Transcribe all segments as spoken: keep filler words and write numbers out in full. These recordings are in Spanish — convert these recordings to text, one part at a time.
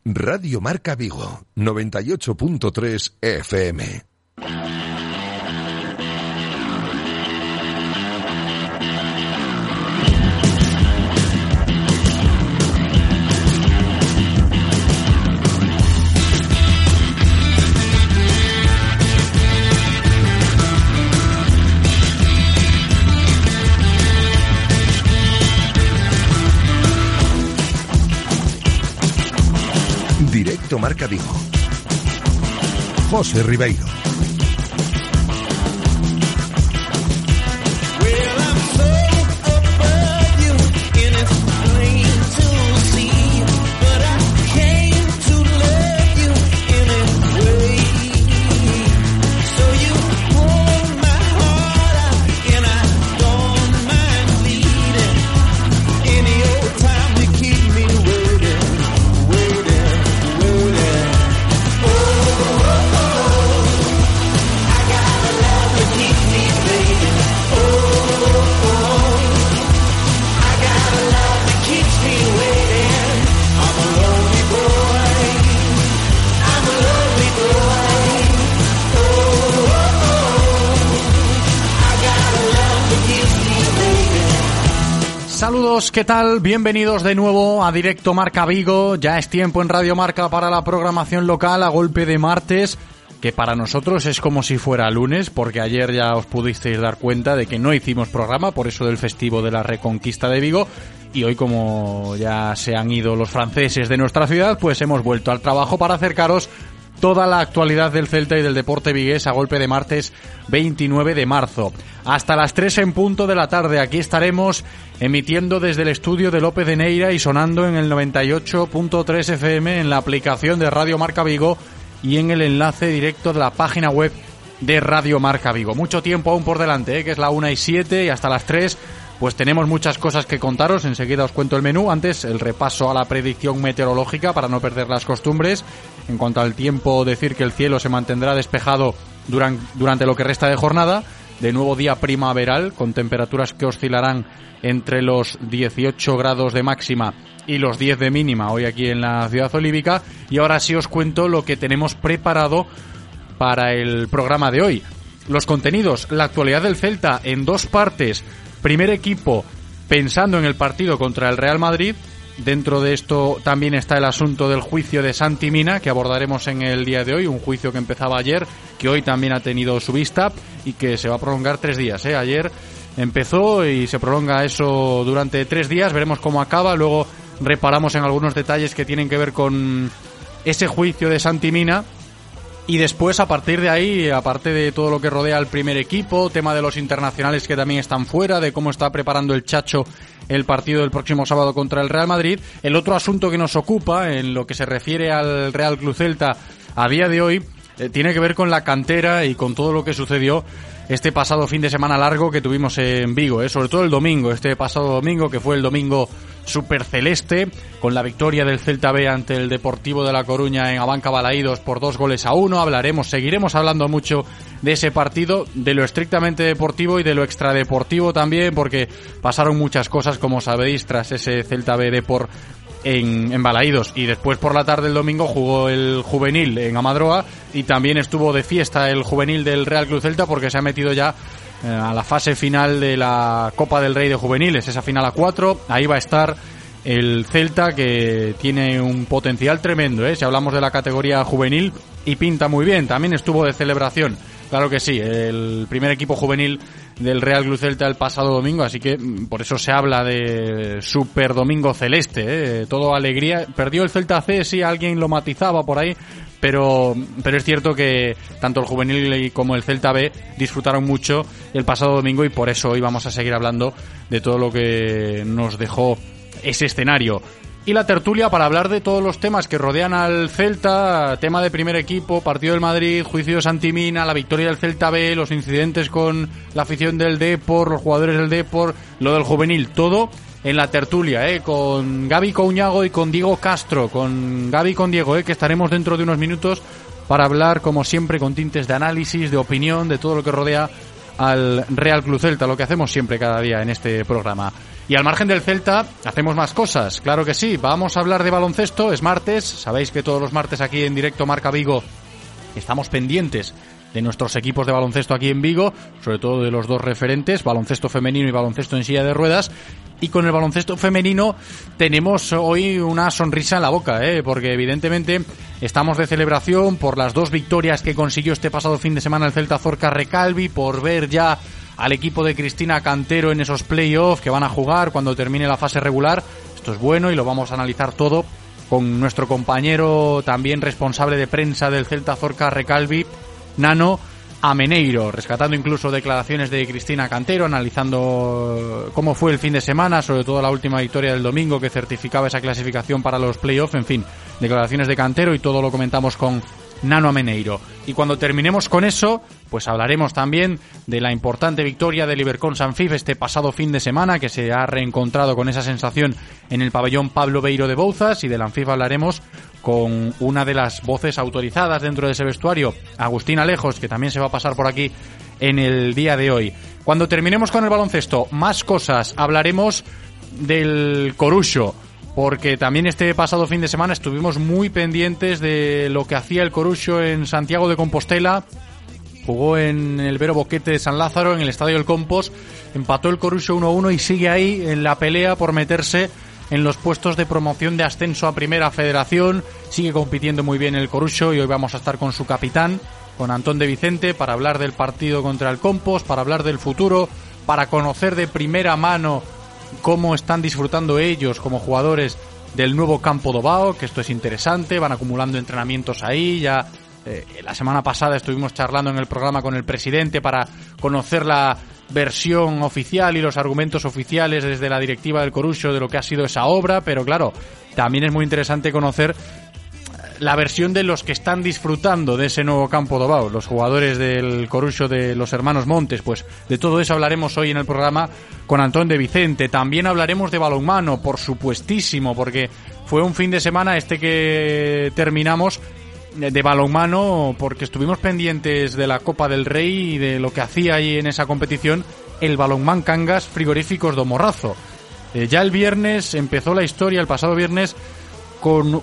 Radio Marca Vigo, noventa y ocho punto tres F M. Directo Marca Vigo. José Ribeiro. Saludos, ¿qué tal? Bienvenidos de nuevo a Directo Marca Vigo. Ya es tiempo en Radio Marca para la programación local a golpe de martes, que para nosotros es como si fuera lunes, porque ayer ya os pudisteis dar cuenta de que no hicimos programa, por eso del festivo de la Reconquista de Vigo, y hoy, como ya se han ido los franceses de nuestra ciudad, pues hemos vuelto al trabajo para acercaros toda la actualidad del Celta y del deporte vigués a golpe de martes veintinueve de marzo. Hasta las tres en punto de la tarde, aquí estaremos emitiendo desde el estudio de López de Neira y sonando en el noventa y ocho punto tres F M en la aplicación de Radio Marca Vigo y en el enlace directo de la página web de Radio Marca Vigo. Mucho tiempo aún por delante, ¿eh? Que es la una y siete, y hasta las tres pues tenemos muchas cosas que contaros. Enseguida os cuento el menú. Antes, el repaso a la predicción meteorológica para no perder las costumbres. En cuanto al tiempo, decir que el cielo se mantendrá despejado durante, durante lo que resta de jornada. De nuevo día primaveral, con temperaturas que oscilarán entre los dieciocho grados de máxima y los diez de mínima hoy aquí en la ciudad olívica. Y ahora sí os cuento lo que tenemos preparado para el programa de hoy. Los contenidos, la actualidad del Celta en dos partes. Primer equipo pensando en el partido contra el Real Madrid. Dentro de esto también está el asunto del juicio de Santi Mina, que abordaremos en el día de hoy, un juicio que empezaba ayer, que hoy también ha tenido su vista y que se va a prolongar tres días, ¿eh? Ayer empezó y se prolonga eso durante tres días, veremos cómo acaba, luego reparamos en algunos detalles que tienen que ver con ese juicio de Santi Mina. Y después, a partir de ahí, aparte de todo lo que rodea al primer equipo, tema de los internacionales que también están fuera, de cómo está preparando el Chacho el partido del próximo sábado contra el Real Madrid, el otro asunto que nos ocupa en lo que se refiere al Real Club Celta a día de hoy eh, tiene que ver con la cantera y con todo lo que sucedió este pasado fin de semana largo que tuvimos en Vigo, eh, sobre todo el domingo, este pasado domingo, que fue el domingo superceleste, con la victoria del Celta B ante el Deportivo de La Coruña en Abanca Balaídos por dos goles a uno. Hablaremos, seguiremos hablando mucho de ese partido, de lo estrictamente deportivo y de lo extradeportivo también, porque pasaron muchas cosas, como sabéis, tras ese Celta B Depor en, en Balaídos. Y después, por la tarde del domingo, jugó el juvenil en Amadroa y también estuvo de fiesta el juvenil del Real Club Celta, porque se ha metido ya a la fase final de la Copa del Rey de Juveniles, esa final a cuatro. Ahí va a estar el Celta, que tiene un potencial tremendo, ¿eh? Si hablamos de la categoría juvenil, y pinta muy bien. También estuvo de celebración, claro que sí, el primer equipo juvenil del Real Club Celta el pasado domingo, así que por eso se habla de Super Domingo Celeste, ¿eh? Todo alegría. Perdió el Celta C, sí, alguien lo matizaba por ahí, pero pero es cierto que tanto el juvenil como el Celta B disfrutaron mucho el pasado domingo, y por eso hoy vamos a seguir hablando de todo lo que nos dejó ese escenario. Y la tertulia para hablar de todos los temas que rodean al Celta, tema de primer equipo, partido del Madrid, juicio de Santi Mina, la victoria del Celta B, los incidentes con la afición del Depor, los jugadores del Depor, lo del juvenil, todo en la tertulia, eh, con Gaby Couñago y con Diego Castro, con Gaby y con Diego, eh, que estaremos dentro de unos minutos para hablar, como siempre, con tintes de análisis, de opinión, de todo lo que rodea al Real Club Celta, lo que hacemos siempre cada día en este programa. Y al margen del Celta, hacemos más cosas, claro que sí. Vamos a hablar de baloncesto, es martes. Sabéis que todos los martes aquí en Directo Marca Vigo estamos pendientes de nuestros equipos de baloncesto aquí en Vigo, sobre todo de los dos referentes, baloncesto femenino y baloncesto en silla de ruedas. Y con el baloncesto femenino tenemos hoy una sonrisa en la boca, ¿eh? Porque evidentemente estamos de celebración por las dos victorias que consiguió este pasado fin de semana el Celta Zorca Recalvi, por ver ya al equipo de Cristina Cantero en esos playoffs que van a jugar cuando termine la fase regular. Esto es bueno y lo vamos a analizar todo con nuestro compañero también responsable de prensa del Celta Zorca Recalvi, Nano Ameneiro, rescatando incluso declaraciones de Cristina Cantero, analizando cómo fue el fin de semana, sobre todo la última victoria del domingo que certificaba esa clasificación para los playoffs, en fin, declaraciones de Cantero y todo lo comentamos con Nano Ameneiro. Y cuando terminemos con eso, pues hablaremos también de la importante victoria del Ibercon Sanfif este pasado fin de semana, que se ha reencontrado con esa sensación en el pabellón Pablo Beiro de Bouzas, y del Anfif hablaremos con una de las voces autorizadas dentro de ese vestuario, Agustín Alejos, que también se va a pasar por aquí en el día de hoy. Cuando terminemos con el baloncesto, más cosas, hablaremos del Coruxo, porque también este pasado fin de semana estuvimos muy pendientes de lo que hacía el Coruxo en Santiago de Compostela. Jugó en el Vero Boquete de San Lázaro, en el Estadio del Compos, empató el Coruxo uno a uno y sigue ahí en la pelea por meterse en los puestos de promoción de ascenso a Primera Federación. Sigue compitiendo muy bien el Coruxo y hoy vamos a estar con su capitán, con Antón de Vicente, para hablar del partido contra el Compos, para hablar del futuro, para conocer de primera mano cómo están disfrutando ellos como jugadores del nuevo Campo do Bao, que esto es interesante, van acumulando entrenamientos ahí. Ya eh, la semana pasada estuvimos charlando en el programa con el presidente para conocer la versión oficial y los argumentos oficiales desde la directiva del Coruxo de lo que ha sido esa obra, pero claro, también es muy interesante conocer la versión de los que están disfrutando de ese nuevo Campo do Bao, los jugadores del Coruxo de los hermanos Montes. Pues de todo eso hablaremos hoy en el programa con Antón de Vicente. También hablaremos de balonmano, por supuestísimo, porque fue un fin de semana este que terminamos de balonmano, porque estuvimos pendientes de la Copa del Rey y de lo que hacía ahí en esa competición el Balonmán Cangas Frigoríficos do Morrazo. Eh, ya el viernes empezó la historia, el pasado viernes, con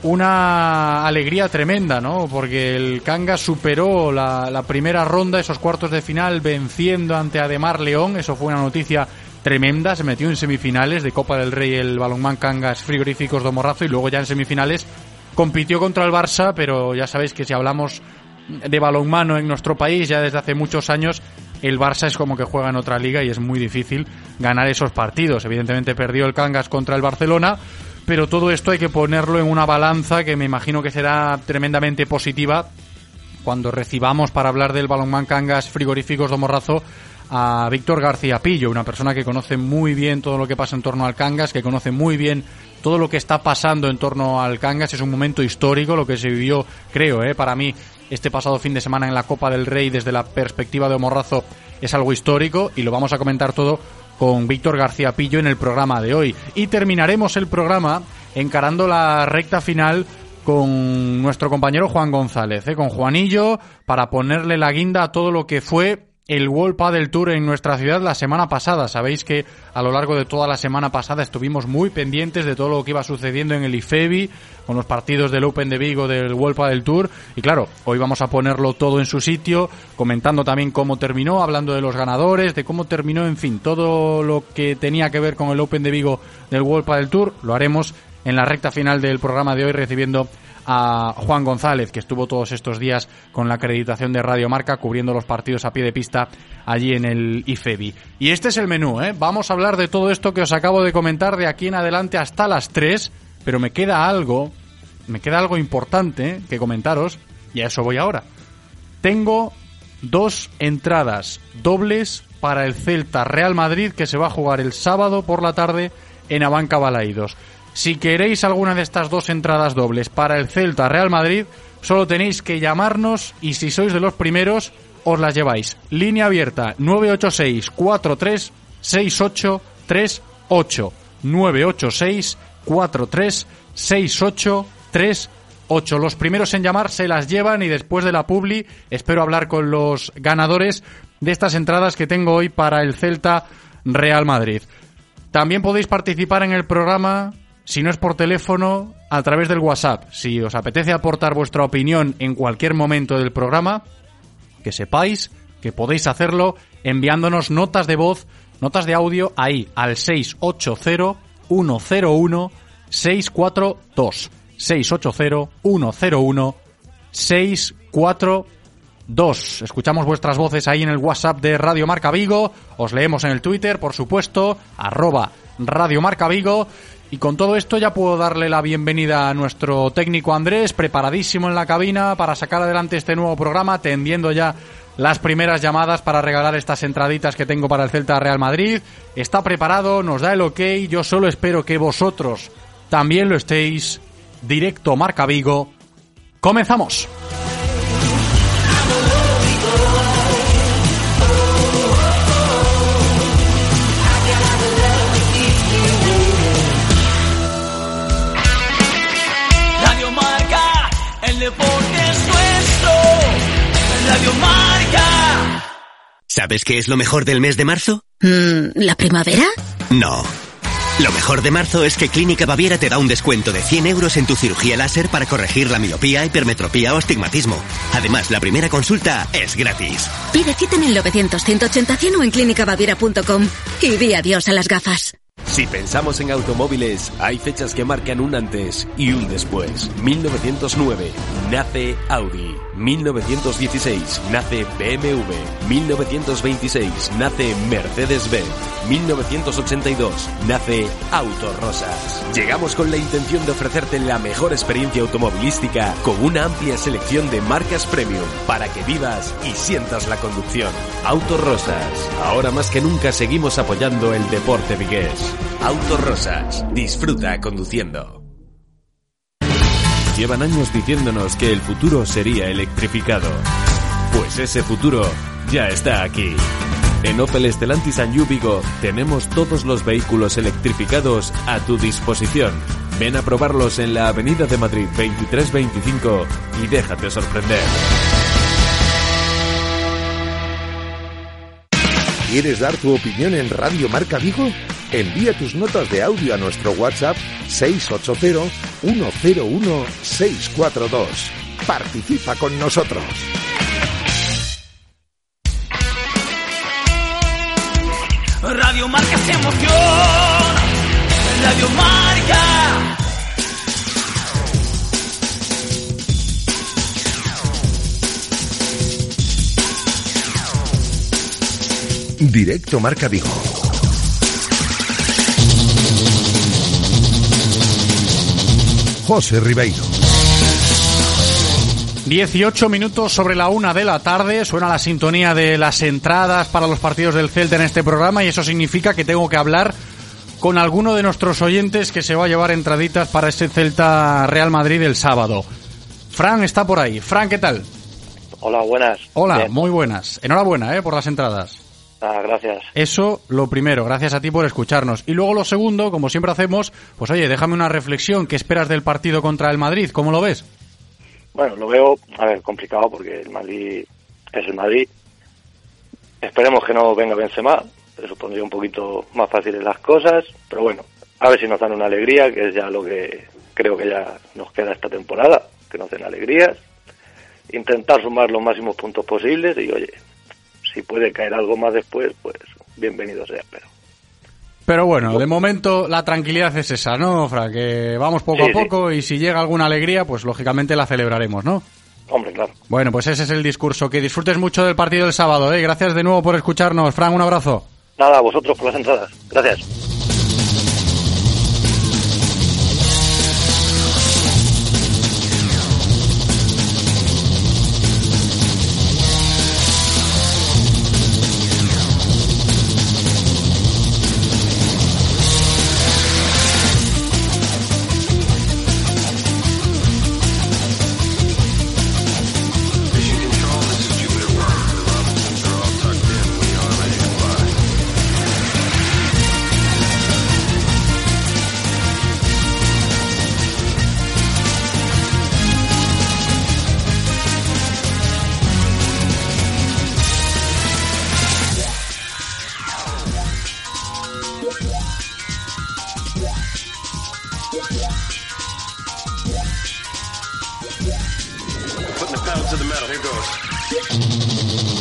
una alegría tremenda, ¿no? Porque el Cangas superó la, la primera ronda, esos cuartos de final, venciendo ante Ademar León. Eso fue una noticia tremenda. Se metió en semifinales de Copa del Rey el Balonmán Cangas Frigoríficos do Morrazo, y luego ya en semifinales compitió contra el Barça, pero ya sabéis que si hablamos de balonmano en nuestro país ya desde hace muchos años, el Barça es como que juega en otra liga y es muy difícil ganar esos partidos. Evidentemente perdió el Cangas contra el Barcelona, pero todo esto hay que ponerlo en una balanza que me imagino que será tremendamente positiva cuando recibamos para hablar del Balonmán Cangas Frigoríficos do Morrazo a Víctor García Pillo, una persona que conoce muy bien todo lo que pasa en torno al Cangas, que conoce muy bien todo lo que está pasando en torno al Cangas. Es un momento histórico lo que se vivió, creo, eh, para mí, este pasado fin de semana en la Copa del Rey. Desde la perspectiva de Morrazo es algo histórico y lo vamos a comentar todo con Víctor García Pillo en el programa de hoy. Y terminaremos el programa encarando la recta final con nuestro compañero Juan González, eh, con Juanillo, para ponerle la guinda a todo lo que fue el World Padel Tour en nuestra ciudad la semana pasada. Sabéis que a lo largo de toda la semana pasada estuvimos muy pendientes de todo lo que iba sucediendo en el IFEBI, con los partidos del Open de Vigo del World Padel Tour. Y claro, hoy vamos a ponerlo todo en su sitio, comentando también cómo terminó, hablando de los ganadores, de cómo terminó, en fin, todo lo que tenía que ver con el Open de Vigo del World Padel Tour. Lo haremos en la recta final del programa de hoy, recibiendo a Juan González, que estuvo todos estos días con la acreditación de Radio Marca cubriendo los partidos a pie de pista allí en el IFEBI. Y este es el menú, ¿eh? Vamos a hablar de todo esto que os acabo de comentar de aquí en adelante hasta las tres, pero me queda algo, me queda algo importante que comentaros, y a eso voy ahora. Tengo dos entradas dobles para el Celta Real Madrid, que se va a jugar el sábado por la tarde en Abanca Balaídos. Si queréis alguna de estas dos entradas dobles para el Celta Real Madrid, solo tenéis que llamarnos y si sois de los primeros, os las lleváis. Línea abierta nueve ocho seis, cuatro tres seis ocho tres ocho. nueve ocho seis, cuatro tres seis ocho tres ocho. Los primeros en llamar se las llevan y después de la publi espero hablar con los ganadores de estas entradas que tengo hoy para el Celta Real Madrid. También podéis participar en el programa, si no es por teléfono, a través del WhatsApp. Si os apetece aportar vuestra opinión en cualquier momento del programa, que sepáis que podéis hacerlo enviándonos notas de voz, notas de audio ahí, al seis ocho cero, uno cero uno, seis cuatro dos. seis ocho cero, uno cero uno, seis cuatro dos. Escuchamos vuestras voces ahí en el WhatsApp de Radio Marca Vigo. Os leemos en el Twitter, por supuesto, arroba Radio Marca Vigo. Y con todo esto ya puedo darle la bienvenida a nuestro técnico Andrés, preparadísimo en la cabina para sacar adelante este nuevo programa, tendiendo ya las primeras llamadas para regalar estas entraditas que tengo para el Celta Real Madrid. Está preparado, nos da el ok, yo solo espero que vosotros también lo estéis. Directo Marca Vigo, comenzamos. Radio Marca, el deporte es nuestro. Radio Marca. ¿Sabes qué es lo mejor del mes de marzo? Mm, ¿La primavera? No. Lo mejor de marzo es que Clínica Baviera te da un descuento de cien euros en tu cirugía láser para corregir la miopía, hipermetropía o astigmatismo. Además, la primera consulta es gratis. Pide cita en el novecientos, ciento ochenta, cien o en clínica baviera punto com y di adiós a las gafas. Si pensamos en automóviles, hay fechas que marcan un antes y un después. mil novecientos nueve nace Audi. mil novecientos dieciséis nace B M W. mil novecientos veintiséis nace Mercedes-Benz. mil novecientos ochenta y dos nace Autorosas. Llegamos con la intención de ofrecerte la mejor experiencia automovilística con una amplia selección de marcas premium para que vivas y sientas la conducción. Autorosas. Ahora más que nunca seguimos apoyando el deporte vigués. Autorosas. Disfruta conduciendo. Llevan años diciéndonos que el futuro sería electrificado. Pues ese futuro ya está aquí. En Opel Stellantis and You Vigo tenemos todos los vehículos electrificados a tu disposición. Ven a probarlos en la Avenida de Madrid veintitrés veinticinco y déjate sorprender. ¿Quieres dar tu opinión en Radio Marca Vigo? Envía tus notas de audio a nuestro WhatsApp seis ocho cero, uno cero uno, seis cuatro dos. Participa con nosotros. Radio Marca se emociona. Radio Marca. Directo Marca Vigo. José Ribeiro. dieciocho minutos sobre la una de la tarde, suena la sintonía de las entradas para los partidos del Celta en este programa y eso significa que tengo que hablar con alguno de nuestros oyentes que se va a llevar entraditas para ese Celta Real Madrid el sábado. Fran está por ahí. Fran, ¿qué tal? Hola, buenas. Hola, Bien. Muy buenas. Enhorabuena, ¿eh? Por las entradas. Ah, gracias. Eso, lo primero, gracias a ti por escucharnos. Y luego lo segundo, como siempre hacemos, pues oye, déjame una reflexión. ¿Qué esperas del partido contra el Madrid? ¿Cómo lo ves? Bueno, lo veo, a ver, complicado porque el Madrid es el Madrid. Esperemos que no venga Benzema, eso pondría un poquito más fáciles las cosas, pero bueno, a ver si nos dan una alegría, que es ya lo que creo que ya nos queda esta temporada, que nos den alegrías. Intentar sumar los máximos puntos posibles y oye, si puede caer algo más después, pues bienvenido sea, pero... Pero bueno, de momento la tranquilidad es esa, ¿no, Fra? Que vamos poco Sí, a poco y si llega alguna alegría, pues lógicamente la celebraremos, ¿no? Hombre, claro. Bueno, pues ese es el discurso. Que disfrutes mucho del partido del sábado, ¿eh? Gracias de nuevo por escucharnos. Fran, un abrazo. Nada, a vosotros por las entradas. Gracias. to the metal. Here goes.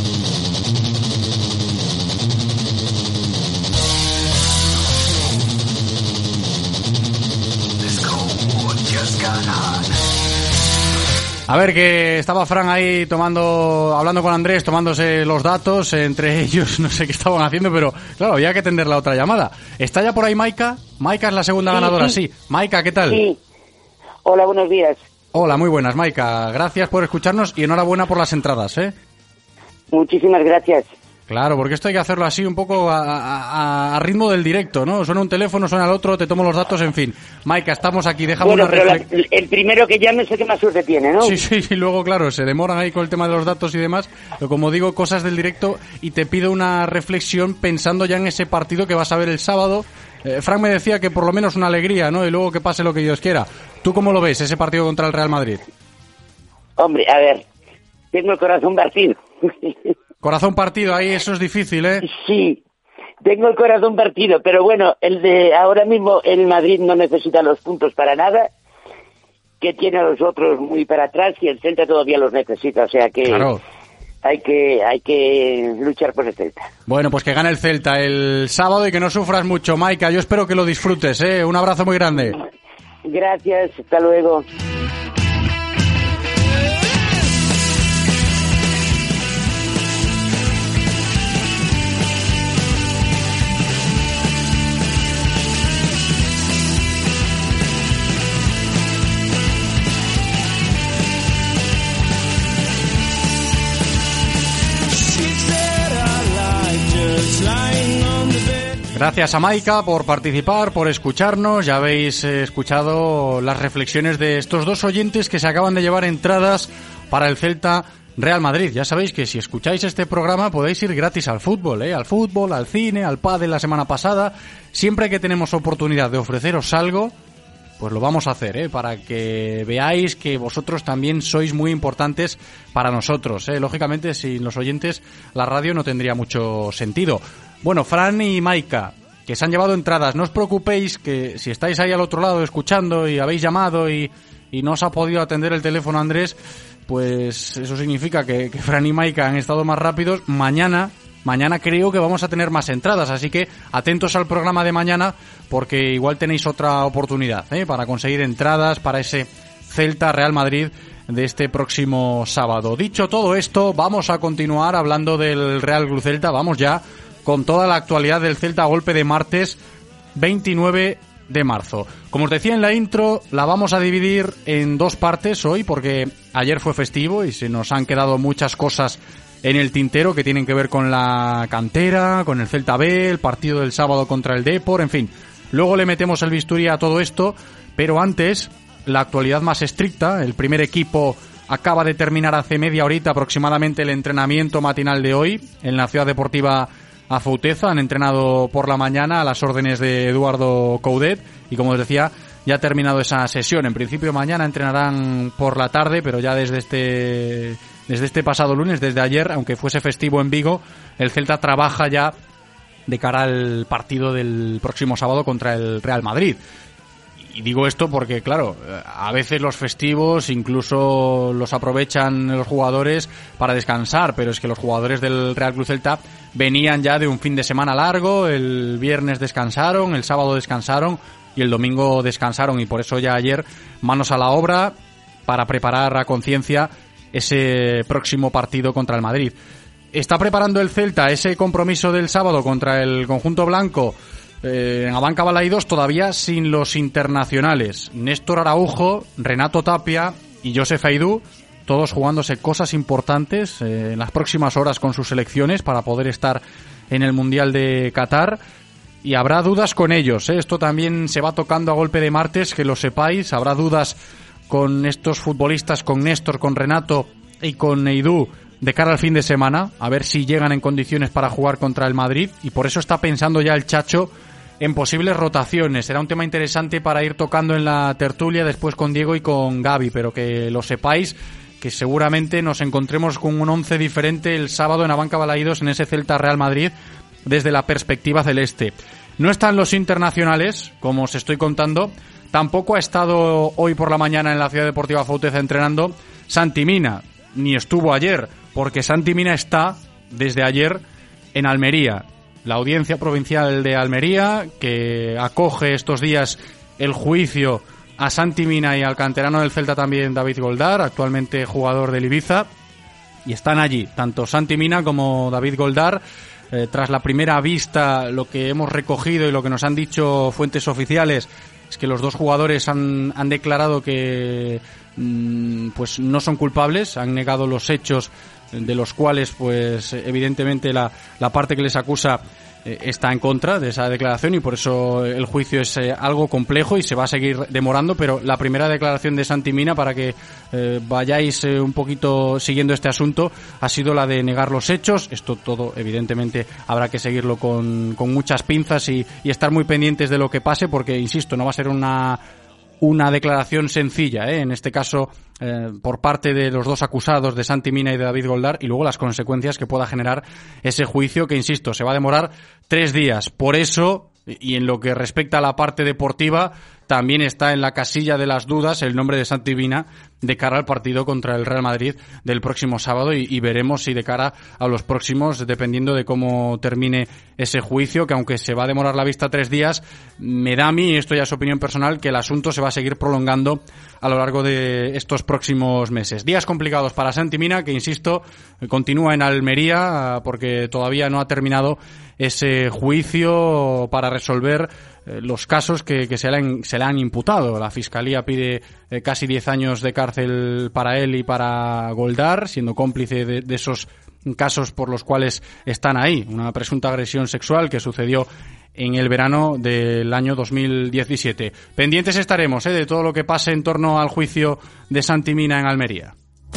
A ver, que estaba Fran ahí tomando, hablando con Andrés, tomándose los datos, entre ellos no sé qué estaban haciendo, pero claro, había que atender la otra llamada. ¿Está ya por ahí Maika? Maika es la segunda sí, ganadora, sí. sí. Maika, ¿qué tal? Sí. Hola, buenos días. Hola, muy buenas, Maika. Gracias por escucharnos y enhorabuena por las entradas, ¿eh? Muchísimas gracias. Claro, porque esto hay que hacerlo así un poco a, a, a ritmo del directo, ¿no? Suena un teléfono, suena el otro, te tomo los datos, en fin. Maika, estamos aquí, déjame bueno, una pero la, reflexión. el primero que llame sé que más suerte tiene, ¿no? Sí, sí, y luego, claro, se demoran ahí con el tema de los datos y demás. Pero como digo, cosas del directo y te pido una reflexión pensando ya en ese partido que vas a ver el sábado. Eh, Frank me decía que por lo menos una alegría, ¿no? Y luego que pase lo que Dios quiera. ¿Tú cómo lo ves, ese partido contra el Real Madrid? Hombre, a ver, tengo el corazón partido. Corazón partido, ahí eso es difícil, ¿eh? Sí, tengo el corazón partido, pero bueno, el de ahora mismo el Madrid no necesita los puntos para nada, que tiene a los otros muy para atrás y el Celta todavía los necesita, o sea que claro. hay que hay que luchar por el Celta. Bueno, pues que gane el Celta el sábado y que no sufras mucho, Maika. Yo espero que lo disfrutes, ¿eh? Un abrazo muy grande. Gracias, hasta luego. Gracias a Maika por participar, por escucharnos. Ya habéis eh, escuchado las reflexiones de estos dos oyentes que se acaban de llevar entradas para el Celta Real Madrid. Ya sabéis que si escucháis este programa podéis ir gratis al fútbol, ¿eh? Al fútbol, al cine, al pádel la semana pasada. Siempre que tenemos oportunidad de ofreceros algo, pues lo vamos a hacer, ¿eh? Para que veáis que vosotros también sois muy importantes para nosotros, ¿eh? Lógicamente, sin los oyentes, la radio no tendría mucho sentido. Bueno, Fran y Maika, que se han llevado entradas, no os preocupéis que si estáis ahí al otro lado escuchando y habéis llamado y, y no os ha podido atender el teléfono Andrés, pues eso significa que, que Fran y Maika han estado más rápidos. Mañana, mañana creo que vamos a tener más entradas, así que atentos al programa de mañana porque igual tenéis otra oportunidad, ¿eh? Para conseguir entradas para ese Celta Real Madrid de este próximo sábado. Dicho todo esto, vamos a continuar hablando del Real Club Celta. Vamos ya con toda la actualidad del Celta a golpe de martes veintinueve de marzo. Como os decía en la intro, la vamos a dividir en dos partes hoy porque ayer fue festivo y se nos han quedado muchas cosas en el tintero que tienen que ver con la cantera, con el Celta B, el partido del sábado contra el Depor, en fin. Luego le metemos el bisturí a todo esto, pero antes, la actualidad más estricta. El primer equipo acaba de terminar hace media horita aproximadamente el entrenamiento matinal de hoy en la Ciudad Deportiva Afouteza. Han entrenado por la mañana a las órdenes de Eduardo Coudet y, como os decía, ya ha terminado esa sesión. En principio mañana entrenarán por la tarde, pero ya desde este desde este pasado lunes, desde ayer, aunque fuese festivo en Vigo, el Celta trabaja ya de cara al partido del próximo sábado contra el Real Madrid. Y digo esto porque, claro, a veces los festivos incluso los aprovechan los jugadores para descansar, pero es que los jugadores del Real Club Celta venían ya de un fin de semana largo, el viernes descansaron, el sábado descansaron y el domingo descansaron, y por eso ya ayer manos a la obra para preparar a conciencia ese próximo partido contra el Madrid. Está preparando el Celta ese compromiso del sábado contra el conjunto blanco eh, en Abanca Balaidos, todavía sin los internacionales. Néstor Araujo, Renato Tapia y Josef Aidú, todos jugándose cosas importantes eh, en las próximas horas con sus selecciones para poder estar en el Mundial de Qatar. Y habrá dudas con ellos, ¿eh? Esto también se va tocando a golpe de martes, que lo sepáis. Habrá dudas con estos futbolistas, con Néstor, con Renato y con Aidú, de cara al fin de semana, a ver si llegan en condiciones para jugar contra el Madrid, y por eso está pensando ya el Chacho en posibles rotaciones. Será un tema interesante para ir tocando en la tertulia después con Diego y con Gaby, pero que lo sepáis, que seguramente nos encontremos con un once diferente el sábado en Abanca Balaidos en ese Celta Real Madrid desde la perspectiva celeste. No están los internacionales, como os estoy contando. Tampoco ha estado hoy por la mañana en la Ciudad Deportiva Afouteza entrenando Santi Mina. ni estuvo ayer, porque Santi Mina está desde ayer en Almería. La Audiencia Provincial de Almería, que acoge estos días el juicio a Santi Mina y al canterano del Celta también, David Goldar, actualmente jugador del Ibiza, y están allí, tanto Santi Mina como David Goldar. Eh, tras la primera vista, lo que hemos recogido y lo que nos han dicho fuentes oficiales es que los dos jugadores han, han declarado que mmm, pues no son culpables, han negado los hechos de los cuales, pues evidentemente la, la parte que les acusa eh, está en contra de esa declaración, y por eso el juicio es eh, algo complejo y se va a seguir demorando. Pero la primera declaración de Santi Mina, para que eh, vayáis eh, un poquito siguiendo este asunto, ha sido la de negar los hechos. Esto todo evidentemente habrá que seguirlo con, con muchas pinzas y, y estar muy pendientes de lo que pase, porque insisto, no va a ser una una declaración sencilla, ¿eh? En este caso eh, por parte de los dos acusados, de Santi Mina y de David Goldar, y luego las consecuencias que pueda generar ese juicio, que insisto, se va a demorar tres días. Por eso, y en lo que respecta a la parte deportiva, también está en la casilla de las dudas el nombre de Santi Mina de cara al partido contra el Real Madrid del próximo sábado, y, y veremos si de cara a los próximos, dependiendo de cómo termine ese juicio, que aunque se va a demorar la vista tres días, me da a mí, y esto ya es opinión personal, que el asunto se va a seguir prolongando a lo largo de estos próximos meses. Días complicados para Santi Mina, que insisto, continúa en Almería porque todavía no ha terminado ese juicio para resolver eh, los casos que, que se, le han, se le han imputado. La Fiscalía pide eh, casi diez años de cárcel para él y para Goldar, siendo cómplice de, de esos casos por los cuales están ahí. Una presunta agresión sexual que sucedió en el verano del año dos mil diecisiete. Pendientes estaremos eh, de todo lo que pase en torno al juicio de Santi Mina en Almería.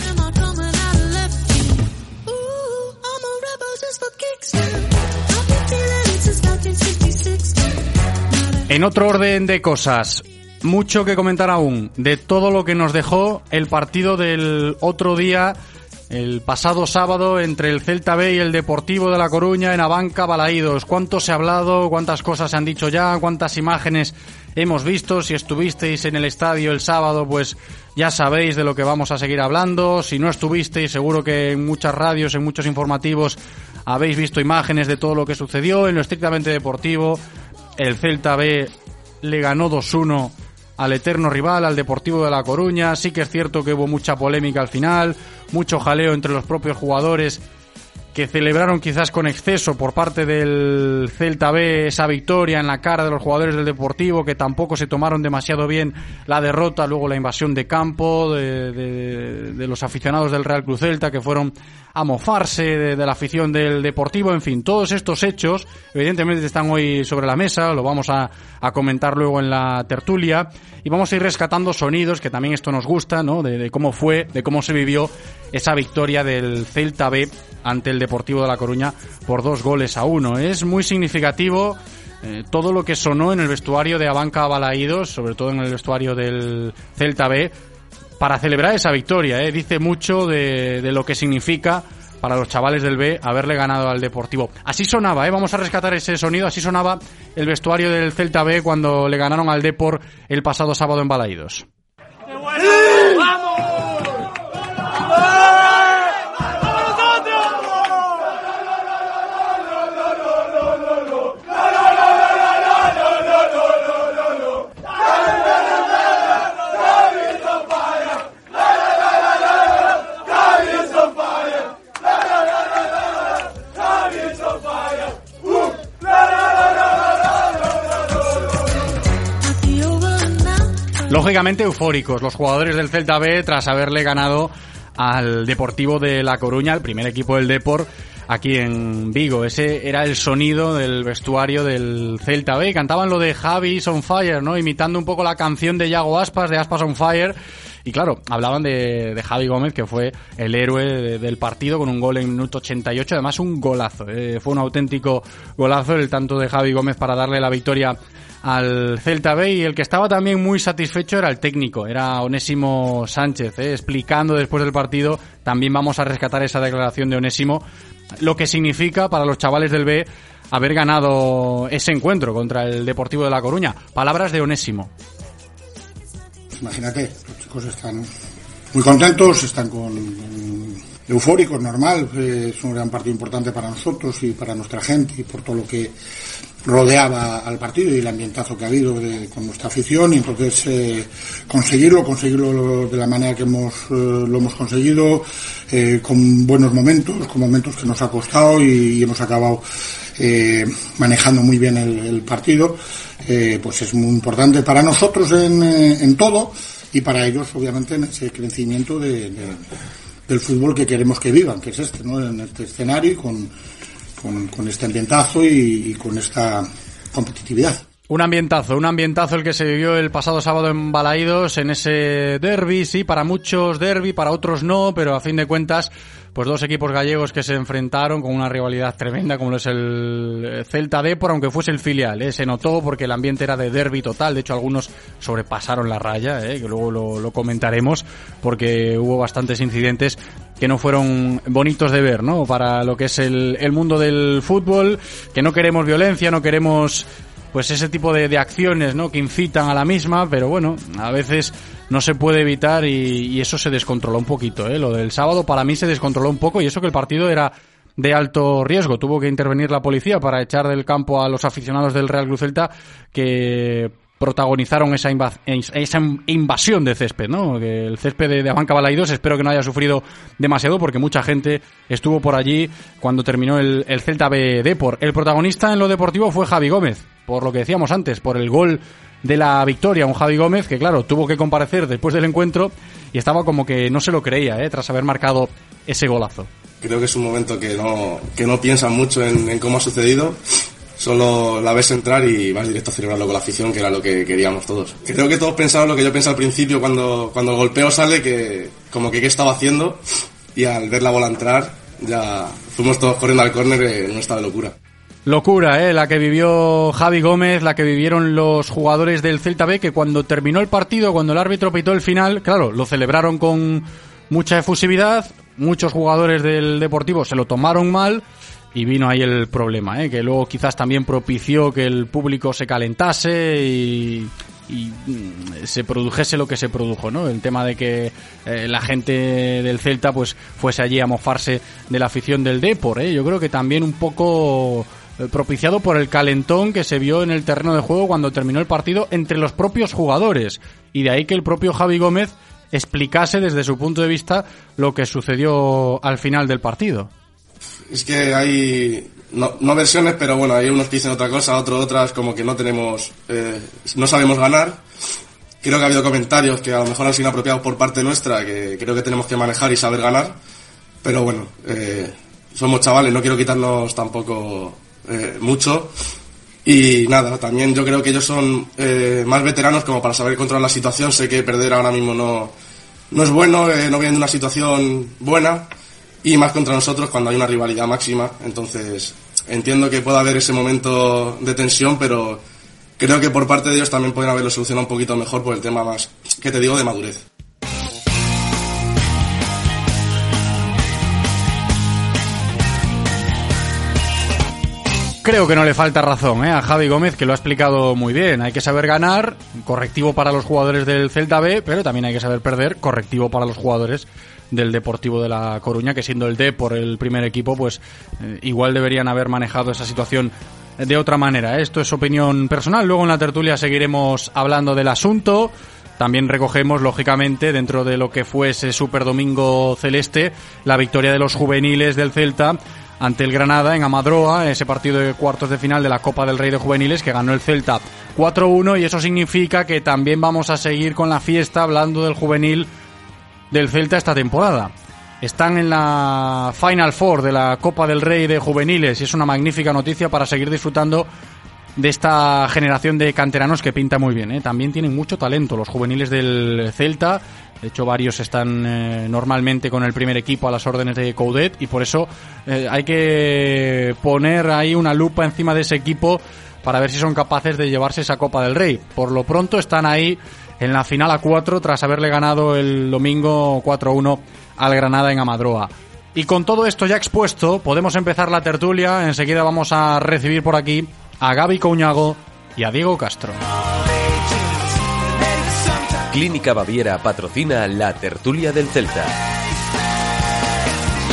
En otro orden de cosas, mucho que comentar aún de todo lo que nos dejó el partido del otro día, el pasado sábado, entre el Celta B y el Deportivo de La Coruña en Abanca Balaídos. ¿Cuánto se ha hablado? ¿Cuántas cosas se han dicho ya? ¿Cuántas imágenes hemos visto? Si estuvisteis en el estadio el sábado, pues ya sabéis de lo que vamos a seguir hablando. Si no estuvisteis, seguro que en muchas radios, en muchos informativos, habéis visto imágenes de todo lo que sucedió. En lo estrictamente deportivo, el Celta B le ganó dos uno al eterno rival, al Deportivo de La Coruña. Sí que es cierto que hubo mucha polémica al final, mucho jaleo entre los propios jugadores, que celebraron quizás con exceso por parte del Celta B esa victoria en la cara de los jugadores del Deportivo, que tampoco se tomaron demasiado bien la derrota, luego la invasión de campo de, de, de los aficionados del Real Club Celta, que fueron a mofarse de, de la afición del Deportivo. En fin, todos estos hechos evidentemente están hoy sobre la mesa, lo vamos a, a comentar luego en la tertulia, y vamos a ir rescatando sonidos, que también esto nos gusta, ¿no? De, de cómo fue, de cómo se vivió esa victoria del Celta B ante el Deportivo de La Coruña por dos goles a uno. Es muy significativo eh, todo lo que sonó en el vestuario de Abanca Balaídos, sobre todo en el vestuario del Celta B, para celebrar esa victoria. Eh. Dice mucho de, de lo que significa para los chavales del B haberle ganado al Deportivo. Así sonaba, eh. Vamos a rescatar ese sonido, así sonaba el vestuario del Celta B cuando le ganaron al Depor el pasado sábado en Balaídos. ¡Qué bueno! ¡Vamos! Lógicamente eufóricos los jugadores del Celta B tras haberle ganado al Deportivo de La Coruña, el primer equipo del Depor, aquí en Vigo. Ese era el sonido del vestuario del Celta B. Cantaban lo de Javi's on Fire, ¿no? Imitando un poco la canción de Yago Aspas, de Aspas on Fire. Y claro, hablaban de, de Javi Gómez, que fue el héroe de, del partido, con un gol en minuto ochenta y ocho, además un golazo. Eh, fue un auténtico golazo el tanto de Javi Gómez para darle la victoria al Celta B, y el que estaba también muy satisfecho era el técnico, era Onésimo Sánchez, eh, explicando después del partido. También vamos a rescatar esa declaración de Onésimo, lo que significa para los chavales del B haber ganado ese encuentro contra el Deportivo de La Coruña. Palabras de Onésimo. Imagínate, los chicos están muy contentos, están con eufórico, es normal, eh, es un gran partido importante para nosotros y para nuestra gente y por todo lo que rodeaba al partido y el ambientazo que ha habido de, con nuestra afición, y entonces eh, conseguirlo, conseguirlo de la manera que hemos eh, lo hemos conseguido, eh, con buenos momentos, con momentos que nos ha costado y, y hemos acabado eh, manejando muy bien el, el partido, eh, pues es muy importante para nosotros en, en todo y para ellos obviamente en ese crecimiento de, de, del fútbol que queremos que vivan, que es este, ¿no? En este escenario y con Con, con este ambientazo y, y con esta competitividad. Un ambientazo, un ambientazo el que se vivió el pasado sábado en Balaídos, en ese derbi, sí, para muchos derbi, para otros no, pero a fin de cuentas, pues dos equipos gallegos que se enfrentaron con una rivalidad tremenda, como lo es el Celta Depor, aunque fuese el filial, ¿eh? Se notó porque el ambiente era de derbi total, de hecho algunos sobrepasaron la raya, ¿eh? Que luego lo, lo comentaremos, porque hubo bastantes incidentes que no fueron bonitos de ver, ¿no? Para lo que es el, el mundo del fútbol, que no queremos violencia, no queremos pues ese tipo de, de acciones, ¿no? Que incitan a la misma, pero bueno, a veces no se puede evitar y, y eso se descontroló un poquito, ¿eh? Lo del sábado para mí se descontroló un poco y eso que el partido era de alto riesgo. Tuvo que intervenir la policía para echar del campo a los aficionados del Real Club Celta que protagonizaron esa, inva- esa invasión de césped, ¿no? Que el césped de, de Abanca Balaídos espero que no haya sufrido demasiado porque mucha gente estuvo por allí cuando terminó el, el Celta B Depor. El protagonista en lo deportivo fue Javi Gómez, por lo que decíamos antes, por el gol de la victoria, un Javi Gómez que claro, tuvo que comparecer después del encuentro y estaba como que no se lo creía, ¿eh? Tras haber marcado ese golazo. Creo que es un momento que no, que no piensan mucho en, en cómo ha sucedido. Solo la ves entrar y vas directo a celebrarlo con la afición, que era lo que queríamos todos. Creo que todos pensamos lo que yo pensé al principio cuando, cuando el golpeo sale, que como que qué estaba haciendo, y al ver la bola entrar ya fuimos todos corriendo al córner en un estado de locura. Locura, eh, la que vivió Javi Gómez, la que vivieron los jugadores del Celta B, que cuando terminó el partido, cuando el árbitro pitó el final, claro, lo celebraron con mucha efusividad, muchos jugadores del Deportivo se lo tomaron mal, y vino ahí el problema, ¿eh? Que luego quizás también propició que el público se calentase y, y se produjese lo que se produjo, ¿no? El tema de que eh, la gente del Celta pues fuese allí a mofarse de la afición del Depor, ¿eh? Yo creo que también un poco eh, propiciado por el calentón que se vio en el terreno de juego cuando terminó el partido entre los propios jugadores. Y de ahí que el propio Javi Gómez explicase desde su punto de vista lo que sucedió al final del partido. Es que hay, no, no versiones, pero bueno, hay unos que dicen otra cosa, otros otras, como que no tenemos, eh, no sabemos ganar. Creo que ha habido comentarios que a lo mejor han sido inapropiados por parte nuestra, que creo que tenemos que manejar y saber ganar. Pero bueno, eh, somos chavales, no quiero quitarnos tampoco eh, mucho. Y nada, también yo creo que ellos son eh, más veteranos como para saber controlar la situación. Sé que perder ahora mismo no, no es bueno, eh, no viene de una situación buena. Y más contra nosotros cuando hay una rivalidad máxima. Entonces entiendo que pueda haber ese momento de tensión, pero creo que por parte de ellos también pueden haberlo solucionado un poquito mejor por el tema más, que te digo, de madurez. Creo que no le falta razón, ¿eh? A Javi Gómez, que lo ha explicado muy bien. Hay que saber ganar, correctivo para los jugadores del Celta B, pero también hay que saber perder, correctivo para los jugadores del Deportivo de La Coruña, que siendo el D por el primer equipo, pues eh, igual deberían haber manejado esa situación de otra manera. Esto es opinión personal. Luego en la tertulia seguiremos hablando del asunto. También recogemos, lógicamente, dentro de lo que fue ese Super Domingo Celeste, la victoria de los juveniles del Celta ante el Granada en Amadroa, ese partido de cuartos de final de la Copa del Rey de Juveniles que ganó el Celta cuatro uno, y eso significa que también vamos a seguir con la fiesta hablando del juvenil del Celta esta temporada. Están en la Final Four de la Copa del Rey de Juveniles y es una magnífica noticia para seguir disfrutando de esta generación de canteranos que pinta muy bien, ¿eh? También tienen mucho talento los juveniles del Celta. De hecho, varios están eh, normalmente con el primer equipo a las órdenes de Coudet y por eso eh, hay que poner ahí una lupa encima de ese equipo para ver si son capaces de llevarse esa Copa del Rey. Por lo pronto están ahí en la final a cuatro tras haberle ganado el domingo cuatro uno al Granada en Amadroa. Y con todo esto ya expuesto, podemos empezar la tertulia. Enseguida vamos a recibir por aquí a Gaby Couñago y a Diego Castro. Clínica Baviera patrocina la tertulia del Celta.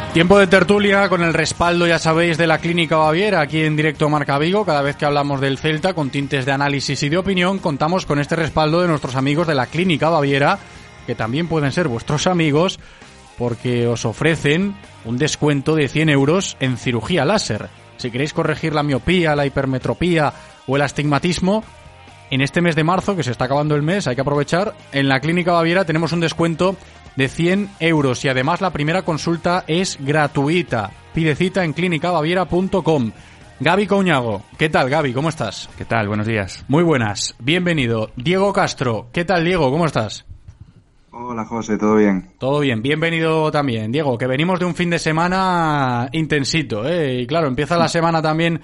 Tiempo de tertulia con el respaldo, ya sabéis, de la Clínica Baviera, aquí en directo Marca Vigo. Cada vez que hablamos del Celta, con tintes de análisis y de opinión, contamos con este respaldo de nuestros amigos de la Clínica Baviera, que también pueden ser vuestros amigos, porque os ofrecen un descuento de cien euros en cirugía láser. Si queréis corregir la miopía, la hipermetropía o el astigmatismo, en este mes de marzo, que se está acabando el mes, hay que aprovechar, en la Clínica Baviera tenemos un descuento de cien euros y además la primera consulta es gratuita. Pide cita en clínica baviera punto com. Gaby Couñago, ¿qué tal, Gaby? ¿Cómo estás? ¿Qué tal? Buenos días. Muy buenas, bienvenido. Diego Castro, ¿qué tal, Diego? ¿Cómo estás? Hola, José, ¿todo bien? Todo bien, bienvenido también. Diego, que venimos de un fin de semana intensito, ¿eh? Y claro, empieza la semana también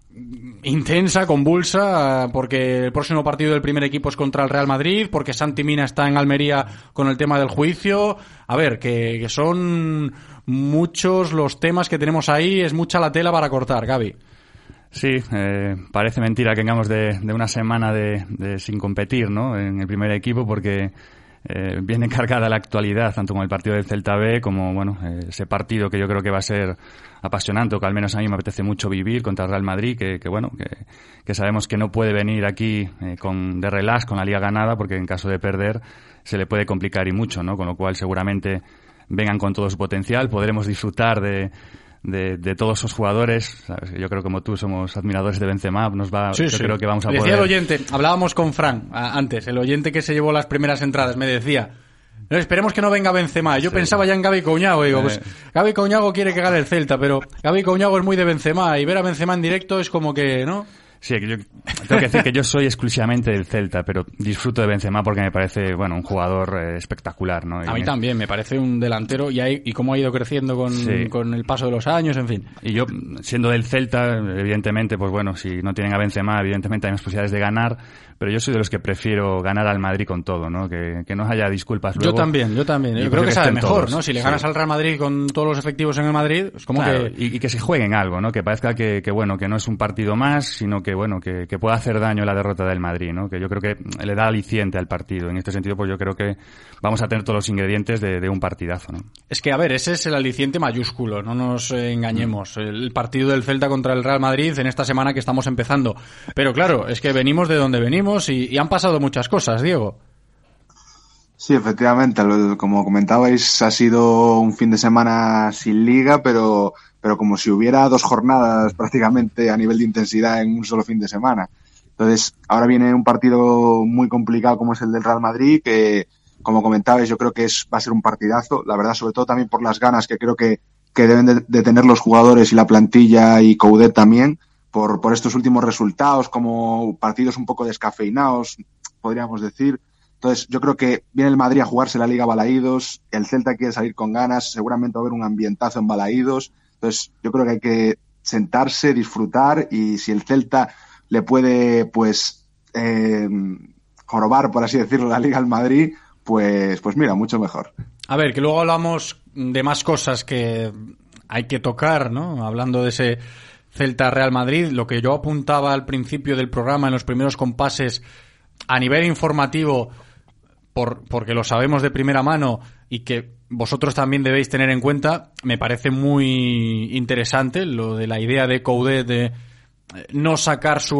intensa, convulsa, porque el próximo partido del primer equipo es contra el Real Madrid, porque Santi Mina está en Almería con el tema del juicio. A ver, que, que son muchos los temas que tenemos ahí, es mucha la tela para cortar, Gaby. Sí, eh, parece mentira que vengamos de, de una semana de, de sin competir, ¿no?, en el primer equipo, porque Eh, viene cargada la actualidad, tanto con el partido del Celta B como, bueno, eh, ese partido que yo creo que va a ser apasionante, o que al menos a mí me apetece mucho vivir, contra el Real Madrid, que, que bueno, que, que sabemos que no puede venir aquí eh, con de relax, con la liga ganada, porque en caso de perder se le puede complicar y mucho, ¿no? Con lo cual seguramente vengan con todo su potencial, podremos disfrutar de De, de todos esos jugadores, ¿sabes? Yo creo que como tú somos admiradores de Benzema, nos va, sí, yo sí. creo que vamos a decía poder... el oyente, hablábamos con Fran a, antes, el oyente que se llevó las primeras entradas, me decía, no, esperemos que no venga Benzema. Yo sí. pensaba ya en Gaby Couñago, digo, eh. pues Gaby Couñago quiere que gane el Celta, pero Gaby Couñago es muy de Benzema, y ver a Benzema en directo es como que, ¿no? Sí, yo tengo que decir que yo soy exclusivamente del Celta, pero disfruto de Benzema porque me parece, bueno, un jugador eh, espectacular, ¿no? A mí también, me parece un delantero y, hay, y cómo ha ido creciendo con, sí. con el paso de los años, en fin. Y yo, siendo del Celta, evidentemente, pues bueno, si no tienen a Benzema, evidentemente hay más posibilidades de ganar, pero yo soy de los que prefiero ganar al Madrid con todo, ¿no? Que, que no haya disculpas luego. Yo también, yo también. Yo creo que, que sabe mejor, todos, ¿no? Si le ganas sí. al Real Madrid con todos los efectivos en el Madrid, es como claro, que... Y, y que se jueguen algo, ¿no? Que parezca que, que, bueno, que no es un partido más, sino que, bueno, que, que pueda hacer daño la derrota del Madrid, ¿no? Que yo creo que le da aliciente al partido. En este sentido, pues yo creo que vamos a tener todos los ingredientes de, de un partidazo, ¿no? Es que, a ver, ese es el aliciente mayúsculo, no nos eh, engañemos. El partido del Celta contra el Real Madrid en esta semana que estamos empezando. Pero claro, es que venimos de donde venimos y, y han pasado muchas cosas, Diego. Sí, efectivamente, como comentabais, ha sido un fin de semana sin liga, pero, pero como si hubiera dos jornadas prácticamente a nivel de intensidad en un solo fin de semana. Entonces, ahora viene un partido muy complicado como es el del Real Madrid, que, como comentabais, yo creo que es, va a ser un partidazo, la verdad, sobre todo también por las ganas que creo que, que deben de, de tener los jugadores y la plantilla y Coudet también, por, por estos últimos resultados, como partidos un poco descafeinados, podríamos decir. Entonces, yo creo que viene el Madrid a jugarse la Liga Balaídos, el Celta quiere salir con ganas, seguramente va a haber un ambientazo en Balaídos. Entonces, yo creo que hay que sentarse, disfrutar, y si el Celta le puede, pues, eh, jorobar, por así decirlo, la Liga al Madrid, pues, pues mira, mucho mejor. A ver, que luego hablamos de más cosas que hay que tocar, ¿no? Hablando de ese Celta Real Madrid, lo que yo apuntaba al principio del programa, en los primeros compases, a nivel informativo, por, porque lo sabemos de primera mano y que vosotros también debéis tener en cuenta, me parece muy interesante lo de la idea de Coudet de no sacar su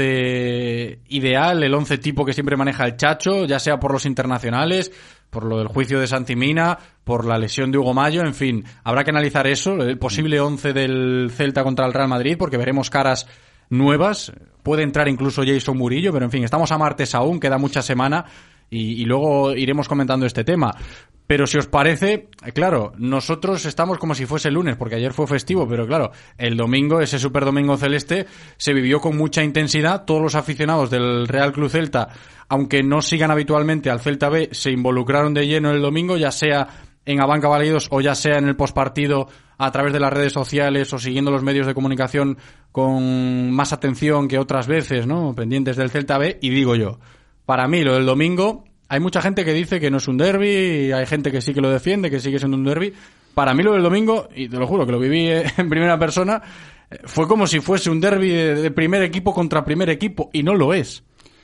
once ideal, el once tipo que siempre maneja el Chacho, ya sea por los internacionales, por lo del juicio de Santi Mina, por la lesión de Hugo Mayo, en fin, habrá que analizar eso, el posible once del Celta contra el Real Madrid, porque veremos caras nuevas, puede entrar incluso Jason Murillo, pero en fin, estamos a martes aún, queda mucha semana y, y luego iremos comentando este tema. Pero si os parece, claro, nosotros estamos como si fuese lunes, porque ayer fue festivo, pero claro, el domingo, ese super domingo celeste, se vivió con mucha intensidad. Todos los aficionados del Real Club Celta, aunque no sigan habitualmente al Celta B, se involucraron de lleno el domingo, ya sea en Abanca Balaídos o ya sea en el postpartido a través de las redes sociales o siguiendo los medios de comunicación con más atención que otras veces, ¿no? Pendientes del Celta B. Y digo yo, para mí lo del domingo, hay mucha gente que dice que no es un derbi, hay gente que sí que lo defiende, que sigue siendo un derbi. Para mí lo del domingo, y te lo juro que lo viví en primera persona, fue como si fuese un derbi de, de primer equipo contra primer equipo, y no lo es.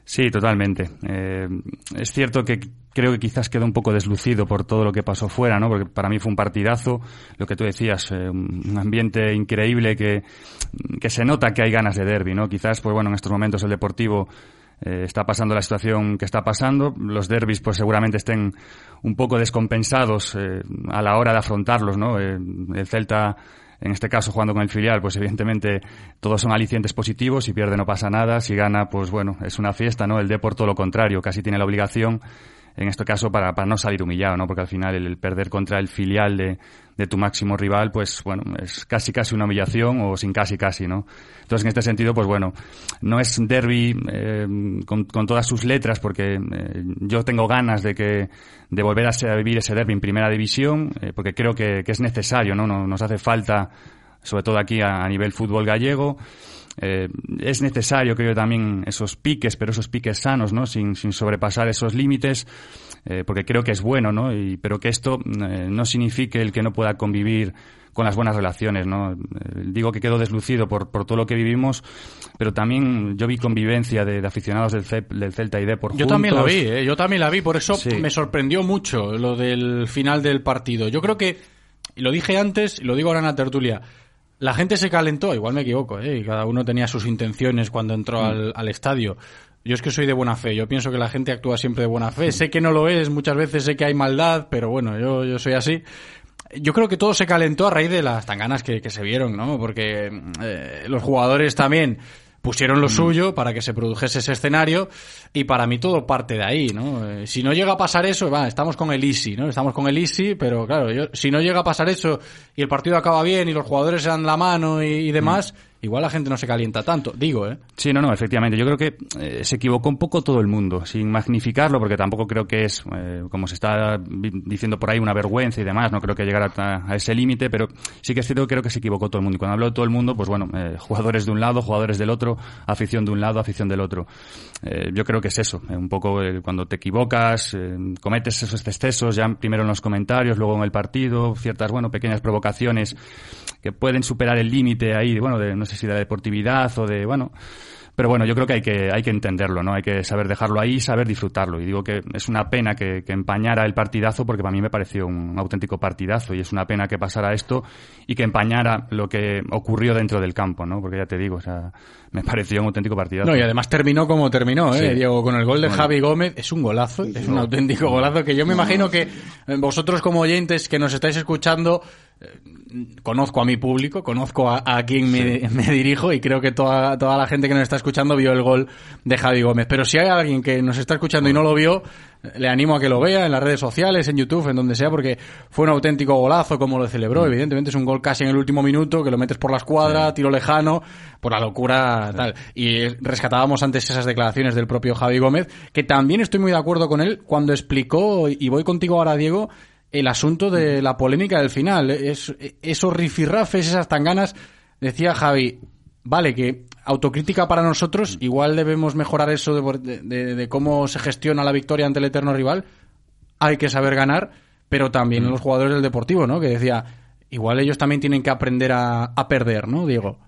Sí, totalmente. Eh, es cierto que creo que quizás quedó un poco deslucido por todo lo que pasó fuera, ¿no? Porque para mí fue un partidazo, lo que tú decías, eh, un ambiente increíble que, que se nota que hay ganas de derbi, ¿no? Quizás, pues bueno, en estos momentos el Deportivo eh, está pasando la situación que está pasando, los derbis pues seguramente estén un poco descompensados eh, a la hora de afrontarlos, ¿no? Eh, el Celta, en este caso jugando con el filial, pues evidentemente todos son alicientes positivos, si pierde no pasa nada, si gana pues bueno, es una fiesta, ¿no? El Depor todo lo contrario, casi tiene la obligación en este caso para, para no salir humillado, ¿no? Porque al final el, el perder contra el filial de, de tu máximo rival, pues bueno, es casi casi una humillación o sin casi casi, ¿no? Entonces en este sentido, pues bueno, no es un derbi eh, con, con todas sus letras, porque eh, yo tengo ganas de que de volver a, ser, a vivir ese derbi en primera división, eh, porque creo que, que es necesario, ¿no? Nos, nos hace falta, sobre todo aquí a, a nivel fútbol gallego. Eh, es necesario, creo, también esos piques, pero esos piques sanos, ¿no? Sin, sin sobrepasar esos límites, eh, porque creo que es bueno, ¿no? Y, pero que esto eh, no signifique el que no pueda convivir con las buenas relaciones, ¿no? Eh, digo que quedó deslucido por, por todo lo que vivimos, pero también yo vi convivencia de, de aficionados del, C, del Celta y Depor juntos. Yo también la vi, ¿eh? Yo también la vi, por eso sí. Me sorprendió mucho lo del final del partido. Yo creo que, y lo dije antes, y lo digo ahora en la tertulia, la gente se calentó, igual me equivoco, ¿eh? Y cada uno tenía sus intenciones cuando entró mm. al, al estadio. Yo es que soy de buena fe, yo pienso que la gente actúa siempre de buena fe. Sé que no lo es, muchas veces sé que hay maldad, pero bueno, yo, yo soy así. Yo creo que todo se calentó a raíz de las tanganas que, que se vieron, ¿no? Porque eh, los jugadores también pusieron lo suyo para que se produjese ese escenario y para mí todo parte de ahí, ¿no? Eh, si no llega a pasar eso, va, estamos con el easy, ¿no? Estamos con el easy, pero claro, yo, si no llega a pasar eso y el partido acaba bien y los jugadores se dan la mano y, y demás, mm. igual la gente no se calienta tanto, digo, ¿eh? Sí, no, no, efectivamente. Yo creo que eh, se equivocó un poco todo el mundo, sin magnificarlo, porque tampoco creo que es, eh, como se está diciendo por ahí, una vergüenza y demás, no creo que llegara a, a ese límite, pero sí que es cierto que creo que se equivocó todo el mundo. Y cuando hablo de todo el mundo, pues bueno, eh, jugadores de un lado, jugadores del otro, afición de un lado, afición del otro. Eh, yo creo que es eso, eh, un poco eh, cuando te equivocas, eh, cometes esos excesos, ya primero en los comentarios, luego en el partido, ciertas, bueno, pequeñas provocaciones que pueden superar el límite ahí, bueno, de no sé si de la deportividad o de, bueno, pero bueno, yo creo que hay que hay que entenderlo, ¿no? Hay que saber dejarlo ahí y saber disfrutarlo. Y digo que es una pena que, que empañara el partidazo, porque para mí me pareció un auténtico partidazo, y es una pena que pasara esto y que empañara lo que ocurrió dentro del campo, ¿no? Porque ya te digo, o sea, me pareció un auténtico partidazo. No, y además terminó como terminó, ¿eh? Sí. Diego, con el gol de Bueno. Javi Gómez. Es un golazo, Sí, es no. un auténtico golazo que yo me imagino que vosotros como oyentes que nos estáis escuchando, eh, conozco a mi público, conozco a, a quien me, sí. me dirijo, y creo que toda, toda la gente que nos está escuchando vio el gol de Javi Gómez. Pero si hay alguien que nos está escuchando y no lo vio, le animo a que lo vea en las redes sociales, en YouTube, en donde sea, porque fue un auténtico golazo como lo celebró. Mm. Evidentemente es un gol casi en el último minuto, que lo metes por la escuadra, sí. tiro lejano, por la locura, sí. tal. Y rescatábamos antes esas declaraciones del propio Javi Gómez, que también estoy muy de acuerdo con él cuando explicó, y voy contigo ahora, Diego, el asunto de la polémica del final. Es, esos rifirrafes, esas tanganas, decía Javi, vale, que autocrítica para nosotros, igual debemos mejorar eso de, de, de cómo se gestiona la victoria ante el eterno rival, hay que saber ganar, pero también mm. los jugadores del Deportivo, ¿no? Que decía, igual ellos también tienen que aprender a, a perder, ¿no, Diego?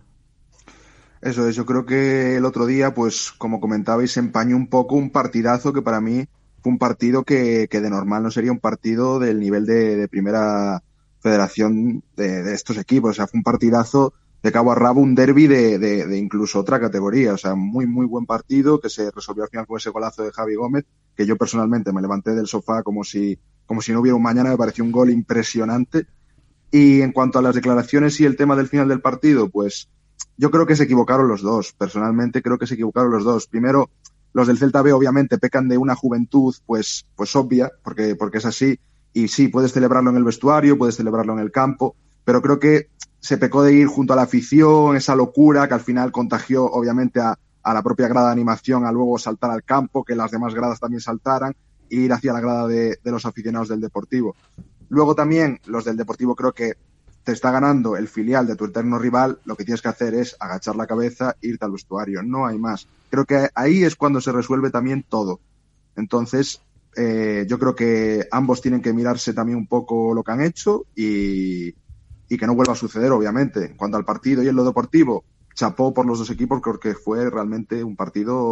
Eso es, yo creo que el otro día, pues como comentabais, se empañó un poco un partidazo que para mí fue un partido que, que de normal no sería un partido del nivel de, de primera federación de, de estos equipos. O sea, fue un partidazo de cabo a rabo, un derbi de, de, de incluso otra categoría. O sea, muy, muy buen partido que se resolvió al final con ese golazo de Javi Gómez, que yo personalmente me levanté del sofá como si, como si no hubiera un mañana. Me pareció un gol impresionante. Y en cuanto a las declaraciones y el tema del final del partido, pues yo creo que se equivocaron los dos. Personalmente creo que se equivocaron los dos. Primero, los del Celta B obviamente pecan de una juventud pues, pues obvia, porque, porque es así. Y sí, puedes celebrarlo en el vestuario, puedes celebrarlo en el campo, pero creo que se pecó de ir junto a la afición, esa locura que al final contagió obviamente a, a la propia grada de animación a luego saltar al campo, que las demás gradas también saltaran, e ir hacia la grada de, de los aficionados del Deportivo. Luego también los del Deportivo, creo que te está ganando el filial de tu eterno rival, lo que tienes que hacer es agachar la cabeza e irte al vestuario, no hay más. Creo que ahí es cuando se resuelve también todo. Entonces, eh, yo creo que ambos tienen que mirarse también un poco lo que han hecho y, y que no vuelva a suceder, obviamente. En cuanto al partido y en lo deportivo, chapó por los dos equipos, porque fue realmente un partido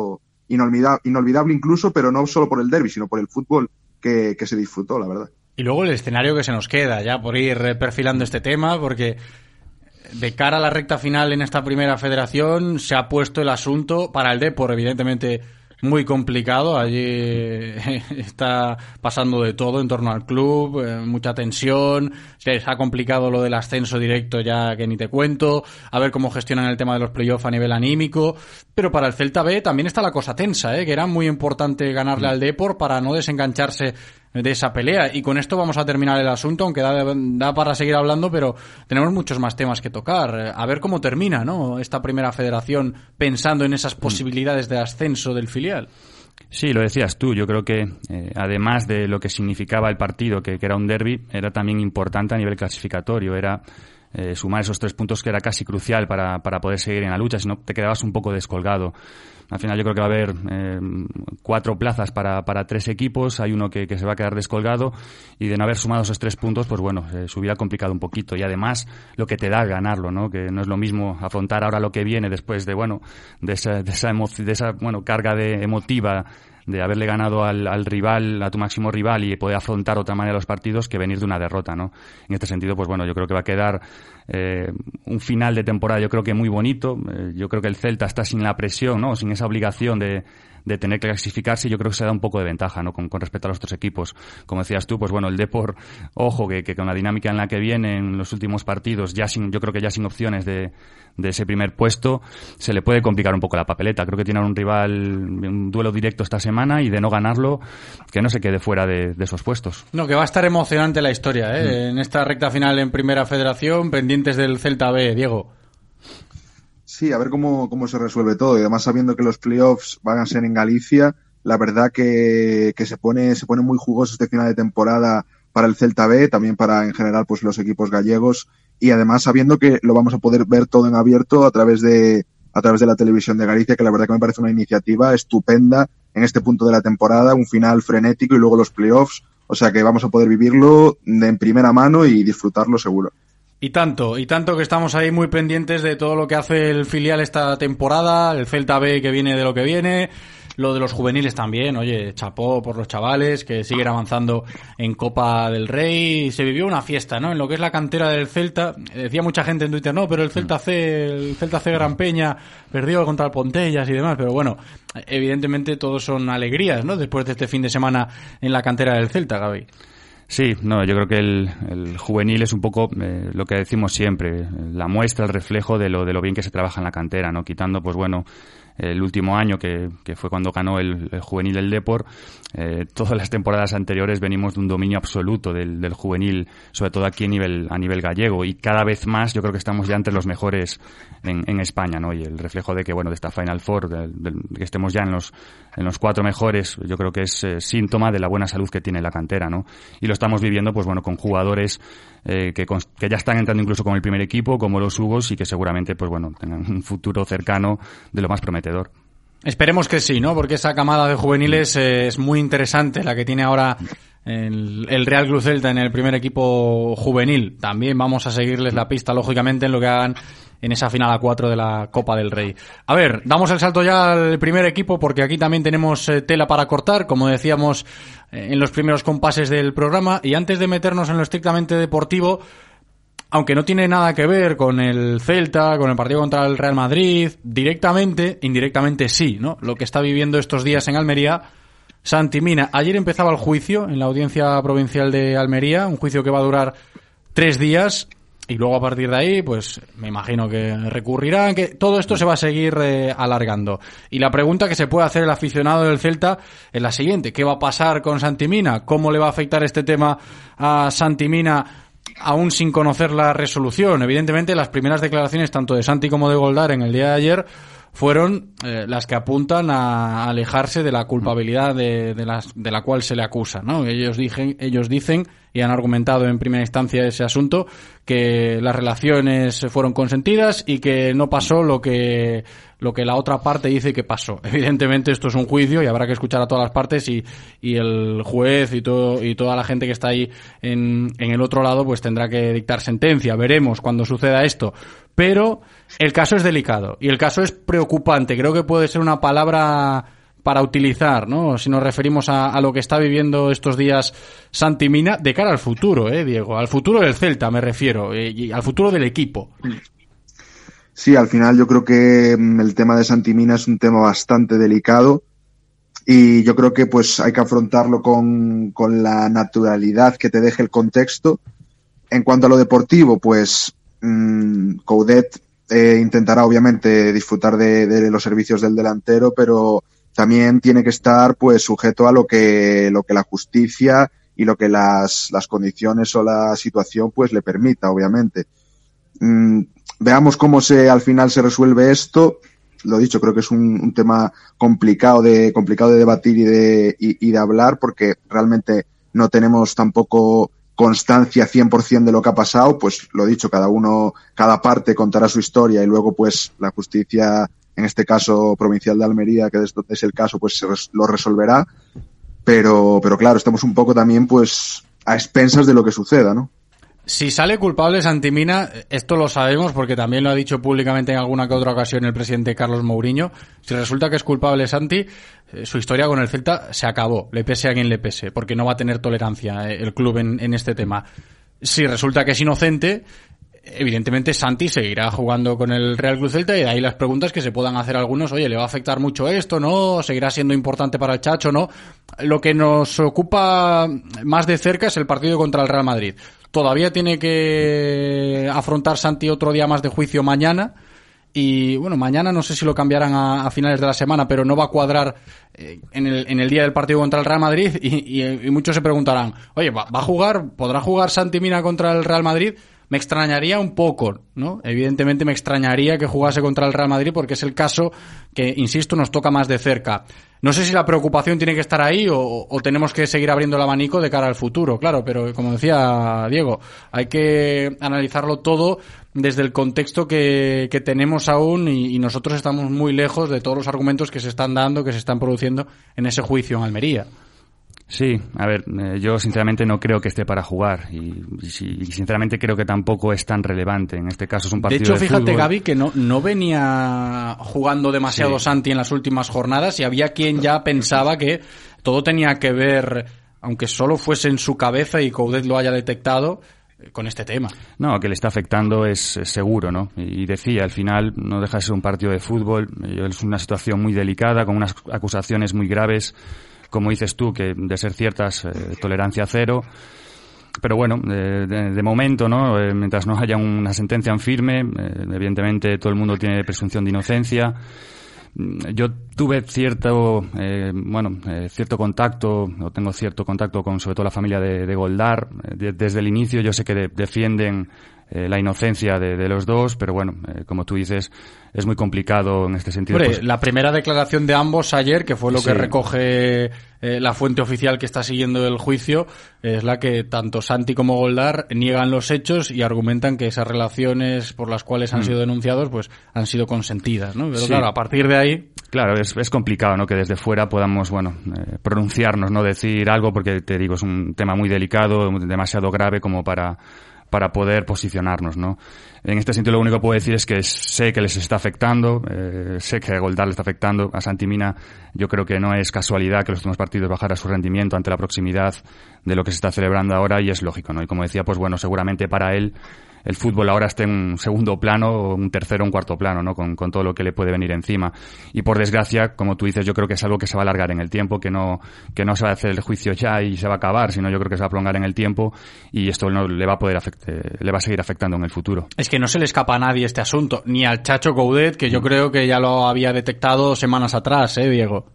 inolvidable, inolvidable incluso, pero no solo por el derbi, sino por el fútbol que, que se disfrutó, la verdad. Y luego el escenario que se nos queda, ya por ir perfilando este tema, porque de cara a la recta final en esta primera federación se ha puesto el asunto para el Depor, evidentemente muy complicado. Allí está pasando de todo en torno al club, eh, mucha tensión, se les ha complicado lo del ascenso directo, ya que ni te cuento, a ver cómo gestionan el tema de los playoffs a nivel anímico, pero para el Celta B también está la cosa tensa, eh, que era muy importante ganarle al Depor para no desengancharse de esa pelea. Y con esto vamos a terminar el asunto, aunque da, da para seguir hablando, pero tenemos muchos más temas que tocar. A ver cómo termina, ¿no?, esta primera federación, pensando en esas posibilidades de ascenso del filial. Sí, lo decías tú. Yo creo que eh, además de lo que significaba el partido, que, que era un derbi, era también importante a nivel clasificatorio. Era eh, sumar esos tres puntos, que era casi crucial para, para poder seguir en la lucha, si no te quedabas un poco descolgado. Al final yo creo que va a haber eh, cuatro plazas para, para tres equipos, hay uno que, que se va a quedar descolgado, y de no haber sumado esos tres puntos, pues bueno, eh, se hubiera complicado un poquito. Y además lo que te da ganarlo, ¿no?, que no es lo mismo afrontar ahora lo que viene después de, bueno, de esa, de esa, emo- de esa bueno, carga de emotiva de haberle ganado al, al rival, a tu máximo rival, y poder afrontar de otra manera los partidos, que venir de una derrota, ¿no? En este sentido, pues bueno, yo creo que va a quedar eh, un final de temporada, yo creo que muy bonito. Eh, yo creo que el Celta está sin la presión, ¿no?, sin esa obligación de, de tener que clasificarse, y yo creo que se da un poco de ventaja, ¿no?, con, con respecto a los otros equipos. Como decías tú, pues bueno, el Depor, ojo, que, que con la dinámica en la que viene en los últimos partidos, ya sin, yo creo que ya sin opciones de, de ese primer puesto, se le puede complicar un poco la papeleta. Creo que tiene un rival, un duelo directo esta semana, y de no ganarlo, que no se quede fuera de, de esos puestos. No, que va a estar emocionante la historia, ¿eh? Mm. En esta recta final en Primera Federación, pendientes del Celta B, Diego. Sí, a ver cómo, cómo se resuelve todo, y además sabiendo que los playoffs van a ser en Galicia, la verdad que, que se pone, se pone muy jugoso este final de temporada para el Celta B, también para en general pues los equipos gallegos, y además sabiendo que lo vamos a poder ver todo en abierto a través de a través de la televisión de Galicia, que la verdad que me parece una iniciativa estupenda en este punto de la temporada, un final frenético y luego los playoffs, o sea que vamos a poder vivirlo en primera mano y disfrutarlo seguro. Y tanto, y tanto que estamos ahí muy pendientes de todo lo que hace el filial esta temporada, el Celta B que viene de lo que viene, lo de los juveniles también, oye, chapó por los chavales que siguen avanzando en Copa del Rey. Se vivió una fiesta, ¿no?, en lo que es la cantera del Celta. Decía mucha gente en Twitter, no, pero el Celta C, el Celta C Gran Peña perdió contra el Pontellas y demás, pero bueno, evidentemente todos son alegrías, ¿no?, después de este fin de semana en la cantera del Celta, Gaby. Sí, no, yo creo que el, el juvenil es un poco eh, lo que decimos siempre, la muestra, el reflejo de lo de lo bien que se trabaja en la cantera, ¿no? Quitando, pues bueno, el último año que, que fue cuando ganó el, el juvenil del Depor, eh, todas las temporadas anteriores venimos de un dominio absoluto del, del juvenil, sobre todo aquí a nivel a nivel gallego, y cada vez más yo creo que estamos ya entre los mejores en, en España, ¿no? Y el reflejo de que, bueno, de esta Final Four, de, de, de que estemos ya en los en los cuatro mejores, yo creo que es eh, síntoma de la buena salud que tiene la cantera, ¿no? Y lo estamos viviendo, pues bueno, con jugadores eh, que, con, que ya están entrando incluso con el primer equipo, como los Hugos, y que seguramente, pues bueno, tengan un futuro cercano de lo más prometedor. Esperemos que sí, ¿no? Porque esa camada de juveniles eh, es muy interesante, la que tiene ahora el, el Real Club Celta en el primer equipo juvenil. También vamos a seguirles la pista, lógicamente, en lo que hagan en esa final a cuatro de la Copa del Rey. A ver, damos el salto ya al primer equipo, porque aquí también tenemos eh, tela para cortar, como decíamos eh, en los primeros compases del programa. Y antes de meternos en lo estrictamente deportivo, aunque no tiene nada que ver con el Celta, con el partido contra el Real Madrid, directamente, indirectamente sí, ¿no? Lo que está viviendo estos días en Almería Santi Mina. Ayer empezaba el juicio en la Audiencia Provincial de Almería, un juicio que va a durar tres días, y luego a partir de ahí, pues me imagino que recurrirán, que todo esto se va a seguir eh, alargando. Y la pregunta que se puede hacer el aficionado del Celta es la siguiente: ¿qué va a pasar con Santi Mina? ¿Cómo le va a afectar este tema a Santi Mina, aún sin conocer la resolución? Evidentemente, las primeras declaraciones tanto de Santi como de Goldar en el día de ayer fueron eh, las que apuntan a alejarse de la culpabilidad de, de, las, de la cual se le acusa, ¿no? Ellos dicen, ellos dicen y han argumentado en primera instancia ese asunto, que las relaciones fueron consentidas y que no pasó lo que lo que la otra parte dice que pasó. Evidentemente esto es un juicio y habrá que escuchar a todas las partes, y, y el juez y todo y toda la gente que está ahí en, en el otro lado pues tendrá que dictar sentencia. Veremos cuando suceda esto. Pero el caso es delicado y el caso es preocupante. Creo que puede ser una palabra para utilizar, ¿no? Si nos referimos a, a lo que está viviendo estos días Santi Mina, de cara al futuro, ¿eh, Diego? Al futuro del Celta me refiero, eh, y al futuro del equipo. Sí, al final yo creo que el tema de Santi Mina es un tema bastante delicado y yo creo que pues hay que afrontarlo con, con la naturalidad que te deje el contexto. En cuanto a lo deportivo, pues mmm, Coudet eh, intentará obviamente disfrutar de, de los servicios del delantero, pero también tiene que estar pues sujeto a lo que lo que la justicia y lo que las las condiciones o la situación pues le permita, obviamente. Mm, veamos cómo se al final se resuelve esto. Lo dicho, creo que es un, un tema complicado de complicado de debatir y de y, y de hablar, porque realmente no tenemos tampoco constancia cien por ciento de lo que ha pasado. Pues lo dicho, cada uno, cada parte contará su historia y luego pues la justicia, en este caso provincial de Almería, que es el caso, pues lo resolverá. Pero, pero claro, estamos un poco también pues a expensas de lo que suceda, ¿no? Si sale culpable Santi Mina, esto lo sabemos porque también lo ha dicho públicamente en alguna que otra ocasión el presidente Carlos Mourinho. Si resulta que es culpable Santi, eh, su historia con el Celta se acabó, le pese a quien le pese, porque no va a tener tolerancia eh, el club en, en este tema. Si resulta que es inocente, evidentemente Santi seguirá jugando con el Real Club Celta y de ahí las preguntas que se puedan hacer algunos. Oye, ¿le va a afectar mucho esto? ¿No? ¿Seguirá siendo importante para el Chacho? ¿No? Lo que nos ocupa más de cerca es el partido contra el Real Madrid. Todavía tiene que afrontar Santi otro día más de juicio mañana. Y bueno, mañana no sé si lo cambiarán a, a finales de la semana, pero no va a cuadrar eh, en, el, en el día del partido contra el Real Madrid. Y, y, y muchos se preguntarán, oye, ¿va, ¿va a jugar? ¿Podrá jugar Santi Mina contra el Real Madrid? Me extrañaría un poco, ¿no? Evidentemente me extrañaría que jugase contra el Real Madrid porque es el caso que, insisto, nos toca más de cerca. No sé si la preocupación tiene que estar ahí o, o tenemos que seguir abriendo el abanico de cara al futuro, claro, pero como decía Diego, hay que analizarlo todo desde el contexto que, que tenemos aún y, y nosotros estamos muy lejos de todos los argumentos que se están dando, que se están produciendo en ese juicio en Almería. Sí, a ver, eh, yo sinceramente no creo que esté para jugar y, y, y sinceramente creo que tampoco es tan relevante. En este caso es un partido de fútbol. De hecho, fíjate, fútbol. Gaby, que no, no venía jugando demasiado sí. Santi en las últimas jornadas y había quien ya pensaba que todo tenía que ver, aunque solo fuese en su cabeza y Coudet lo haya detectado, con este tema. No, que le está afectando es, es seguro, ¿no? Y decía, al final no deja de ser un partido de fútbol, es una situación muy delicada, con unas acusaciones muy graves, como dices tú, que de ser ciertas, eh, tolerancia cero. Pero bueno, de, de, de momento, ¿no? Eh, mientras no haya una sentencia en firme, eh, evidentemente todo el mundo tiene presunción de inocencia. Yo tuve cierto, eh, bueno, eh, cierto contacto, o tengo cierto contacto con sobre todo la familia de, de Goldar. De, desde el inicio yo sé que de, defienden eh, la inocencia de, de los dos, pero bueno, eh, como tú dices, es muy complicado en este sentido. Hombre, pues, la primera declaración de ambos ayer, que fue lo sí. que recoge eh, la fuente oficial que está siguiendo el juicio, es la que tanto Santi como Goldar niegan los hechos y argumentan que esas relaciones por las cuales han mm. sido denunciados pues han sido consentidas, ¿no? Pero sí. claro, a partir de ahí... Claro, es, es complicado, ¿no? Que desde fuera podamos, bueno, eh, pronunciarnos, no decir algo, porque te digo, es un tema muy delicado, demasiado grave como para... para poder posicionarnos, ¿no? En este sentido lo único que puedo decir es que sé que les está afectando, eh, sé que a Goldar le está afectando, a Santi Mina yo creo que no es casualidad que los últimos partidos bajara su rendimiento ante la proximidad de lo que se está celebrando ahora y es lógico, ¿no? Y como decía, pues bueno, seguramente para él el fútbol ahora esté en un segundo plano, un tercero, un cuarto plano, ¿no? Con, con todo lo que le puede venir encima. Y por desgracia, como tú dices, yo creo que es algo que se va a alargar en el tiempo, que no, que no se va a hacer el juicio ya y se va a acabar, sino yo creo que se va a prolongar en el tiempo y esto no le va a poder afectar, le va a seguir afectando en el futuro. Es que no se le escapa a nadie este asunto, ni al Chacho Coudet, que yo creo que ya lo había detectado semanas atrás, ¿eh, Diego?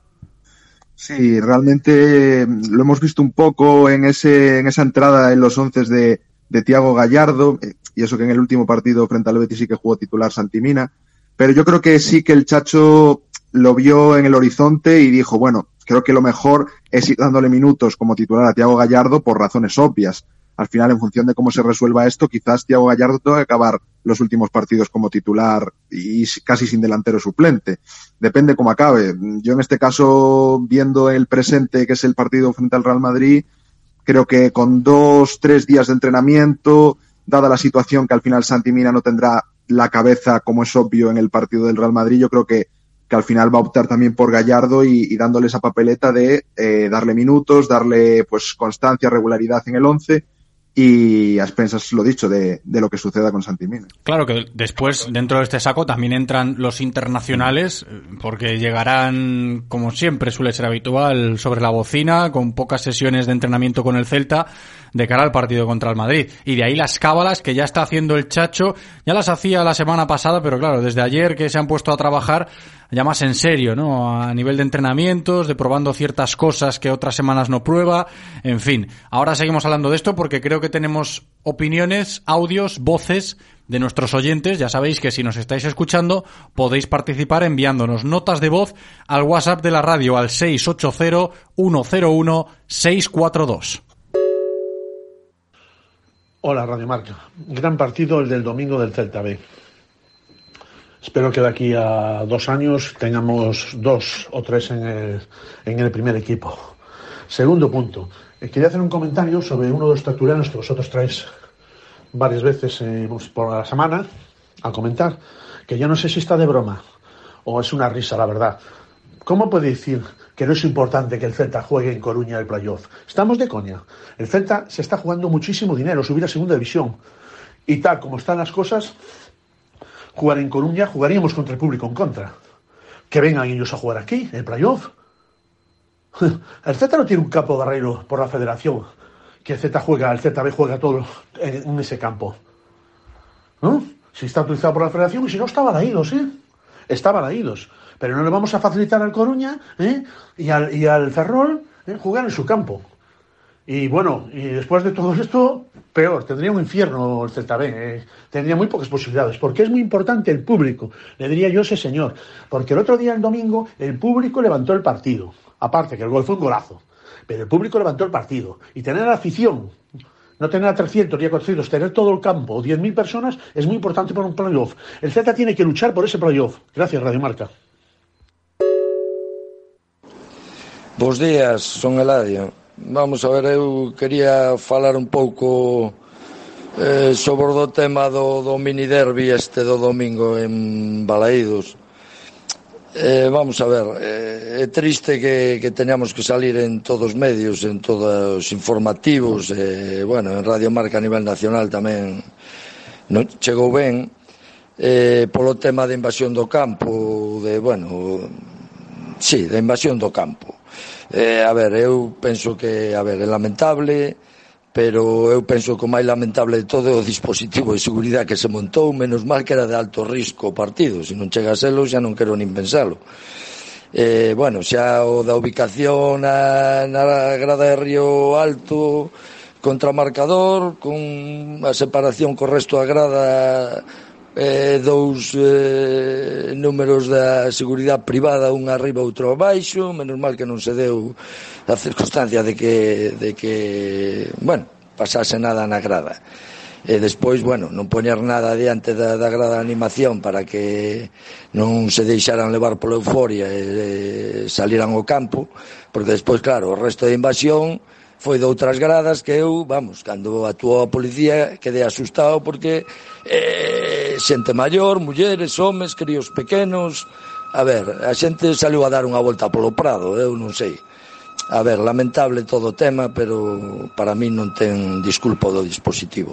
Sí, realmente lo hemos visto un poco en ese, en esa entrada en los once de de Thiago Gallardo, y eso que en el último partido frente al Betis sí que jugó titular Santi Mina, pero yo creo que sí que el Chacho lo vio en el horizonte y dijo, bueno, creo que lo mejor es ir dándole minutos como titular a Thiago Gallardo por razones obvias. Al final, en función de cómo se resuelva esto, quizás Thiago Gallardo tenga que acabar los últimos partidos como titular y casi sin delantero suplente. Depende cómo acabe. Yo en este caso, viendo el presente, que es el partido frente al Real Madrid, creo que con dos, tres días de entrenamiento, dada la situación que al final Santi Mina no tendrá la cabeza, como es obvio, en el partido del Real Madrid, yo creo que que al final va a optar también por Gallardo y, y dándole esa papeleta de eh, darle minutos, darle pues constancia, regularidad en el once y a expensas, lo dicho, de, de lo que suceda con Santi Mina. Claro que después dentro de este saco también entran los internacionales, porque llegarán, como siempre suele ser habitual, sobre la bocina, con pocas sesiones de entrenamiento con el Celta de cara al partido contra el Madrid. Y de ahí las cábalas que ya está haciendo el Chacho, ya las hacía la semana pasada, pero claro, desde ayer que se han puesto a trabajar ya más en serio, ¿no? A nivel de entrenamientos, de probando ciertas cosas que otras semanas no prueba, en fin. Ahora seguimos hablando de esto porque creo que tenemos opiniones, audios, voces de nuestros oyentes. Ya sabéis que si nos estáis escuchando podéis participar enviándonos notas de voz al WhatsApp de la radio al seis ocho cero, uno cero uno, seis cuatro dos. Hola, Radio Marca. Gran partido el del domingo del Celta B. Espero que de aquí a dos años tengamos dos o tres en el, en el primer equipo. Segundo punto. Eh, quería hacer un comentario sobre uno de los tertulianos que vosotros traéis varias veces eh, por la semana a comentar, que yo no sé si está de broma o es una risa, la verdad. ¿Cómo puede decir que no es importante que el Celta juegue en Coruña el playoff? Estamos de coña. El Celta se está jugando muchísimo dinero, subir a segunda división. Y tal como están las cosas, jugar en Coruña, jugaríamos contra el público en contra. Que vengan ellos a jugar aquí, el playoff. El Celta no tiene un campo de arreglo por la federación. Que el Celta juega, el Z B juega todo en, en ese campo. ¿No? Si está utilizado por la federación y si no, está balaídos, ¿eh? Está balaídos. Pero no le vamos a facilitar al Coruña ¿eh? y, al, y al Ferrol ¿eh? jugar en su campo. Y bueno, y después de todo esto, peor, tendría un infierno el Celta B, ¿eh? Tendría muy pocas posibilidades, porque es muy importante el público, le diría yo a ese señor, porque el otro día, el domingo, el público levantó el partido, aparte que el gol fue un golazo, pero el público levantó el partido, y tener la afición, no tener a trescientos ni a cuatrocientos, tener todo el campo, o diez mil personas, es muy importante para un playoff. El Celta tiene que luchar por ese playoff. Gracias, Radio Marca. Bos días, son Eladio. Vamos a ver, eu quería falar un pouco eh, sobre o tema do, do mini derbi este do domingo en Balaídos. Eh, vamos a ver, eh, é triste que, que teñamos que salir en todos os medios, en todos os informativos, eh, bueno, en Radio Marca a nivel nacional tamén non chegou ben, eh, polo tema de invasión do campo, de, bueno, sí, de invasión do campo. Eh, a ver, eu penso que, a ver, é lamentable, pero eu penso que o máis lamentable de todo é o dispositivo de seguridade que se montou, menos mal que era de alto risco o partido, se non chega a selo xa non quero nin pensalo. Eh, bueno, xa o da ubicación na, na grada de Río Alto contra o marcador, con a separación co resto da grada, eh, dous eh, números da seguridade privada, un arriba outro abaixo, menos mal que non se deu a circunstancia de que, de que bueno, pasase nada na grada. E despois, bueno, non poñer nada diante da, da grada de animación para que non se deixaran levar pola euforia e, e saliran ao campo, porque despois, claro, o resto de invasión foi de outras gradas que eu, vamos, cando actuou a policía quedei asustado porque eh, xente maior, mulleres, homes, críos pequenos, a ver, a xente saliu a dar unha volta polo Prado, eu non sei. A ver, lamentable todo o tema, pero para mí non ten disculpa do dispositivo.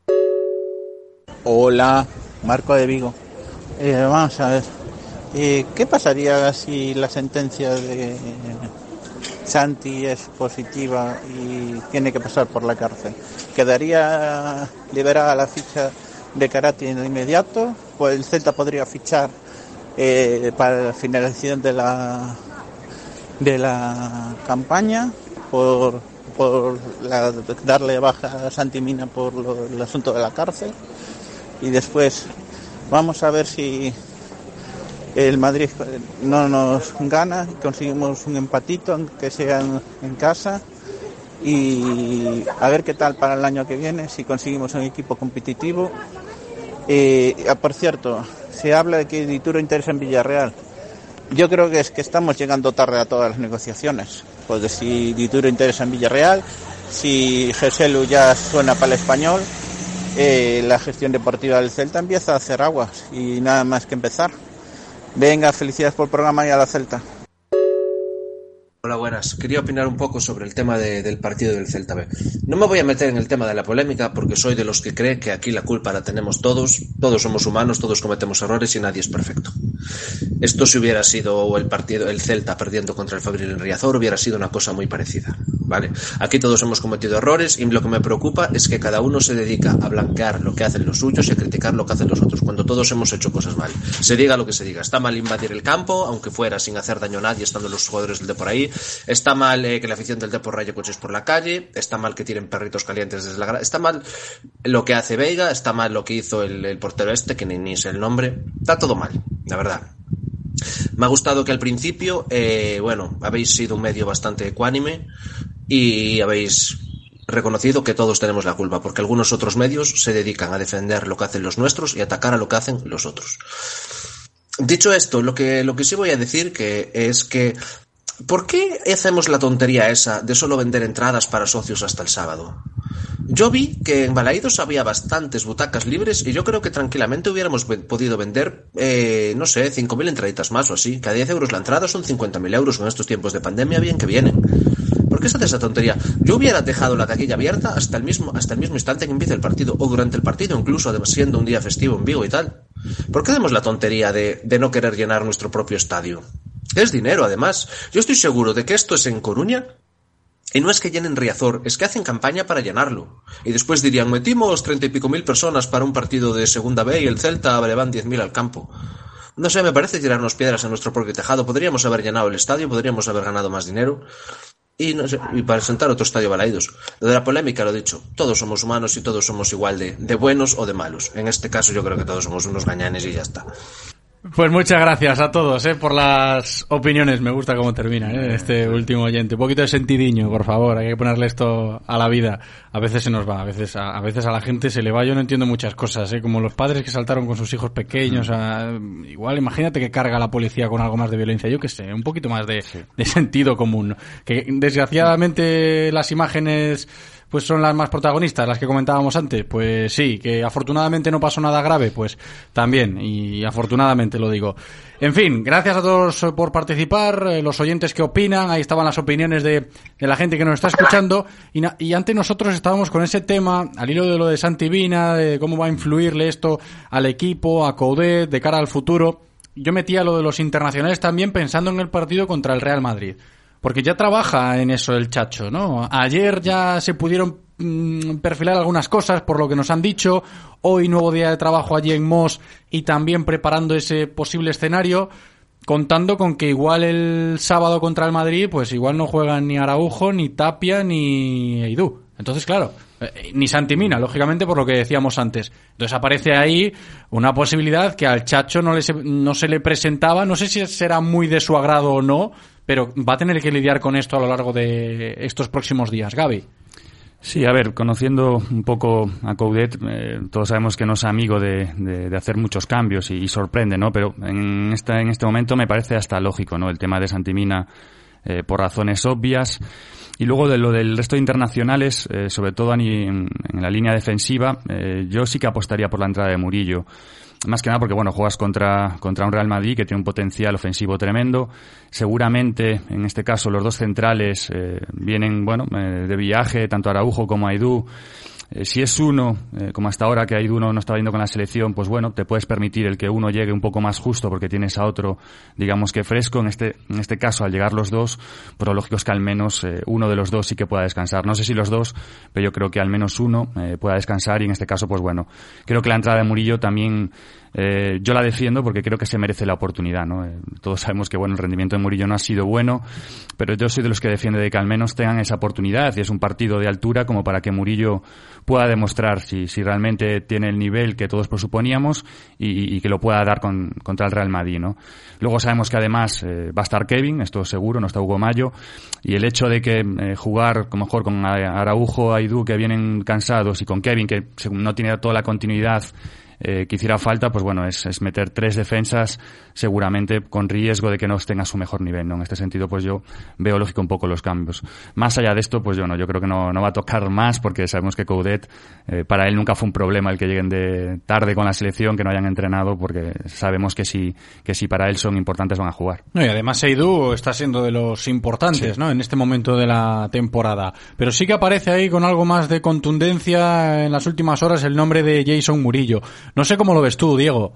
Hola, Marco de Vigo. Eh, vamos a ver, eh, ¿qué pasaría si la sentencia de Santi es positiva y tiene que pasar por la cárcel? ¿Quedaría liberada la ficha de karate en inmediato? Pues el Celta podría fichar eh, para la finalización de la de la campaña por, por la, darle baja a Santi Mina por lo, el asunto de la cárcel, y después vamos a ver si el Madrid no nos gana, conseguimos un empatito, aunque sea en, en casa, y a ver qué tal para el año que viene, si conseguimos un equipo competitivo. Eh, por cierto, se habla de que Dituro interesa en Villarreal. Yo creo que es que estamos llegando tarde a todas las negociaciones. Pues si Dituro interesa en Villarreal, si Geselu ya suena para el Español, eh, la gestión deportiva del Celta empieza a hacer aguas y nada más que empezar. Venga, felicidades por el programa y a la Celta. Hola, buenas. Quería opinar un poco sobre el tema de, del partido del Celta B. No me voy a meter en el tema de la polémica porque soy de los que cree que aquí la culpa la tenemos todos, todos somos humanos, todos cometemos errores y nadie es perfecto. Esto si hubiera sido el partido, el Celta perdiendo contra el Fabril en Riazor, hubiera sido una cosa muy parecida, ¿vale? Aquí todos hemos cometido errores y lo que me preocupa es que cada uno se dedica a blanquear lo que hacen los suyos y a criticar lo que hacen los otros, cuando todos hemos hecho cosas mal. Se diga lo que se diga, está mal invadir el campo, aunque fuera sin hacer daño a nadie, estando los jugadores del de por ahí. Está mal eh, que la afición del Depor raye coches por la calle, está mal que tiren perritos calientes desde la grada, está mal lo que hace Veiga, está mal lo que hizo el, el portero este, que ni, ni sé el nombre, está todo mal, la verdad. Me ha gustado que al principio, eh, bueno, habéis sido un medio bastante ecuánime y habéis reconocido que todos tenemos la culpa, porque algunos otros medios se dedican a defender lo que hacen los nuestros y atacar a lo que hacen los otros. Dicho esto, lo que, lo que sí voy a decir que es que ¿por qué hacemos la tontería esa de solo vender entradas para socios hasta el sábado? Yo vi que en Balaídos había bastantes butacas libres y yo creo que tranquilamente hubiéramos podido vender, eh, no sé, cinco mil entraditas más o así. Que a diez euros la entrada son cincuenta mil euros en estos tiempos de pandemia, bien que vienen. ¿Por qué se hace esa tontería? Yo hubiera dejado la taquilla abierta hasta el mismo, hasta el mismo instante que empiece el partido, o durante el partido, incluso además siendo un día festivo en Vigo y tal. ¿Por qué hacemos la tontería de, de no querer llenar nuestro propio estadio? Es dinero, además. Yo estoy seguro de que esto es en Coruña y no es que llenen Riazor, es que hacen campaña para llenarlo. Y después dirían, metimos treinta y pico mil personas para un partido de segunda B y el Celta le van diez mil al campo. No sé, me parece tirarnos piedras en nuestro propio tejado. Podríamos haber llenado el estadio, podríamos haber ganado más dinero y no sé, y para sentar otro estadio Balaídos. Lo de la polémica, lo dicho, todos somos humanos y todos somos igual de, de buenos o de malos. En este caso yo creo que todos somos unos gañanes y ya está. Pues muchas gracias a todos eh, por las opiniones. Me gusta cómo termina eh, este último oyente. Un poquito de sentidiño, por favor. Hay que ponerle esto a la vida. A veces se nos va, a veces a, a veces a la gente se le va. Yo no entiendo muchas cosas, eh, como los padres que saltaron con sus hijos pequeños. A, igual, imagínate que carga la policía con algo más de violencia. Yo qué sé, un poquito más de, de sentido común. Que desgraciadamente las imágenes pues son las más protagonistas, las que comentábamos antes. Pues sí, que afortunadamente no pasó nada grave, pues también, y afortunadamente lo digo. En fin, gracias a todos por participar, eh, los oyentes que opinan, ahí estaban las opiniones de, de la gente que nos está escuchando, y, na- y antes nosotros estábamos con ese tema, al hilo de lo de Santi Vina, de cómo va a influirle esto al equipo, a Coudet, de cara al futuro. Yo metía lo de los internacionales también pensando en el partido contra el Real Madrid. Porque ya trabaja en eso el Chacho, ¿no? Ayer ya se pudieron mmm, perfilar algunas cosas por lo que nos han dicho. Hoy nuevo día de trabajo allí en Mos y también preparando ese posible escenario, contando con que igual el sábado contra el Madrid, pues igual no juegan ni Araujo, ni Tapia, ni Eidú. Entonces, claro, eh, ni Santi Mina, lógicamente, por lo que decíamos antes. Entonces aparece ahí una posibilidad que al Chacho no, le se, no se le presentaba. No sé si será muy de su agrado o no, pero va a tener que lidiar con esto a lo largo de estos próximos días. Gaby. Sí, a ver, conociendo un poco a Coudet, eh, todos sabemos que no es amigo de, de, de hacer muchos cambios y, y sorprende, ¿no? Pero en, esta, en este momento me parece hasta lógico, ¿no? El tema de Santi Mina, eh, por razones obvias. Y luego de lo del resto de internacionales, eh, sobre todo en, en la línea defensiva, eh, yo sí que apostaría por la entrada de Murillo. Más que nada porque, bueno, juegas contra, contra un Real Madrid que tiene un potencial ofensivo tremendo. Seguramente, en este caso, los dos centrales eh, vienen, bueno, eh, de viaje, tanto Araujo como Aidú. Eh, si es uno, eh, como hasta ahora que Aidú no, no está yendo con la selección, pues bueno, te puedes permitir el que uno llegue un poco más justo porque tienes a otro, digamos que fresco. En este, en este caso, al llegar los dos, pues lo lógico es que al menos eh, uno de los dos sí que pueda descansar. No sé si los dos, pero yo creo que al menos uno eh, pueda descansar y en este caso, pues bueno, creo que la entrada de Murillo también Eh, yo la defiendo porque creo que se merece la oportunidad, ¿no? Eh, todos sabemos que, bueno, el rendimiento de Murillo no ha sido bueno, pero yo soy de los que defiende de que al menos tengan esa oportunidad y es un partido de altura como para que Murillo pueda demostrar si, si realmente tiene el nivel que todos presuponíamos y, y que lo pueda dar con, contra el Real Madrid, ¿no? Luego sabemos que además eh, va a estar Kevin, esto seguro, no está Hugo Mayo, y el hecho de que eh, jugar como mejor con Araujo, Aidú, que vienen cansados, y con Kevin, que no tiene toda la continuidad eh, que hiciera falta, pues bueno, es, es meter tres defensas seguramente con riesgo de que no estén a su mejor nivel, ¿no? En este sentido, pues yo veo lógico un poco los cambios. Más allá de esto, pues yo no, yo creo que no, no va a tocar más, porque sabemos que Coudet, eh, para él nunca fue un problema el que lleguen de tarde con la selección, que no hayan entrenado, porque sabemos que si, que si para él son importantes van a jugar. No, y además Seydou está siendo de los importantes, sí, ¿no? En este momento de la temporada. Pero sí que aparece ahí con algo más de contundencia en las últimas horas el nombre de Jason Murillo. No sé cómo lo ves tú, Diego.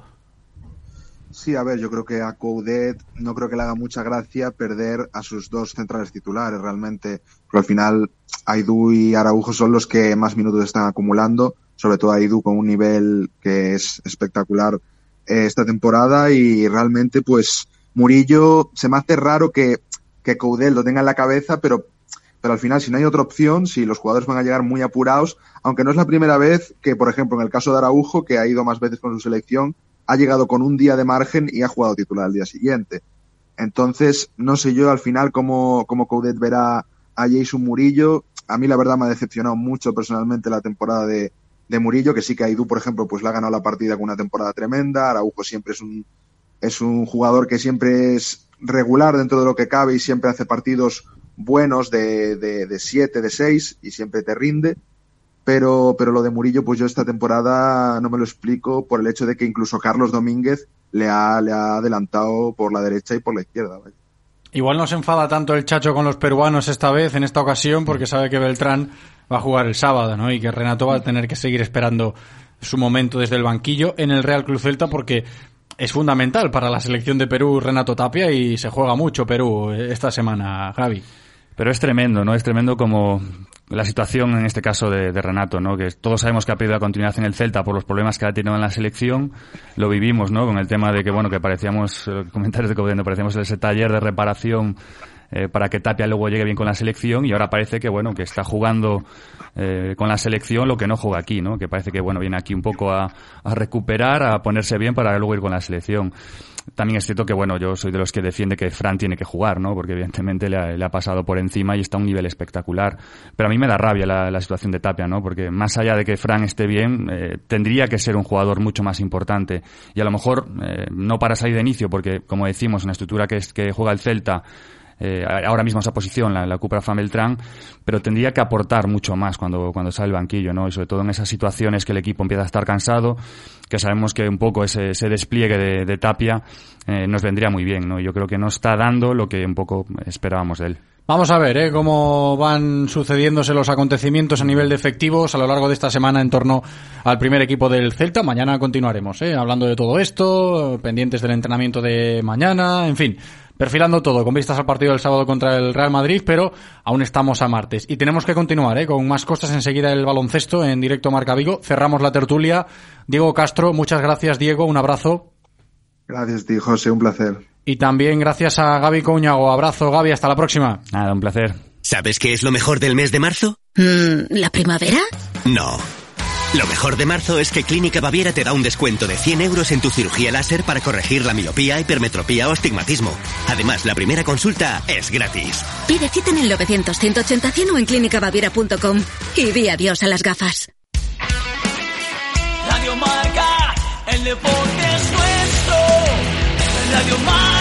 Sí, a ver, yo creo que a Coudet no creo que le haga mucha gracia perder a sus dos centrales titulares realmente, porque al final Aidú y Araujo son los que más minutos están acumulando, sobre todo Aidú con un nivel que es espectacular eh, esta temporada, y realmente pues Murillo se me hace raro que, que Coudet lo tenga en la cabeza, pero pero al final, si no hay otra opción, si los jugadores van a llegar muy apurados, aunque no es la primera vez que, por ejemplo, en el caso de Araujo, que ha ido más veces con su selección, ha llegado con un día de margen y ha jugado titular al día siguiente. Entonces, no sé yo al final cómo, cómo Coudet verá a Jason Murillo. A mí la verdad me ha decepcionado mucho personalmente la temporada de, de Murillo, que sí que Aidú, por ejemplo, pues le ha ganado la partida con una temporada tremenda. Araujo siempre es un, es un jugador que siempre es regular dentro de lo que cabe y siempre hace partidos buenos de, de, de siete, de seis, y siempre te rinde, pero, pero lo de Murillo, pues yo esta temporada no me lo explico por el hecho de que incluso Carlos Domínguez le ha, le ha adelantado por la derecha y por la izquierda. ¿Vale? Igual no se enfada tanto el Chacho con los peruanos esta vez, en esta ocasión, porque sabe que Beltrán va a jugar el sábado, ¿no? Y que Renato va a tener que seguir esperando su momento desde el banquillo en el Real Club Celta, porque es fundamental para la selección de Perú Renato Tapia, y se juega mucho Perú esta semana, Javi. Pero es tremendo, ¿no? Es tremendo como la situación en este caso de, de Renato, ¿no? Que todos sabemos que ha perdido la continuidad en el Celta por los problemas que ha tenido en la selección. Lo vivimos, ¿no? Con el tema de que, bueno, que parecíamos, eh, comentarios de Coudet, parecíamos ese taller de reparación eh, para que Tapia luego llegue bien con la selección, y ahora parece que, bueno, que está jugando eh, con la selección lo que no juega aquí, ¿no? Que parece que, bueno, viene aquí un poco a, a recuperar, a ponerse bien para luego ir con la selección. También es cierto que, bueno, yo soy de los que defiende que Fran tiene que jugar, ¿no? Porque evidentemente le ha, le ha pasado por encima y está a un nivel espectacular. Pero a mí me da rabia la, la situación de Tapia, ¿no? Porque más allá de que Fran esté bien, eh, tendría que ser un jugador mucho más importante. Y a lo mejor, eh, no para salir de inicio, porque, como decimos, en la estructura que, es, que juega el Celta, Eh, ahora mismo esa posición la, la ocupa Fran Beltrán, pero tendría que aportar mucho más cuando, cuando sale el banquillo, ¿no? Y sobre todo en esas situaciones que el equipo empieza a estar cansado, que sabemos que un poco ese, ese despliegue de, de Tapia eh, nos vendría muy bien, ¿no? Y yo creo que no está dando lo que un poco esperábamos de él. Vamos a ver ¿eh? cómo van sucediéndose los acontecimientos a nivel de efectivos a lo largo de esta semana en torno al primer equipo del Celta. Mañana continuaremos ¿eh? hablando de todo esto, pendientes del entrenamiento de mañana, en fin, perfilando todo con vistas al partido del sábado contra el Real Madrid, pero aún estamos a martes y tenemos que continuar ¿eh? con más cosas. Enseguida el baloncesto en directo Marca Vigo. Cerramos la tertulia. Diego Castro, muchas gracias, Diego, un abrazo. Gracias, tío José, un placer. Y también gracias a Gaby Couñago. Abrazo, Gaby, hasta la próxima. Nada, un placer. ¿Sabes qué es lo mejor del mes de marzo? Mm, ¿La primavera? No. Lo mejor de marzo es que Clínica Baviera te da un descuento de cien euros en tu cirugía láser para corregir la miopía, hipermetropía o astigmatismo. Además, la primera consulta es gratis. Pide cita en el novecientos, ciento ochenta, cien o en clínica baviera punto com y di adiós a las gafas. Radio Marca, el deporte es nuestro. Radio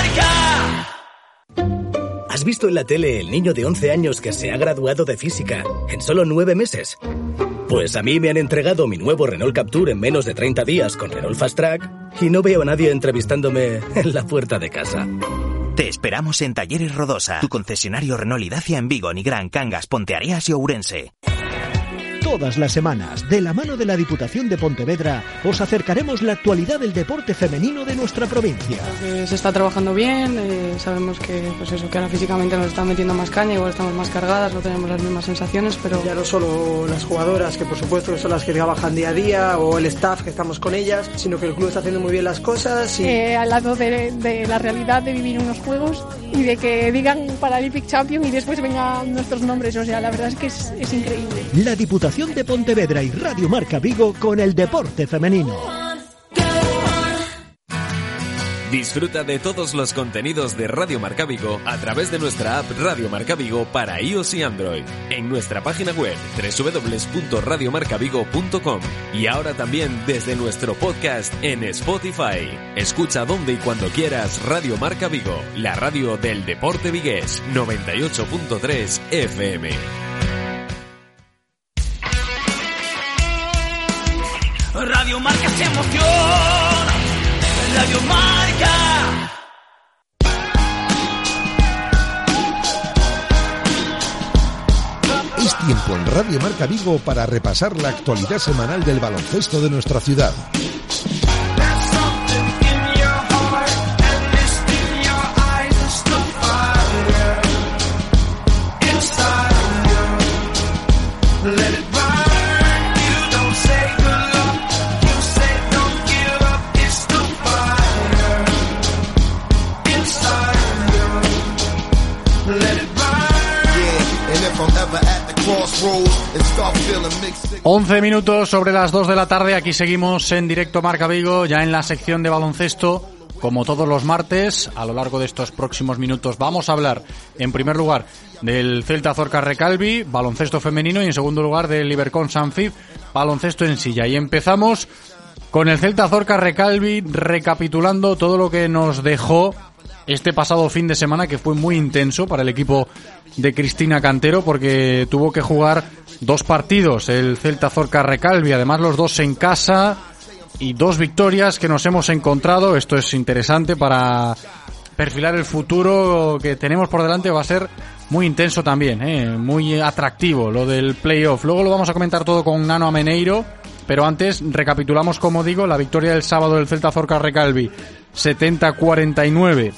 Marca. ¿Has visto en la tele el niño de once años que se ha graduado de física en solo nueve meses? Pues a mí me han entregado mi nuevo Renault Captur en menos de treinta días con Renault Fast Track y no veo a nadie entrevistándome en la puerta de casa. Te esperamos en Talleres Rodosa, tu concesionario Renault y Dacia en Vigo, Nigrán, Cangas, Ponteareas y Ourense. Todas las semanas, de la mano de la Diputación de Pontevedra, os acercaremos la actualidad del deporte femenino de nuestra provincia. Eh, se está trabajando bien, eh, sabemos que, pues eso, que ahora físicamente nos está metiendo más caña, igual estamos más cargadas, no tenemos las mismas sensaciones, pero... Ya no solo las jugadoras, que por supuesto son las que trabajan día a día, o el staff que estamos con ellas, sino que el club está haciendo muy bien las cosas. Y... Eh, al lado de, de la realidad de vivir unos juegos y de que digan Paralympic Champion y después vengan nuestros nombres, o sea, la verdad es que es, es increíble. La Diputación de Pontevedra y Radio Marca Vigo con el deporte femenino. Disfruta de todos los contenidos de Radio Marca Vigo a través de nuestra app Radio Marca Vigo para iOS y Android, en nuestra página web doble u doble u doble u punto radio marca vigo punto com y ahora también desde nuestro podcast en Spotify. Escucha donde y cuando quieras Radio Marca Vigo, la radio del deporte vigués, noventa y ocho punto tres F M. Radio Marca se emociona, Radio Marca. Es tiempo en Radio Marca Vigo para repasar la actualidad semanal del baloncesto de nuestra ciudad. once minutos sobre las dos de la tarde, aquí seguimos en directo Marca Vigo, ya en la sección de baloncesto, como todos los martes. A lo largo de estos próximos minutos vamos a hablar, en primer lugar, del Celta Zorca Recalvi, baloncesto femenino, y en segundo lugar del Ibercon Sanfib, baloncesto en silla. Y empezamos con el Celta Zorca Recalvi, recapitulando todo lo que nos dejó este pasado fin de semana, que fue muy intenso para el equipo de Cristina Cantero, porque tuvo que jugar dos partidos el Celta Zorca Recalvi, además los dos en casa, y dos victorias que nos hemos encontrado. Esto es interesante para perfilar el futuro que tenemos por delante. Va a ser muy intenso también, ¿eh? Muy atractivo lo del playoff. Luego lo vamos a comentar todo con Nano Ameneiro, pero antes recapitulamos, como digo, la victoria del sábado del Celta Zorca Recalvi, setenta a cuarenta y nueve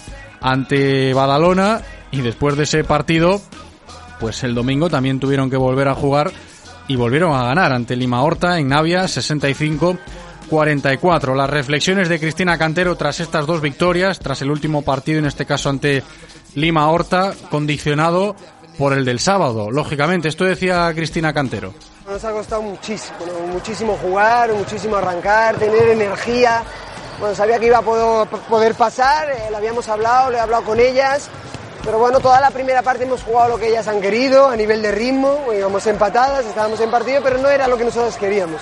ante Badalona, y después de ese partido, pues el domingo también tuvieron que volver a jugar y volvieron a ganar ante Lima Horta en Navia, sesenta y cinco a cuarenta y cuatro. Las reflexiones de Cristina Cantero tras estas dos victorias, tras el último partido, en este caso ante Lima Horta, condicionado por el del sábado, lógicamente. Esto decía Cristina Cantero. Nos ha costado muchísimo, ¿no? muchísimo jugar, muchísimo arrancar, tener energía. Bueno, sabía que iba a poder, poder pasar, eh, lo habíamos hablado, lo he hablado con ellas, pero bueno, toda la primera parte hemos jugado lo que ellas han querido, a nivel de ritmo, íbamos empatadas, estábamos en partido, pero no era lo que nosotros queríamos.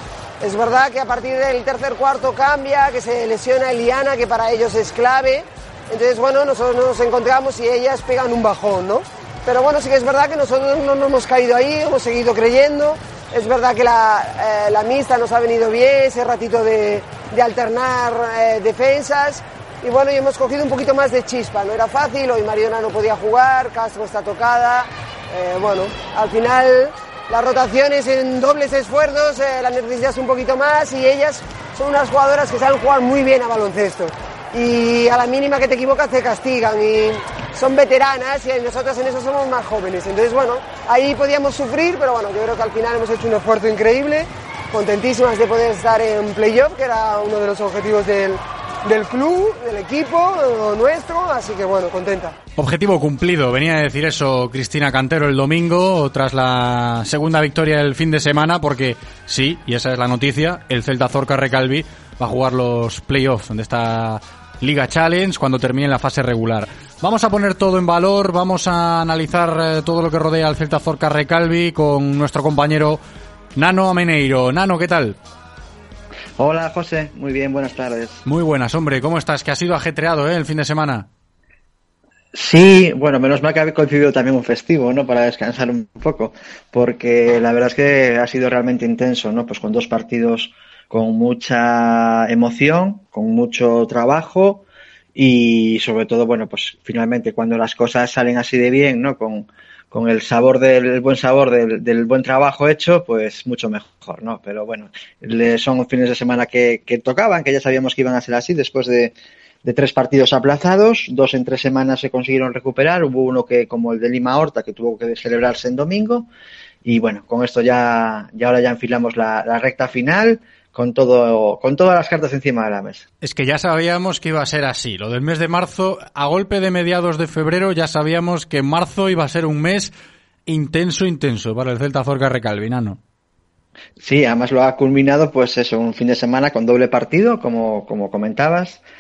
Es verdad que a partir del tercer cuarto cambia, que se lesiona Eliana, que para ellos es clave, entonces bueno, nosotros nos encontramos y ellas pegan un bajón, ¿no? Pero bueno, sí que es verdad que nosotros no nos hemos caído ahí, hemos seguido creyendo. Es verdad que la, eh, la mixta nos ha venido bien, ese ratito de, de alternar eh, defensas. Y bueno, y hemos cogido un poquito más de chispa. No era fácil, hoy Mariona no podía jugar, Castro está tocada. Eh, bueno, al final las rotaciones en dobles esfuerzos eh, las necesitas un poquito más, y ellas son unas jugadoras que saben jugar muy bien a baloncesto. Y a la mínima que te equivocas te castigan, y son veteranas y nosotros en eso somos más jóvenes. Entonces bueno, ahí podíamos sufrir, pero bueno, yo creo que al final hemos hecho un esfuerzo increíble, contentísimas de poder estar en playoff, que era uno de los objetivos del, del club, del equipo nuestro, así que bueno, contenta. Objetivo cumplido, venía a decir eso Cristina Cantero el domingo, tras la segunda victoria del fin de semana, porque sí, y esa es la noticia, el Celta Zorca Recalvi va a jugar los playoffs de esta Liga Challenge cuando termine la fase regular. Vamos a poner todo en valor, vamos a analizar eh, todo lo que rodea al Celta Zorca Recalvi con nuestro compañero Nano Ameneiro. Nano, ¿qué tal? Hola, José. Muy bien, buenas tardes. Muy buenas, hombre. ¿Cómo estás? Que ha sido ajetreado, ¿eh? El fin de semana. Sí, bueno, menos mal que ha coincidido también un festivo, ¿no? Para descansar un poco, porque la verdad es que ha sido realmente intenso, ¿no? Pues con dos partidos con mucha emoción, con mucho trabajo y sobre todo, bueno, pues finalmente cuando las cosas salen así de bien, ¿no? Con, con el sabor del el buen sabor del, del buen trabajo hecho, pues mucho mejor, ¿no? Pero bueno, le, son fines de semana que, que tocaban, que ya sabíamos que iban a ser así después de, de tres partidos aplazados, dos en tres semanas se consiguieron recuperar, hubo uno que como el de Lima Horta que tuvo que celebrarse en domingo y bueno, con esto ya, ya ahora ya enfilamos la, la recta final con todo, con todas las cartas encima de la mesa. Es que ya sabíamos que iba a ser así. Lo del mes de marzo, a golpe de mediados de febrero, ya sabíamos que marzo iba a ser un mes intenso, intenso para el Celta Zorca Recalvi, ¿no? Sí, además lo ha culminado, pues eso, un fin de semana con doble partido, como, como comentabas.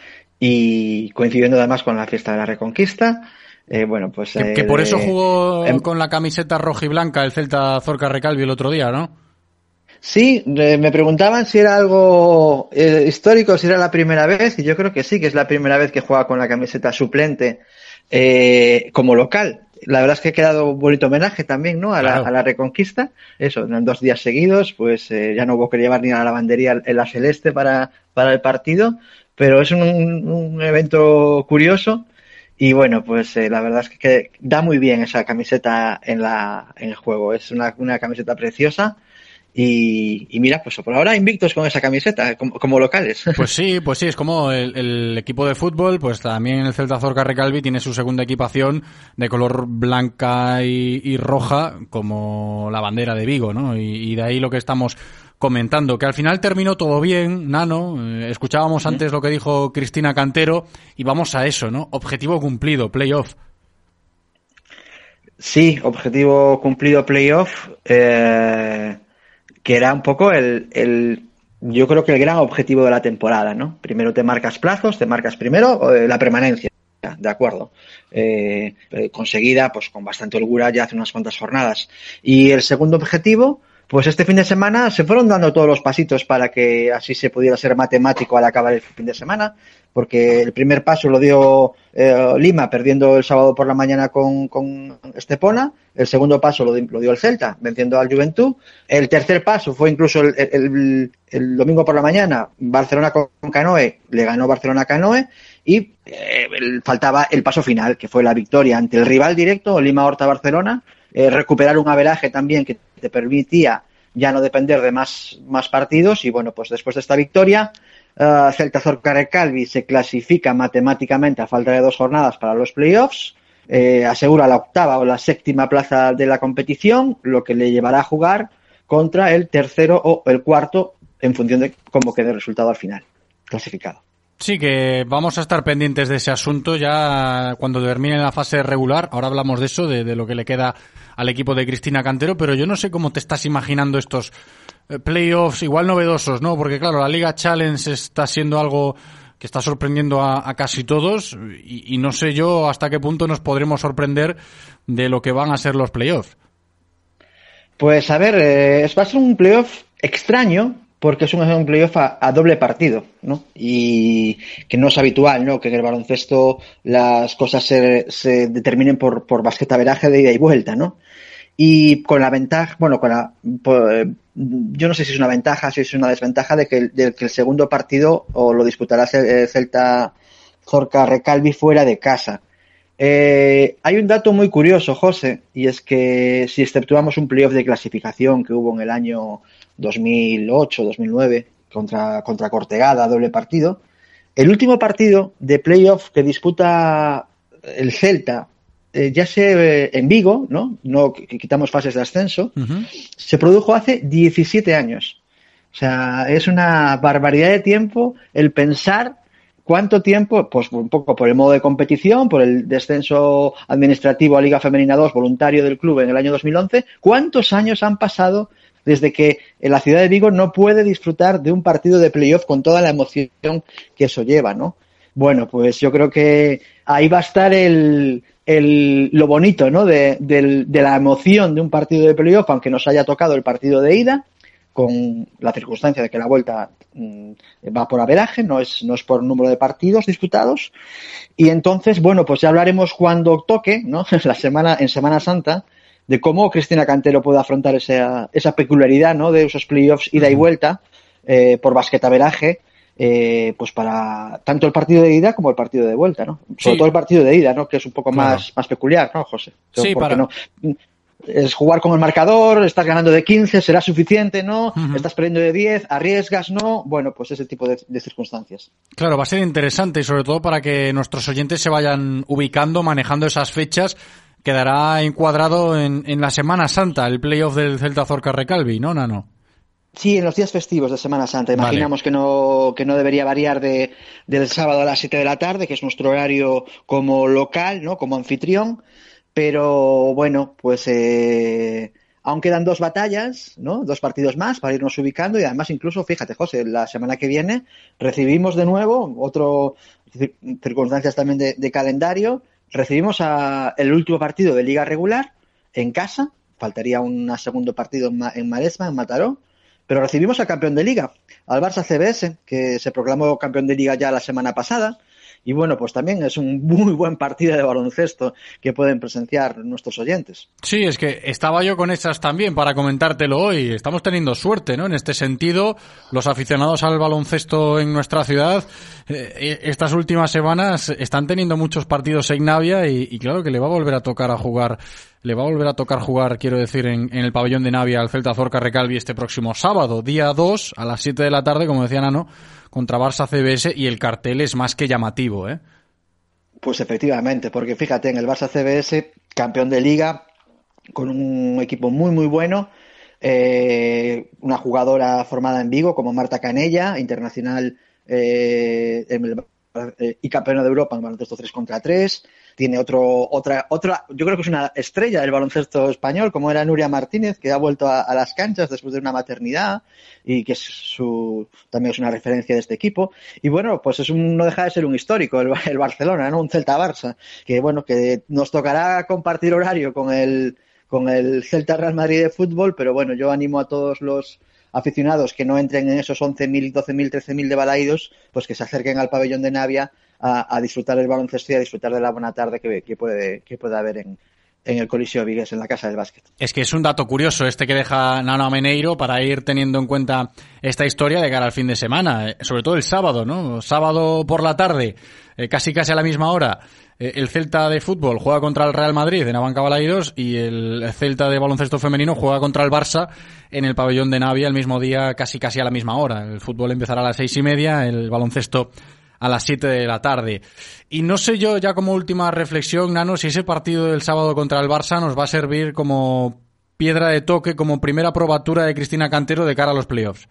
y coincidiendo además con la fiesta de la Reconquista. Eh, bueno, pues que, eh, que por eso jugó eh, con la camiseta roja y blanca el Celta Zorca Recalvi el otro día, ¿no? Sí, eh, me preguntaban si era algo eh, histórico, si era la primera vez, y yo creo que sí, que es la primera vez que juega con la camiseta suplente eh, como local. La verdad es que ha quedado un bonito homenaje también, ¿no? A la, Claro. a la Reconquista. Eso, en dos días seguidos, pues eh, ya no hubo que llevar ni a la lavandería en la celeste para, para el partido, pero es un, un evento curioso. Y bueno, pues eh, la verdad es que, que da muy bien esa camiseta en la en el juego. Es una, una camiseta preciosa. Y, y mira, pues por ahora invictos con esa camiseta, como, como locales. Pues sí, pues sí, es como el, el equipo de fútbol, pues también el Celta Zorca Recalvi tiene su segunda equipación de color blanca y, y roja, como la bandera de Vigo, ¿no? Y, y de ahí lo que estamos comentando, que al final terminó todo bien, Nano. Eh, escuchábamos antes lo que dijo Cristina Cantero y vamos a eso, ¿no? Objetivo cumplido, playoff. Sí, objetivo cumplido, playoff, eh, que era un poco el, el, yo creo que el gran objetivo de la temporada, ¿no? Primero te marcas plazos, te marcas primero eh, la permanencia, de acuerdo, eh, eh, conseguida pues con bastante holgura ya hace unas cuantas jornadas. Y el segundo objetivo, pues este fin de semana se fueron dando todos los pasitos para que así se pudiera ser matemático al acabar el fin de semana, porque el primer paso lo dio eh, Lima perdiendo el sábado por la mañana con, con Estepona, el segundo paso lo, lo dio el Celta venciendo al Juventud, el tercer paso fue incluso el, el, el domingo por la mañana Barcelona con Canoe, le ganó Barcelona Canoe y eh, el, faltaba el paso final, que fue la victoria ante el rival directo, Lima Horta Barcelona, eh, recuperar un averaje también que te permitía ya no depender de más, más partidos y bueno, pues después de esta victoria Uh, Celta Zorca Recalvi se clasifica matemáticamente a falta de dos jornadas para los playoffs, eh, asegura la octava o la séptima plaza de la competición, lo que le llevará a jugar contra el tercero o el cuarto en función de cómo quede el resultado al final, clasificado. Sí, que vamos a estar pendientes de ese asunto ya cuando termine la fase regular. Ahora hablamos de eso, de, de lo que le queda al equipo de Cristina Cantero, pero yo no sé cómo te estás imaginando estos playoffs igual novedosos, ¿no? Porque claro, la Liga Challenge está siendo algo que está sorprendiendo a, a casi todos y, y no sé yo hasta qué punto nos podremos sorprender de lo que van a ser los playoffs. Pues a ver, eh, va a ser un playoff extraño porque es un, un playoff a, a doble partido, ¿no? Y que no es habitual, ¿no? Que en el baloncesto las cosas se, se determinen por, por basquetaveraje de ida y vuelta, ¿no? Y con la ventaja, bueno, con la, pues, yo no sé si es una ventaja, si es una desventaja de que, de que el segundo partido o lo disputará el Celta Zorca Recalvi fuera de casa. Eh, hay un dato muy curioso, José, y es que si exceptuamos un playoff de clasificación que hubo en el año dos mil ocho, dos mil nueve contra, contra Cortegada, doble partido, el último partido de playoff que disputa el Celta, Eh, ya se eh, en Vigo, ¿no? No que quitamos fases de ascenso, uh-huh. Se produjo hace diecisiete años. O sea, es una barbaridad de tiempo el pensar cuánto tiempo, pues un poco por el modo de competición, por el descenso administrativo a Liga Femenina dos voluntario del club en el año dos mil once, cuántos años han pasado desde que en la ciudad de Vigo no puede disfrutar de un partido de playoff con toda la emoción que eso lleva, ¿no? Bueno, pues yo creo que ahí va a estar el El, lo bonito, ¿no? De, de, de la emoción de un partido de playoff, aunque nos haya tocado el partido de ida, con la circunstancia de que la vuelta mmm, va por averaje, no es, no es por número de partidos disputados. Y entonces, bueno, pues ya hablaremos cuando toque, ¿no? La semana, en Semana Santa, de cómo Cristina Cantero puede afrontar esa, esa peculiaridad, ¿no? De esos playoffs ida y vuelta, eh, por basquetaveraje. Eh, pues para tanto el partido de ida como el partido de vuelta, ¿no? Sobre sí. todo el partido de ida, ¿no? Que es un poco claro. más, más peculiar, ¿no, José? Sí, porque para... no es jugar con el marcador, estás ganando de quince, será suficiente, ¿no? Uh-huh. Estás perdiendo de diez, arriesgas, ¿no? Bueno, pues ese tipo de, de circunstancias. Claro, va a ser interesante y sobre todo para que nuestros oyentes se vayan ubicando, manejando esas fechas. Quedará encuadrado en, en la Semana Santa el playoff del Celta Zorca Recalvi, ¿no, Nano? Sí, en los días festivos de Semana Santa. Imaginamos vale. que no que no debería variar de del sábado a las siete de la tarde, que es nuestro horario como local, ¿no? Como anfitrión. Pero bueno, pues eh, aún quedan dos batallas, ¿no? Dos partidos más para irnos ubicando y además incluso, fíjate, José, la semana que viene recibimos de nuevo otro circunstancias también de, de calendario. Recibimos a el último partido de Liga regular en casa, faltaría un segundo partido en, Ma, en Maresma, en Mataró, pero recibimos al campeón de Liga, al Barça C B S, que se proclamó campeón de Liga ya la semana pasada. Y bueno, pues también es un muy buen partido de baloncesto que pueden presenciar nuestros oyentes. Sí, es que estaba yo con esas también para comentártelo hoy. Estamos teniendo suerte, ¿no? En este sentido, los aficionados al baloncesto en nuestra ciudad, eh, estas últimas semanas están teniendo muchos partidos en Navia y, y claro que le va a volver a tocar a jugar, le va a volver a tocar jugar, quiero decir, en, en el pabellón de Navia al Celta Zorca Recalvi este próximo sábado, día dos, a las siete de la tarde, como decía Nano, contra Barça C B S, y el cartel es más que llamativo, ¿eh? Pues efectivamente, porque fíjate, en el Barça C B S, campeón de Liga, con un equipo muy muy bueno, eh, una jugadora formada en Vigo como Marta Canella, internacional eh, en el, eh, y campeona de Europa en baloncesto tres contra tres. Tiene otro, otra, otra, yo creo que es una estrella del baloncesto español, como era Nuria Martínez, que ha vuelto a, a las canchas después de una maternidad y que es su, también es una referencia de este equipo. Y bueno, pues es un, no deja de ser un histórico, el, el Barcelona, ¿no? Un Celta-Barça, que bueno, que nos tocará compartir horario con el, con el Celta Real Madrid de fútbol, pero bueno, yo animo a todos los aficionados que no entren en esos once mil, doce mil, trece mil de Balaídos, pues que se acerquen al pabellón de Navia a, a disfrutar del baloncesto y a disfrutar de la buena tarde que, que puede que puede haber en, en el Coliseo Vigués, en la Casa del Básquet. Es que es un dato curioso este que deja Nano Ameneiro para ir teniendo en cuenta esta historia de cara al fin de semana, eh, sobre todo el sábado, ¿no? Sábado por la tarde, eh, casi casi a la misma hora, eh, el Celta de fútbol juega contra el Real Madrid en Abanca Balaídos y el Celta de baloncesto femenino juega contra el Barça en el pabellón de Navia el mismo día, casi casi a la misma hora. El fútbol empezará a las seis y media, el baloncesto a las siete de la tarde. Y no sé yo, ya como última reflexión, Nano, si ese partido del sábado contra el Barça nos va a servir como piedra de toque, como primera probatura de Cristina Cantero de cara a los playoffs.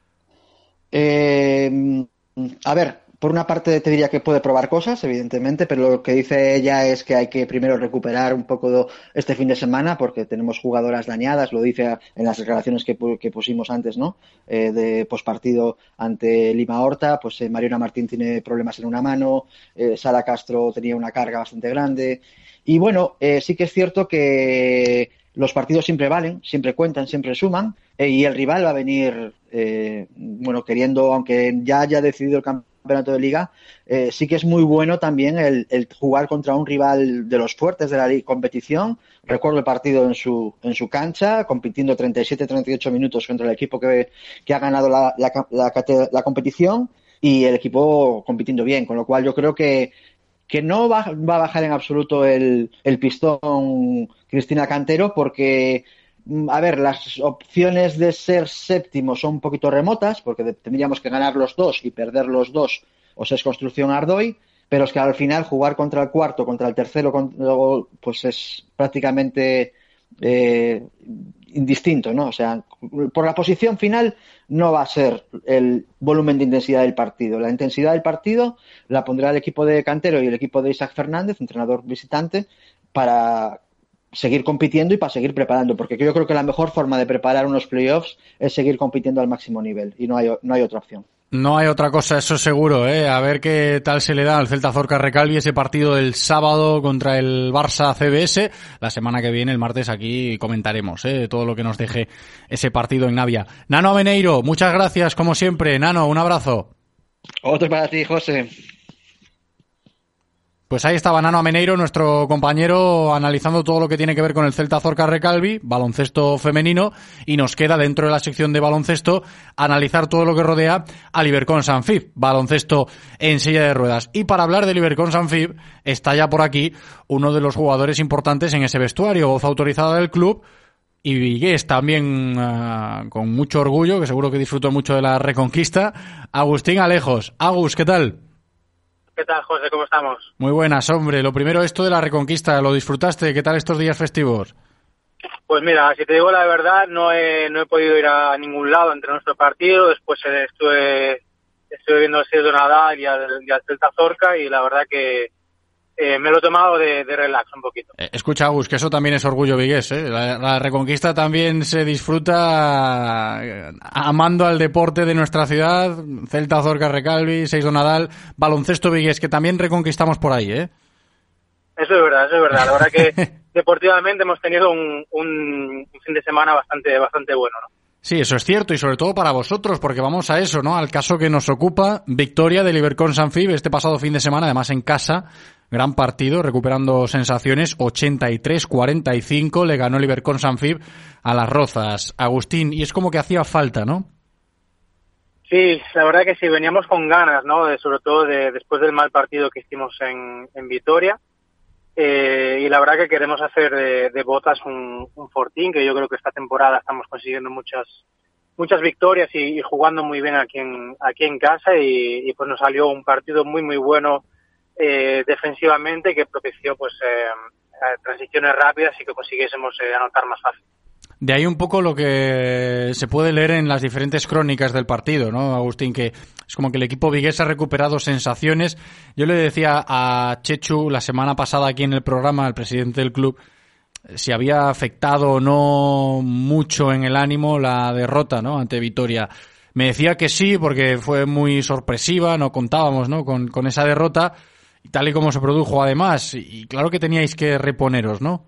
Eh, a ver, por una parte te diría que puede probar cosas, evidentemente, pero lo que dice ella es que hay que primero recuperar un poco este fin de semana porque tenemos jugadoras dañadas, lo dice en las declaraciones que, que pusimos antes, ¿no? Eh, de pospartido ante Lima Horta, pues eh, Mariona Martín tiene problemas en una mano, eh, Sara Castro tenía una carga bastante grande y bueno, eh, sí que es cierto que los partidos siempre valen, siempre cuentan, siempre suman eh, y el rival va a venir, eh, bueno, queriendo, aunque ya haya decidido el campeonato campeonato de liga, eh, sí que es muy bueno también el, el jugar contra un rival de los fuertes de la competición. Recuerdo el partido en su en su cancha, compitiendo treinta y siete a treinta y ocho minutos contra el equipo que, que ha ganado la, la, la, la competición y el equipo compitiendo bien, con lo cual yo creo que que no va, va a bajar en absoluto el, el pistón Cristina Cantero porque a ver, las opciones de ser séptimo son un poquito remotas porque tendríamos que ganar los dos y perder los dos o se es construcción Ardoy, pero es que al final jugar contra el cuarto, contra el tercero, pues es prácticamente eh, indistinto, ¿no? O sea, por la posición final no va a ser el volumen de intensidad del partido. La intensidad del partido la pondrá el equipo de Cantero y el equipo de Isaac Fernández, entrenador visitante, para seguir compitiendo y para seguir preparando, porque yo creo que la mejor forma de preparar unos playoffs es seguir compitiendo al máximo nivel y no hay, no hay otra opción. No hay otra cosa, eso seguro, ¿eh? A ver qué tal se le da al Celta Zorca Recalvi ese partido del sábado contra el Barça C B S. La semana que viene, el martes, aquí comentaremos, ¿eh? Todo lo que nos deje ese partido en Navia. Nano Ameneiro, muchas gracias, como siempre. Nano, un abrazo. Otro para ti, José. Pues ahí estaba Nano Ameneiro, nuestro compañero, analizando todo lo que tiene que ver con el Celta Zorca Recalvi, baloncesto femenino, y nos queda dentro de la sección de baloncesto analizar todo lo que rodea al Ibercon Sanfib, baloncesto en silla de ruedas. Y para hablar del Ibercon Sanfib está ya por aquí uno de los jugadores importantes en ese vestuario, voz autorizada del club, y Vigués también uh, con mucho orgullo, que seguro que disfrutó mucho de la Reconquista, Agustín Alejos. Agus, ¿qué tal? ¿Qué tal, José? ¿Cómo estamos? Muy buenas, hombre. Lo primero, esto de la Reconquista, ¿lo disfrutaste? ¿Qué tal estos días festivos? Pues mira, si te digo la verdad, no he no he podido ir a ningún lado entre nuestro partido. Después estuve estuve viendo el Sierra de Nadal y al, y al Celta Zorca y la verdad que, eh, me lo he tomado de, de relax un poquito. Eh, escucha, Agus, que eso también es orgullo vigués, ¿eh? La, la Reconquista también se disfruta amando al deporte de nuestra ciudad. Celta, Zorca, Recalvi, Seix Donadal, baloncesto vigués, que también reconquistamos por ahí, ¿eh? Eso es verdad, eso es verdad. La verdad que deportivamente hemos tenido un, un fin de semana bastante, bastante bueno, ¿no? Sí, eso es cierto, y sobre todo para vosotros, porque vamos a eso, ¿no? Al caso que nos ocupa, victoria del Ibercon Sanfib este pasado fin de semana, además en casa, gran partido, recuperando sensaciones, ochenta y tres cuarenta y cinco, le ganó el Ibercon Sanfib a Las Rozas. Agustín, y es como que hacía falta, ¿no? Sí, la verdad que sí, veníamos con ganas, ¿no? De, sobre todo de, después del mal partido que hicimos en, en Vitoria. Eh, y la verdad que queremos hacer de, de Botas un, un fortín, que yo creo que esta temporada estamos consiguiendo muchas muchas victorias y, y jugando muy bien aquí en aquí en casa y, y pues nos salió un partido muy muy bueno eh, defensivamente que propició pues eh, transiciones rápidas y que consiguiésemos eh, anotar más fácil. De ahí un poco lo que se puede leer en las diferentes crónicas del partido, ¿no, Agustín? Que es como que el equipo vigués ha recuperado sensaciones. Yo le decía a Chechu la semana pasada aquí en el programa, al presidente del club, si había afectado o no mucho en el ánimo la derrota, ¿no?, ante Vitoria. Me decía que sí, porque fue muy sorpresiva, no contábamos, ¿no?, con, con esa derrota, y tal y como se produjo además. Y claro que teníais que reponeros, ¿no?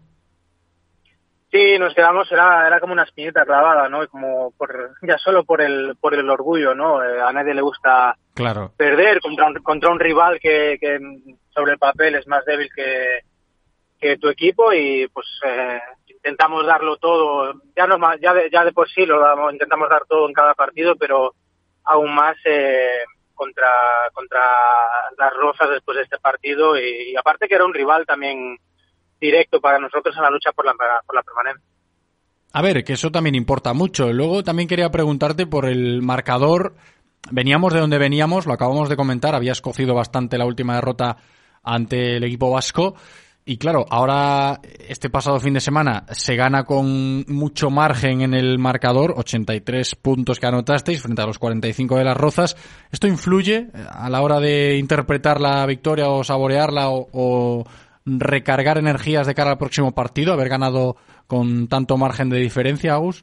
Sí, nos quedamos, era, era como una espinita clavada, ¿no? Y como por, ya solo por el, por el orgullo, ¿no? Eh, a nadie le gusta claro. perder contra un, contra un rival que, que sobre el papel es más débil que, que tu equipo y pues eh, intentamos darlo todo, ya no ya de, ya de por sí lo damos, intentamos dar todo en cada partido, pero aún más eh, contra, contra Las Rozas después de este partido y, y aparte que era un rival también directo para nosotros en la lucha por la, por la permanencia. A ver, que eso también importa mucho. Luego también quería preguntarte por el marcador. Veníamos de donde veníamos, lo acabamos de comentar, habías cocido bastante la última derrota ante el equipo vasco. Y claro, ahora este pasado fin de semana se gana con mucho margen en el marcador, ochenta y tres puntos que anotasteis frente a los cuarenta y cinco de Las Rozas. ¿Esto influye a la hora de interpretar la victoria o saborearla o, o recargar energías de cara al próximo partido, haber ganado con tanto margen de diferencia, Agus?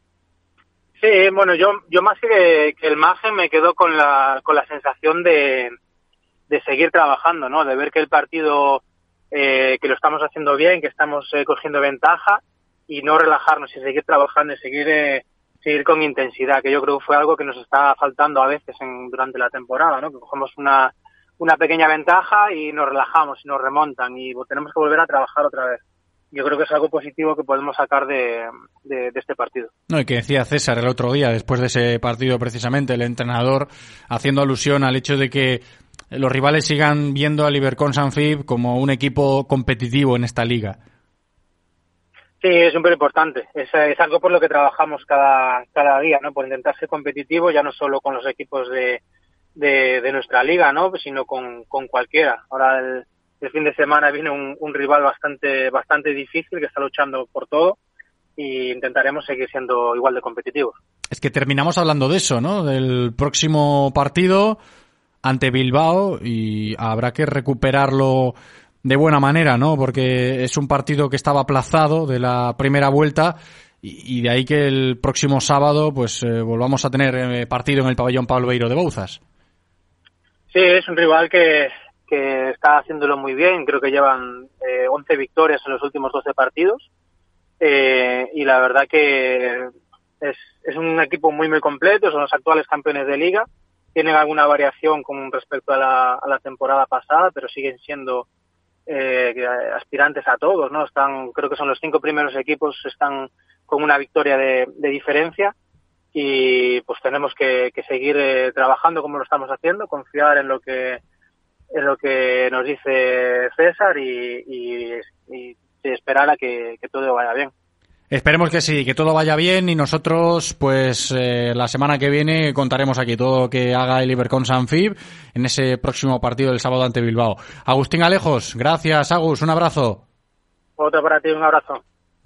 Sí, bueno, yo yo más que, que el margen me quedo con la con la sensación de, de seguir trabajando, ¿no? De ver que el partido, eh, que lo estamos haciendo bien, que estamos eh, cogiendo ventaja y no relajarnos y seguir trabajando y seguir eh, seguir con intensidad, que yo creo que fue algo que nos está faltando a veces en, durante la temporada, ¿no? Que cogemos una una pequeña ventaja y nos relajamos y nos remontan y tenemos que volver a trabajar otra vez. Yo creo que es algo positivo que podemos sacar de, de, de este partido. No, y que decía César el otro día, después de ese partido precisamente, el entrenador haciendo alusión al hecho de que los rivales sigan viendo al Ibercon Sanfib como un equipo competitivo en esta liga. Sí, es súper importante. Es, es algo por lo que trabajamos cada, cada día, ¿no? Por intentar ser competitivo, ya no solo con los equipos de De, de nuestra liga, ¿no? Sino con, con cualquiera. Ahora el, el fin de semana viene un, un rival bastante bastante difícil que está luchando por todo y intentaremos seguir siendo igual de competitivos. Es que terminamos hablando de eso, ¿no? Del próximo partido ante Bilbao y habrá que recuperarlo de buena manera, ¿no? Porque es un partido que estaba aplazado de la primera vuelta y, y de ahí que el próximo sábado pues eh, volvamos a tener eh, partido en el pabellón Pablo Beiro de Bouzas. Sí, es un rival que, que está haciéndolo muy bien. Creo que llevan eh, once victorias en los últimos doce partidos. Eh, y la verdad que es, es un equipo muy, muy completo. Son los actuales campeones de liga. Tienen alguna variación con respecto a la, a la temporada pasada, pero siguen siendo eh, aspirantes a todos, ¿no? Están, creo que son los cinco primeros equipos, están con una victoria de, de diferencia. Y pues tenemos que, que seguir eh, trabajando como lo estamos haciendo, confiar en lo que en lo que nos dice César y, y, y esperar a que, que todo vaya bien. Esperemos que sí, que todo vaya bien y nosotros pues eh, la semana que viene contaremos aquí todo lo que haga el Ibercon Sanfib en ese próximo partido del sábado ante Bilbao. Agustín Alejos, gracias Agus, un abrazo. Otro para ti, un abrazo.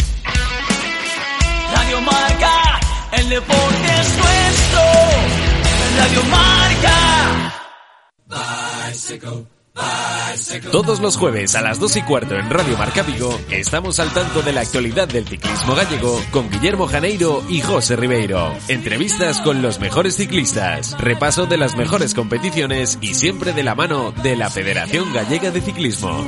Radio Marca. El deporte es nuestro, Radio Marca. Bicycle, Todos los jueves a las dos y cuarto en Radio Marca Vigo estamos al tanto de la actualidad del ciclismo gallego con Guillermo Janeiro y José Ribeiro. Entrevistas con los mejores ciclistas, repaso de las mejores competiciones y siempre de la mano de la Federación Gallega de Ciclismo.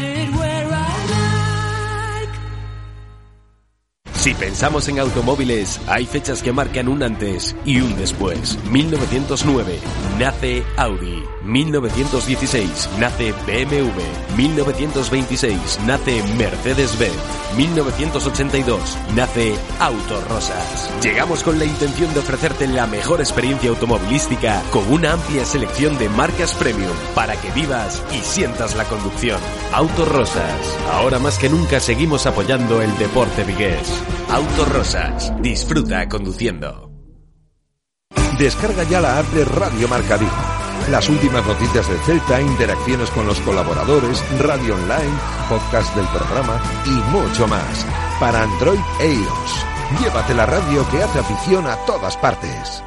Si pensamos en automóviles, hay fechas que marcan un antes y un después. mil novecientos nueve nace Audi. mil novecientos dieciséis nace B M W. mil novecientos veintiséis nace Mercedes-Benz. mil novecientos ochenta y dos nace Autos Rosas. Llegamos con la intención de ofrecerte la mejor experiencia automovilística con una amplia selección de marcas premium para que vivas y sientas la conducción. Autos Rosas. Ahora más que nunca seguimos apoyando el deporte vigués. Autos Rosas. Disfruta conduciendo. Descarga ya la app de Radio Marca Vigo. Las últimas noticias del Celta, interacciones con los colaboradores, radio online, podcast del programa y mucho más. Para Android e iOS. Llévate la radio que hace afición a todas partes.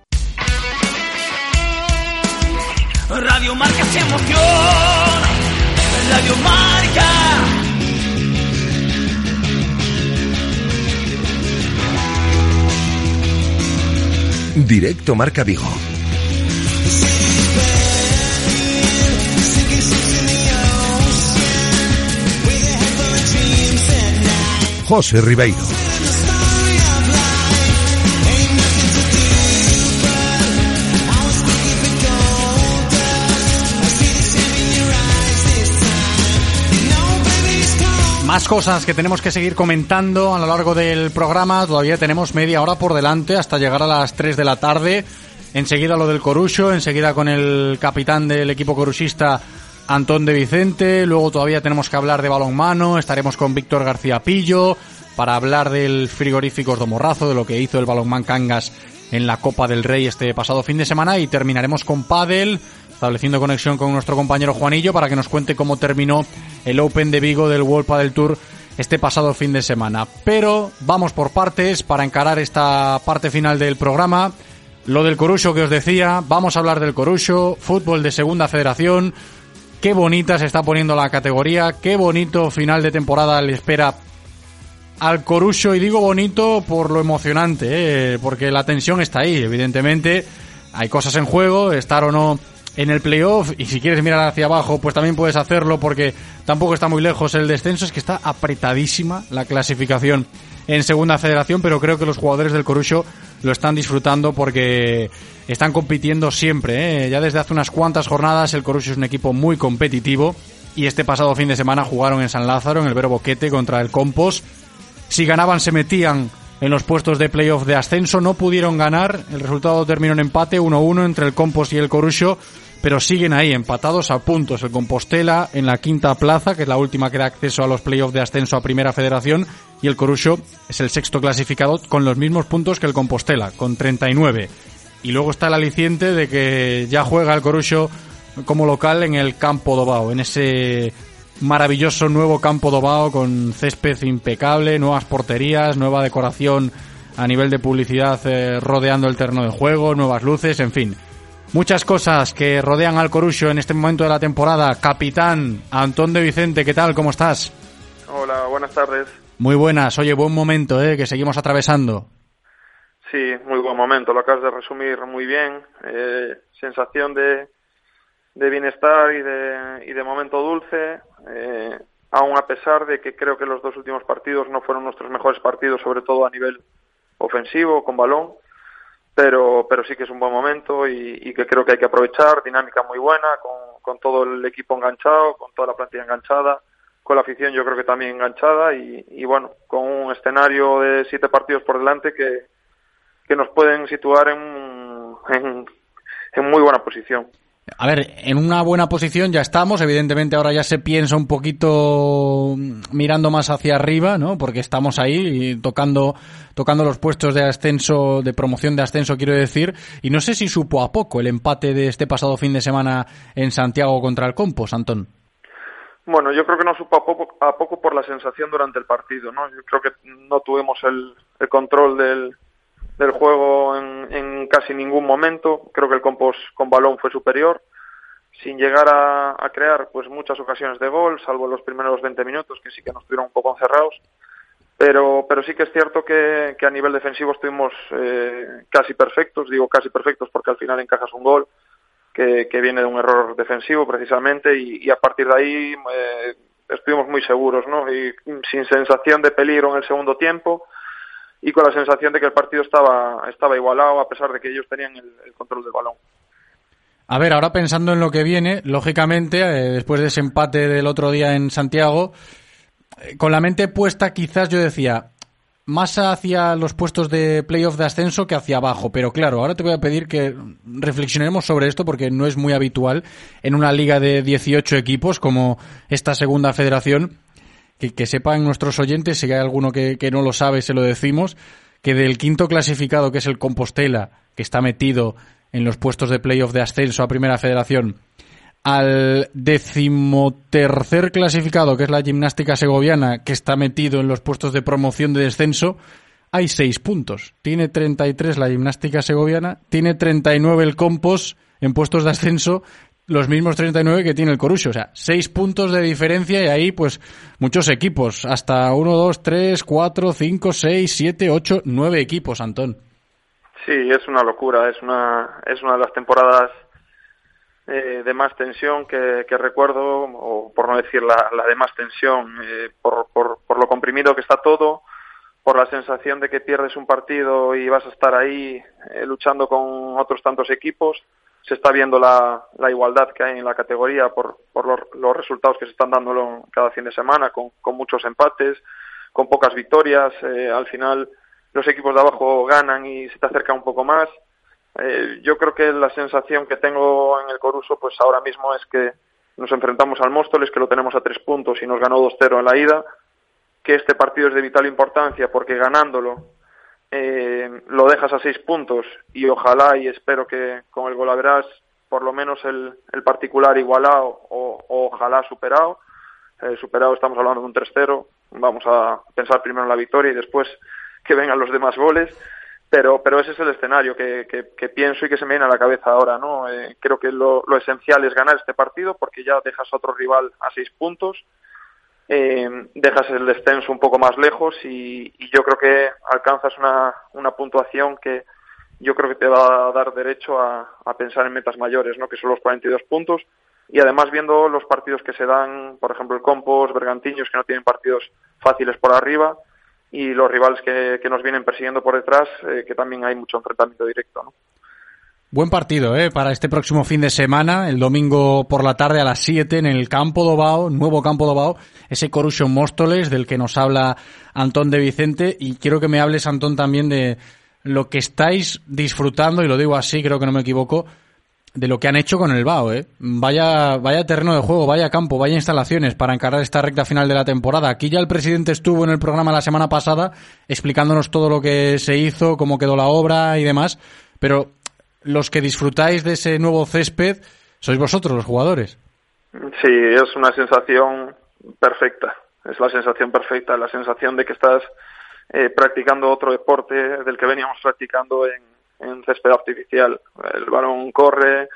Radio Marca se emociona. Radio Marca. Directo Marca Vigo. José Ribeiro. Más cosas que tenemos que seguir comentando a lo largo del programa. Todavía tenemos media hora por delante hasta llegar a las tres de la tarde. Enseguida lo del Coruxo, enseguida con el capitán del equipo coruxista, Antón de Vicente. Luego todavía tenemos que hablar de balonmano. Estaremos con Víctor García Pillo para hablar del Frigoríficos do Morrazo, de lo que hizo el Balonmán Cangas en la Copa del Rey este pasado fin de semana. Y terminaremos con pádel, estableciendo conexión con nuestro compañero Juanillo para que nos cuente cómo terminó el Open de Vigo del World Padel Tour este pasado fin de semana. Pero vamos por partes para encarar esta parte final del programa. Lo del Coruxo que os decía, vamos a hablar del Coruxo, fútbol de segunda federación. Qué bonita se está poniendo la categoría, qué bonito final de temporada le espera al Coruxo, y digo bonito por lo emocionante, ¿eh? Porque la tensión está ahí, evidentemente. Hay cosas en juego, estar o no en el playoff, y si quieres mirar hacia abajo, pues también puedes hacerlo, porque tampoco está muy lejos el descenso. Es que está apretadísima la clasificación en segunda federación, pero creo que los jugadores del Coruxo lo están disfrutando porque están compitiendo siempre, ¿eh? Ya desde hace unas cuantas jornadas el Coruxo es un equipo muy competitivo, y este pasado fin de semana jugaron en San Lázaro, en el Vero Boquete, contra el Compos. Si ganaban se metían en los puestos de playoff de ascenso. No pudieron ganar, el resultado terminó en empate uno uno entre el Compos y el Coruxo, pero siguen ahí empatados a puntos. El Compostela en la quinta plaza, que es la última que da acceso a los playoffs de ascenso a Primera Federación, y el Coruxo es el sexto clasificado con los mismos puntos que el Compostela, con treinta y nueve. Y luego está el aliciente de que ya juega el Coruxo como local en el Campo do Bao, en ese maravilloso nuevo Campo do Bao con césped impecable, nuevas porterías, nueva decoración a nivel de publicidad eh, rodeando el terreno de juego, nuevas luces, en fin, muchas cosas que rodean al Coruxo en este momento de la temporada. Capitán Antón de Vicente, ¿qué tal? ¿Cómo estás? Hola, buenas tardes. Muy buenas. Oye, buen momento, ¿eh? Que seguimos atravesando. Sí, muy buen momento, lo acabas de resumir muy bien. Eh, sensación de, de bienestar y de, y de momento dulce, eh, aun a pesar de que creo que los dos últimos partidos no fueron nuestros mejores partidos, sobre todo a nivel ofensivo, con balón, pero pero sí que es un buen momento y, y que creo que hay que aprovechar. Dinámica muy buena, con, con todo el equipo enganchado, con toda la plantilla enganchada, con la afición yo creo que también enganchada y, y bueno, con un escenario de siete partidos por delante que, que nos pueden situar en, en, en muy buena posición. A ver, en una buena posición ya estamos, evidentemente ahora ya se piensa un poquito mirando más hacia arriba, ¿no? Porque estamos ahí tocando tocando los puestos de ascenso, de promoción de ascenso, quiero decir, y no sé si supo a poco el empate de este pasado fin de semana en Santiago contra el Compos, Antón. Bueno, yo creo que no supo a poco, a poco por la sensación durante el partido, ¿no? Yo creo que no tuvimos el, el control del del juego en, en casi ningún momento. Creo que el Compos con balón fue superior. sin llegar a, a crear pues muchas ocasiones de gol, salvo los primeros veinte minutos, que sí que nos estuvieron un poco encerrados. Pero, pero sí que es cierto que, que a nivel defensivo estuvimos eh, casi perfectos, digo casi perfectos porque al final encajas un gol que, que viene de un error defensivo precisamente, y, y a partir de ahí eh, estuvimos muy seguros, ¿no? Y sin sensación de peligro en el segundo tiempo y con la sensación de que el partido estaba, estaba igualado a pesar de que ellos tenían el, el control del balón. A ver, ahora pensando en lo que viene, lógicamente, eh, después de ese empate del otro día en Santiago, con la mente puesta, quizás yo decía, más hacia los puestos de playoff de ascenso que hacia abajo. Pero claro, ahora te voy a pedir que reflexionemos sobre esto porque no es muy habitual en una liga de dieciocho equipos como esta segunda federación. Que, que sepan nuestros oyentes, si hay alguno que, que no lo sabe, se lo decimos, que del quinto clasificado, que es el Compostela, que está metido en los puestos de playoff de ascenso a Primera Federación, al decimotercer clasificado, que es la Gimnástica Segoviana, que está metido en los puestos de promoción de descenso, hay seis puntos. Tiene treinta y tres la Gimnástica Segoviana, tiene treinta y nueve el Compos en puestos de ascenso, los mismos treinta y nueve que tiene el Corucho. O sea, seis puntos de diferencia y ahí, pues, muchos equipos. Hasta uno, dos, tres, cuatro, cinco, seis, siete, ocho, nueve equipos, Antón. Sí, es una locura. Es una, es una de las temporadas Eh, de más tensión que, que recuerdo, o por no decir la, la de más tensión, eh, por, por, por lo comprimido que está todo, por la sensación de que pierdes un partido y vas a estar ahí eh, luchando con otros tantos equipos. Se está viendo la, la igualdad que hay en la categoría por, por los, los resultados que se están dando cada fin de semana, con, con muchos empates, con pocas victorias. Eh, al final los equipos de abajo ganan y se te acerca un poco más. Eh, yo creo que la sensación que tengo en el Coruso pues ahora mismo es que nos enfrentamos al Móstoles, que lo tenemos a tres puntos y nos ganó dos cero en la ida, que este partido es de vital importancia porque ganándolo eh, lo dejas a seis puntos y ojalá y espero que con el golaveras por lo menos el, el particular igualado o, o ojalá superado. Eh, superado estamos hablando de un tres cero, vamos a pensar primero en la victoria y después que vengan los demás goles. Pero, pero ese es el escenario que, que, que pienso y que se me viene a la cabeza ahora, ¿no? Eh, creo que lo, lo esencial es ganar este partido porque ya dejas a otro rival a seis puntos, eh, dejas el descenso un poco más lejos y, y yo creo que alcanzas una, una puntuación que yo creo que te va a dar derecho a, a pensar en metas mayores, ¿no? Que son los cuarenta y dos puntos. Y además viendo los partidos que se dan, por ejemplo el Compos, Bergantiños, que no tienen partidos fáciles por arriba, y los rivales que, que nos vienen persiguiendo por detrás, eh, que también hay mucho enfrentamiento directo, ¿no? Buen partido, ¿eh? Para este próximo fin de semana, el domingo por la tarde a las siete en el Campo do Bao, nuevo Campo do Bao, ese Corucho Móstoles del que nos habla Antón de Vicente, y quiero que me hables, Antón, también de lo que estáis disfrutando, y lo digo así, creo que no me equivoco, de lo que han hecho con el Bao, ¿eh? Vaya, vaya terreno de juego, vaya campo, vaya instalaciones para encarar esta recta final de la temporada. Aquí ya el presidente estuvo en el programa la semana pasada explicándonos todo lo que se hizo, cómo quedó la obra y demás, pero los que disfrutáis de ese nuevo césped sois vosotros, los jugadores. Sí, es una sensación perfecta, es la sensación perfecta, la sensación de que estás eh, practicando otro deporte del que veníamos practicando en en césped artificial. El balón corre,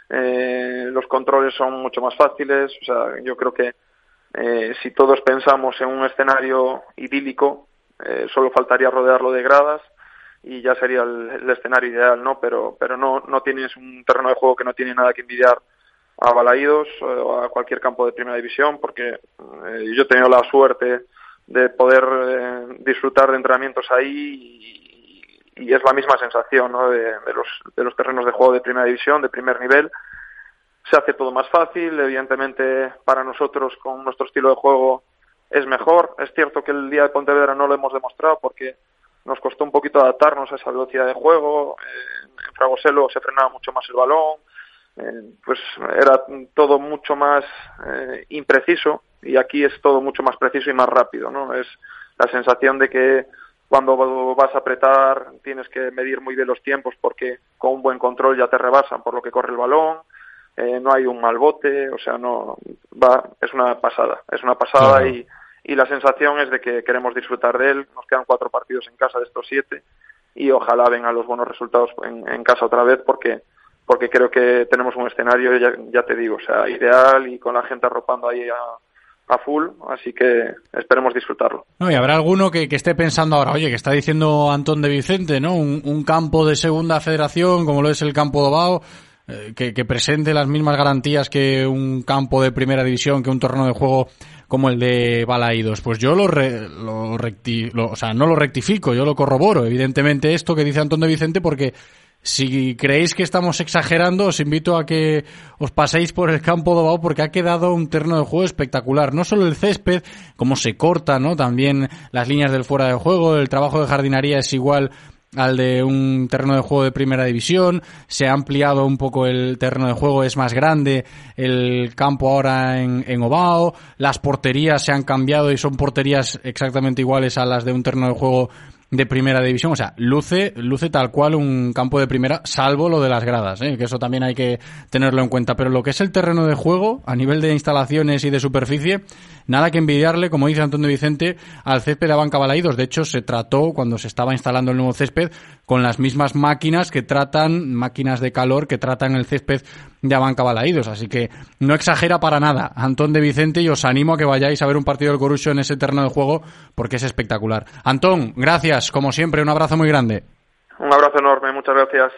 eh, los controles son mucho más fáciles. O sea, yo creo que eh, si todos pensamos en un escenario idílico, eh, solo faltaría rodearlo de gradas y ya sería el, el escenario ideal, ¿no? Pero, pero no, no tienes un terreno de juego que no tiene nada que envidiar a Balaídos o a cualquier campo de primera división, porque eh, yo he tenido la suerte de poder eh, disfrutar de entrenamientos ahí y y es la misma sensación, ¿no? de, de los de los terrenos de juego de primera división, de primer nivel. Se hace todo más fácil, evidentemente para nosotros con nuestro estilo de juego es mejor. Es cierto que el día de Pontevedra no lo hemos demostrado porque nos costó un poquito adaptarnos a esa velocidad de juego. Eh, en Fragoselo se frenaba mucho más el balón, eh, pues era todo mucho más eh, impreciso y aquí es todo mucho más preciso y más rápido, ¿no? Es la sensación de que cuando vas a apretar tienes que medir muy bien los tiempos porque con un buen control ya te rebasan por lo que corre el balón, eh, no hay un mal bote, o sea, no va, es una pasada, es una pasada. Claro. y, y la sensación es de que queremos disfrutar de él. Nos quedan cuatro partidos en casa de estos siete y ojalá vengan los buenos resultados en, en casa otra vez porque porque creo que tenemos un escenario, ya, ya te digo, o sea, ideal y con la gente arropando ahí a, a full, así que esperemos disfrutarlo. No, y habrá alguno que, que esté pensando ahora, oye, que está diciendo Antón de Vicente, ¿no? Un, un campo de segunda federación, como lo es el campo de Ovao, eh, que, que presente las mismas garantías que un campo de primera división, que un torneo de juego como el de Balaídos. Pues yo lo, re, lo, recti, lo, o sea, no lo rectifico, yo lo corroboro, evidentemente, esto que dice Antón de Vicente, porque si creéis que estamos exagerando, os invito a que os paséis por el campo de Ovao, porque ha quedado un terreno de juego espectacular. No solo el césped, cómo se corta, ¿no? También las líneas del fuera de juego, el trabajo de jardinería es igual al de un terreno de juego de primera división. Se ha ampliado un poco el terreno de juego, es más grande el campo ahora en, en Ovao. Las porterías se han cambiado y son porterías exactamente iguales a las de un terreno de juego de primera división. O sea, luce luce tal cual un campo de primera, salvo lo de las gradas, ¿eh? Que eso también hay que tenerlo en cuenta. Pero lo que es el terreno de juego, a nivel de instalaciones y de superficie, nada que envidiarle, como dice Antón de Vicente, al césped de Abanca Balaídos. De hecho, se trató, cuando se estaba instalando el nuevo césped, con las mismas máquinas que tratan, máquinas de calor que tratan el césped de Abanca Balaídos. Así que no exagera para nada Antón de Vicente, y os animo a que vayáis a ver un partido del Coruxo en ese terreno de juego, porque es espectacular. Antón, gracias, como siempre, un abrazo muy grande. Un abrazo enorme, muchas gracias.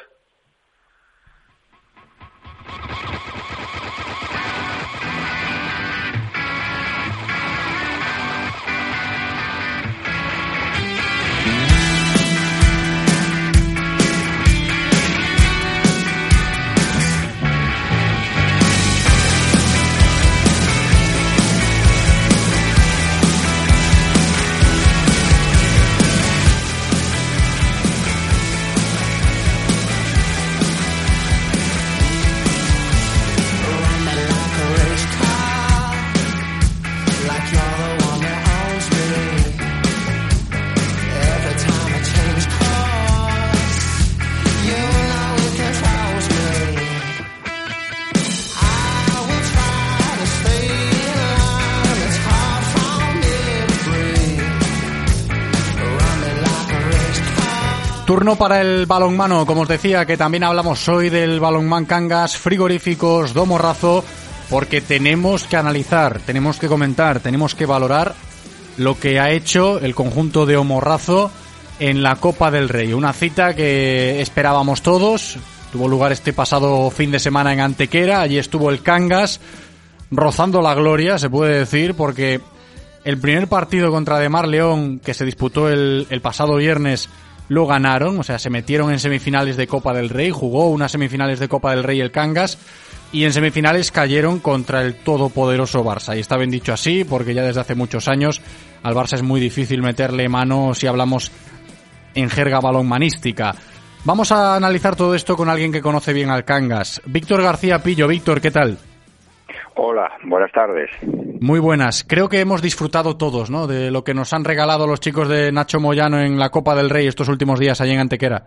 Turno para el balonmano, como os decía, que también hablamos hoy del balonmán Cangas, frigoríficos, Do Morrazo, porque tenemos que analizar, tenemos que comentar, tenemos que valorar lo que ha hecho el conjunto de O Morrazo en la Copa del Rey. Una cita que esperábamos todos, tuvo lugar este pasado fin de semana en Antequera, allí estuvo el Cangas rozando la gloria, se puede decir, porque el primer partido contra Ademar León, que se disputó el, el pasado viernes, lo ganaron, o sea, se metieron en semifinales de Copa del Rey, jugó unas semifinales de Copa del Rey el Cangas, y en semifinales cayeron contra el todopoderoso Barça. Y está bien dicho así, porque ya desde hace muchos años al Barça es muy difícil meterle mano si hablamos en jerga balonmanística. Vamos a analizar todo esto con alguien que conoce bien al Cangas. Víctor García Pillo. Víctor, ¿qué tal? Hola, buenas tardes. Muy buenas. Creo que hemos disfrutado todos, ¿no?, de lo que nos han regalado los chicos de Nacho Moyano en la Copa del Rey estos últimos días allí en Antequera.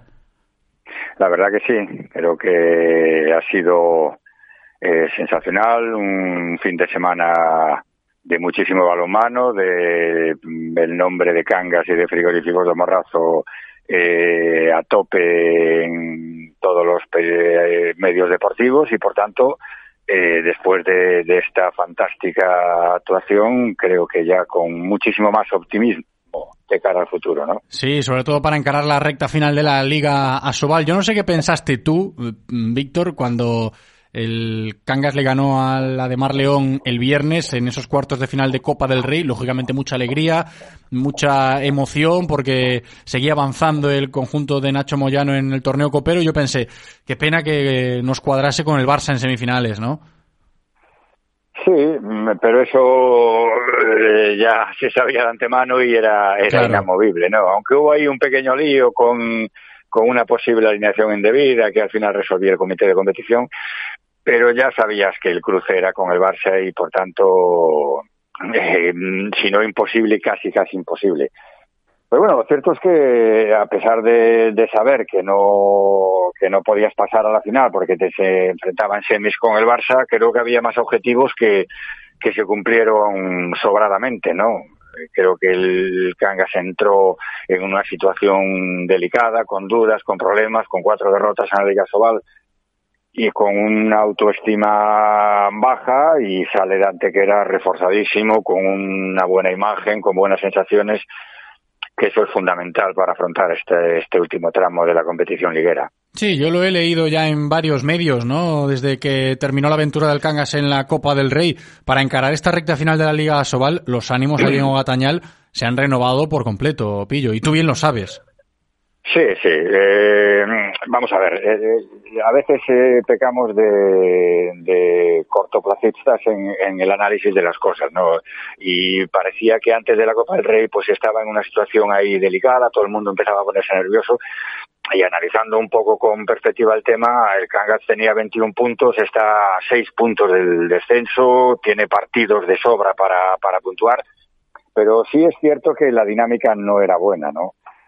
La verdad que sí, creo que ha sido eh, sensacional, un fin de semana de muchísimo balonmano, de el nombre de Cangas y de Frigoríficos Do Morrazo eh, a tope en todos los eh, medios deportivos, y por tanto, Eh, después de, de esta fantástica actuación, creo que ya con muchísimo más optimismo de cara al futuro, ¿no? Sí, sobre todo para encarar la recta final de la Liga Asobal. Yo no sé qué pensaste tú, Víctor, cuando el Cangas le ganó al Ademar León el viernes en esos cuartos de final de Copa del Rey. Lógicamente mucha alegría, mucha emoción, porque seguía avanzando el conjunto de Nacho Moyano en el torneo copero. Y yo pensé, qué pena que nos cuadrase con el Barça en semifinales, ¿no? Sí, pero eso eh, ya se sabía de antemano y era, era claro, inamovible, ¿no? Aunque hubo ahí un pequeño lío con, con una posible alineación indebida que al final resolvió el comité de competición, pero ya sabías que el cruce era con el Barça y por tanto, eh, si no imposible, casi casi imposible. Pero bueno, lo cierto es que a pesar de, de saber que no que no podías pasar a la final porque te se enfrentaban semis con el Barça, creo que había más objetivos que, que se cumplieron sobradamente, ¿no? Creo que el Cangas entró en una situación delicada, con dudas, con problemas, con cuatro derrotas en la Liga Asobal, y con una autoestima baja, y sale de Antequera reforzadísimo, con una buena imagen, con buenas sensaciones, que eso es fundamental para afrontar este, este último tramo de la competición liguera. Sí, yo lo he leído ya en varios medios, ¿no? Desde que terminó la aventura del Cangas en la Copa del Rey, para encarar esta recta final de la Liga Asobal, los ánimos allí en Ogatañal se han renovado por completo, Pillo, y tú bien lo sabes. Sí, sí. Eh, vamos a ver. Eh, a veces eh, pecamos de, de cortoplacistas en, en el análisis de las cosas, ¿no? Y parecía que antes de la Copa del Rey pues estaba en una situación ahí delicada, todo el mundo empezaba a ponerse nervioso. Y analizando un poco con perspectiva el tema, el Cangas tenía veintiún puntos, está a seis puntos del descenso, tiene partidos de sobra para, para puntuar, pero sí es cierto que la dinámica no era buena, ¿no?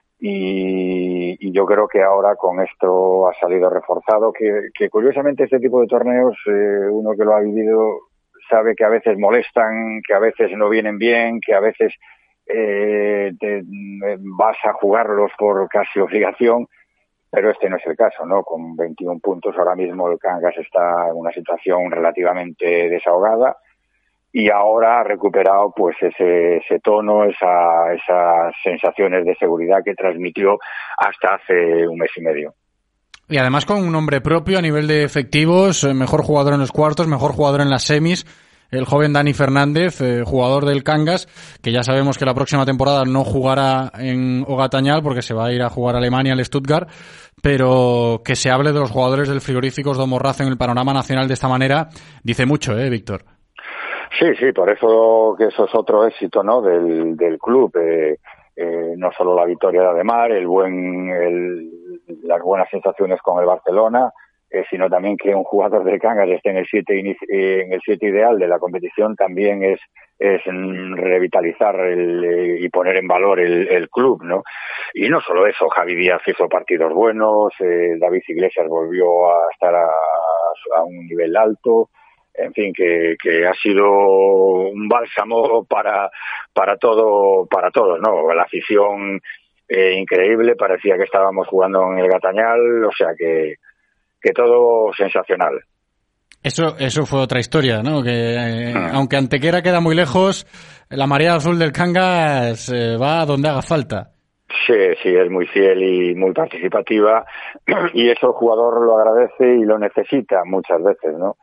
Y, y yo creo que ahora con esto ha salido reforzado, que, que curiosamente este tipo de torneos, eh, uno que lo ha vivido sabe que a veces molestan, que a veces no vienen bien, que a veces eh, te, vas a jugarlos por casi obligación, pero este no es el caso, ¿no? Con veintiún puntos ahora mismo el Cangas está en una situación relativamente desahogada, y ahora ha recuperado pues ese, ese tono, esa, esas sensaciones de seguridad que transmitió hasta hace un mes y medio. Y además con un nombre propio a nivel de efectivos, mejor jugador en los cuartos, mejor jugador en las semis, el joven Dani Fernández, eh, jugador del Cangas, que ya sabemos que la próxima temporada no jugará en Ogatañal porque se va a ir a jugar a Alemania, al Stuttgart, pero que se hable de los jugadores del Frigoríficos Domorrazo en el panorama nacional de esta manera dice mucho, ¿eh, Víctor? Sí, sí, por eso que eso es otro éxito, ¿no? Del, del club, eh, eh, no solo la victoria de Ademar, el buen, el, las buenas sensaciones con el Barcelona, eh, sino también que un jugador del Cangas esté en el siete en el siete ideal de la competición también es es revitalizar el, eh, y poner en valor el, el club, ¿no? Y no solo eso, Javi Díaz hizo partidos buenos, eh, David Iglesias volvió a estar a, a un nivel alto. En fin, que, que ha sido un bálsamo para para todo para todos, ¿no? La afición eh, increíble, parecía que estábamos jugando en el Gatañal, o sea que que todo sensacional. Eso eso fue otra historia, ¿no? Que eh, hmm. aunque Antequera queda muy lejos, la marea azul del Cangas eh, va a donde haga falta. Sí, sí, es muy fiel y muy participativa, y eso el jugador lo agradece y lo necesita muchas veces, ¿no?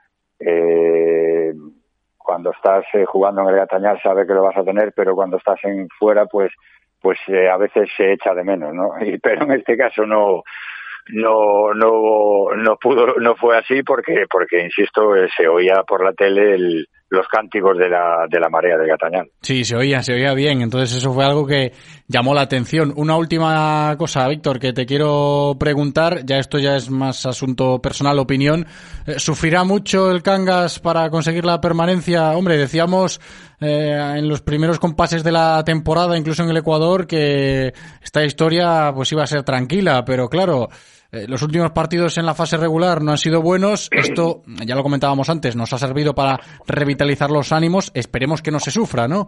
Eh, cuando estás eh, jugando en el Gatañal sabe que lo vas a tener, pero cuando estás en fuera pues pues eh, a veces se echa de menos, ¿no? Y, pero en este caso no no no no pudo no fue así porque porque insisto eh, se oía por la tele el, los cánticos de la de la marea del Gatañal. Sí, se oía, se oía bien, entonces eso fue algo que llamó la atención. Una última cosa, Víctor, que te quiero preguntar, ya esto ya es más asunto personal, opinión. Eh, ¿Sufrirá mucho el Cangas para conseguir la permanencia? Hombre, decíamos eh, en los primeros compases de la temporada, incluso en el Ecuador, que esta historia pues iba a ser tranquila, pero claro, eh, los últimos partidos en la fase regular no han sido buenos. Esto, ya lo comentábamos antes, nos ha servido para revitalizar los ánimos. Esperemos que no se sufra, ¿no?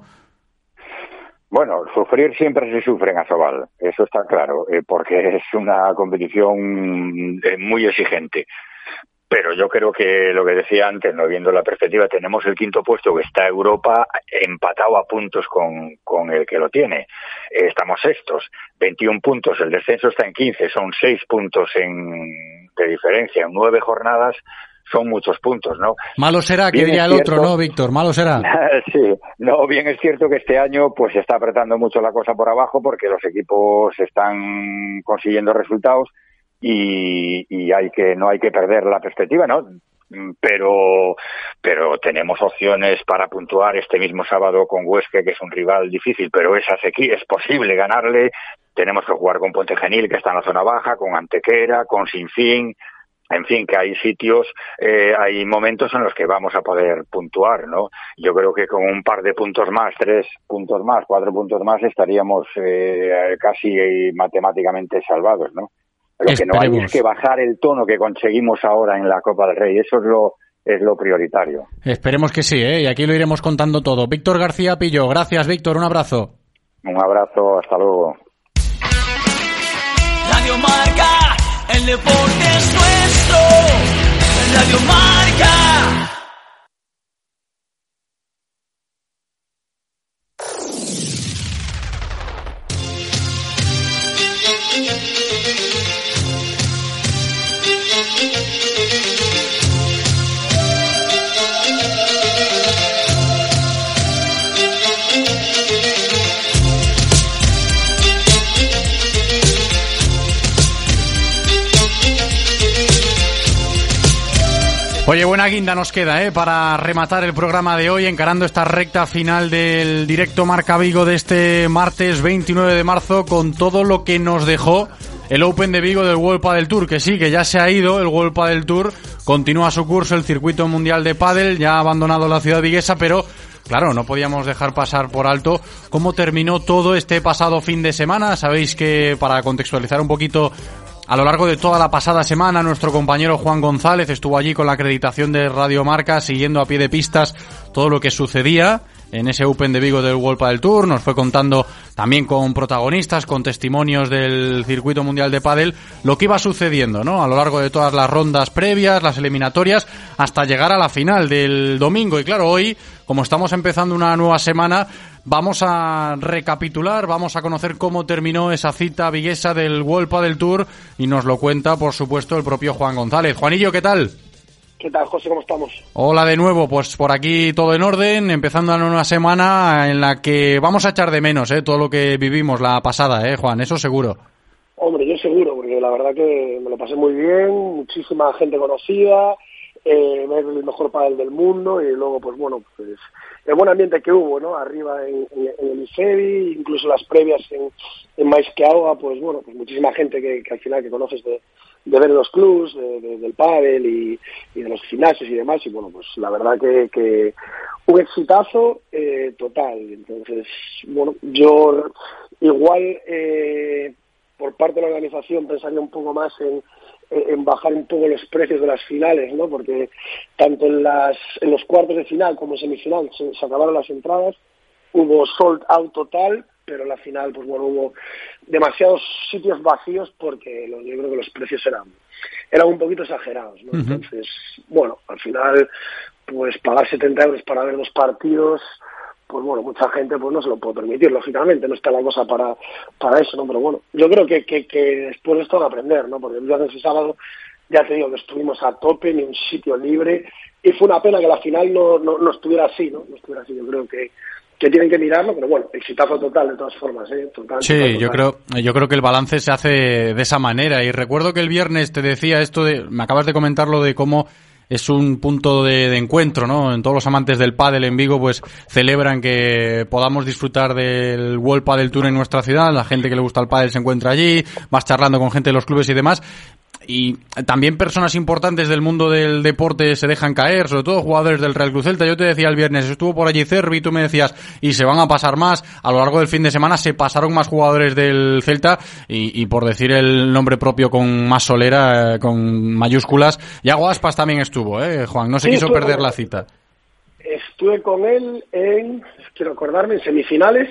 Bueno, sufrir siempre se sufre en Asobal, eso está claro, eh, porque es una competición eh, muy exigente. Pero yo creo que lo que decía antes, no viendo la perspectiva, tenemos el quinto puesto que está Europa empatado a puntos con, con el que lo tiene. Eh, estamos sextos, veintiún puntos, el descenso está en quince, son seis puntos en, de diferencia en nueve jornadas. Son muchos puntos, ¿no? Malo será, que diría el otro, ¿no, Víctor? Malo será. Sí, no, bien es cierto que este año pues se está apretando mucho la cosa por abajo porque los equipos están consiguiendo resultados y, y hay que no hay que perder la perspectiva, ¿no? Pero pero tenemos opciones para puntuar este mismo sábado con Huesca, que es un rival difícil, pero es asequi- es posible ganarle. Tenemos que jugar con Puente Genil, que está en la zona baja, con Antequera, con Sinfín. En fin, que hay sitios, eh, hay momentos en los que vamos a poder puntuar, ¿no? Yo creo que con un par de puntos más, tres puntos más, cuatro puntos más, estaríamos eh, casi matemáticamente salvados, ¿no? Lo Esperemos. Que no hay es que bajar el tono que conseguimos ahora en la Copa del Rey, eso es lo es lo prioritario. Esperemos que sí, ¿eh? Y aquí lo iremos contando todo. Víctor García Pillo, gracias, Víctor, un abrazo. Un abrazo, hasta luego. Radio Marca, el deporte es nuestro. Oye, buena guinda nos queda, ¿eh? Para rematar el programa de hoy, encarando esta recta final del directo Marca Vigo de este martes veintinueve de marzo, con todo lo que nos dejó el Open de Vigo del World Padel Tour, que sí, que ya se ha ido el World Padel Tour, continúa su curso el circuito mundial de pádel, ya ha abandonado la ciudad viguesa, pero claro, no podíamos dejar pasar por alto cómo terminó todo este pasado fin de semana. Sabéis que, para contextualizar un poquito, a lo largo de toda la pasada semana, nuestro compañero Juan González estuvo allí con la acreditación de Radio Marca, siguiendo a pie de pistas todo lo que sucedía en ese Open de Vigo del World Padel Tour. Nos fue contando también con protagonistas, con testimonios del circuito mundial de pádel, lo que iba sucediendo, ¿no? A lo largo de todas las rondas previas, las eliminatorias, hasta llegar a la final del domingo. Y claro, hoy, como estamos empezando una nueva semana, vamos a recapitular, vamos a conocer cómo terminó esa cita viguesa del World Padel Tour, y nos lo cuenta, por supuesto, el propio Juan González. Juanillo, ¿qué tal? ¿Qué tal, José? ¿Cómo estamos? Hola de nuevo, pues por aquí todo en orden, empezando una nueva semana en la que vamos a echar de menos eh, todo lo que vivimos la pasada, ¿eh, Juan? Eso seguro. Hombre, yo seguro, porque la verdad que me lo pasé muy bien, muchísima gente conocida, eh, ver el mejor pádel del mundo, y luego, pues bueno, pues el buen ambiente que hubo, ¿no? Arriba en, en, en el IFEBI, incluso las previas en, en Maisqueauga, pues bueno, pues muchísima gente que, que al final que conoces de de ver los clubs, de, de, del pádel y, y de los gimnasios y demás, y bueno, pues la verdad que, que un exitazo eh, total. Entonces, bueno, yo igual eh, por parte de la organización pensaría un poco más en, en bajar un poco los precios de las finales, ¿no? Porque tanto en las en los cuartos de final como en semifinal se, se acabaron las entradas, hubo sold out total, pero en la final, pues bueno, hubo demasiados sitios vacíos porque lo, yo creo que los precios eran eran un poquito exagerados, ¿no? Uh-huh. Entonces, bueno, al final, pues pagar setenta euros para ver dos partidos, pues bueno, mucha gente pues no se lo puede permitir, lógicamente, no está la cosa para para eso, ¿no? Pero bueno, yo creo que, que, que después de esto van a aprender, ¿no? Porque el viernes y sábado, ya te digo, que estuvimos a tope, ni un sitio libre, y fue una pena que la final no, no, no estuviera así, ¿no? No estuviera así, yo creo que que tienen que mirarlo, pero bueno, exitazo total de todas formas, ¿eh? Total, sí, total, total. yo creo yo creo que el balance se hace de esa manera, y recuerdo que el viernes te decía esto de, me acabas de comentar lo de cómo es un punto de, de encuentro, ¿no? En todos los amantes del pádel en Vigo, pues celebran que podamos disfrutar del World Padel Tour en nuestra ciudad, la gente que le gusta el pádel se encuentra allí, vas charlando con gente de los clubes y demás. Y también personas importantes del mundo del deporte se dejan caer, sobre todo jugadores del Real Club Celta. Yo te decía el viernes, estuvo por allí Cervi, tú me decías, y se van a pasar más. A lo largo del fin de semana se pasaron más jugadores del Celta, y, y por decir el nombre propio con más solera, eh, con mayúsculas, Yago Aspas también estuvo, ¿eh, Juan? No se sí, quiso perder la cita. Estuve con él en, quiero acordarme, en semifinales.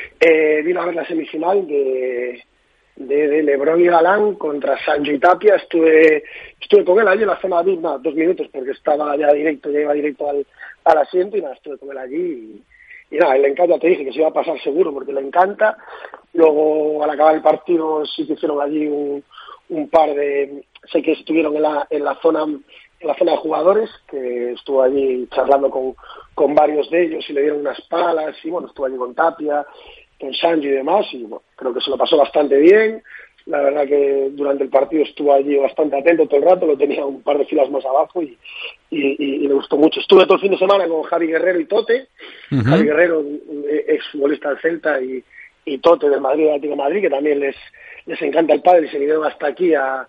Eh, vino a ver la semifinal de... De, de Lebron y Galán contra Sancho y Tapia. Estuve estuve con él allí en la zona V I P, nada, dos minutos, porque estaba ya directo, ya iba directo al, al asiento, y nada, estuve con él allí, y, y nada, le encanta, te dije que se iba a pasar seguro, porque le encanta. Luego, al acabar el partido, sí que hicieron allí un, un par de, sé que estuvieron en la, en la zona en la zona de jugadores, que estuvo allí charlando con, con varios de ellos, y le dieron unas palas, y bueno, estuvo allí con Tapia, con Sancho y demás, y bueno, creo que se lo pasó bastante bien. La verdad que durante el partido estuvo allí bastante atento todo el rato, lo tenía un par de filas más abajo, y, y, y, y le gustó mucho. Estuve todo el fin de semana con Javi Guerrero y Tote. Uh-huh. Javi Guerrero, ex futbolista del Celta, y, y Tote del Madrid, del Atlético de Madrid, que también les, les encanta el pádel, y se vinieron hasta aquí a,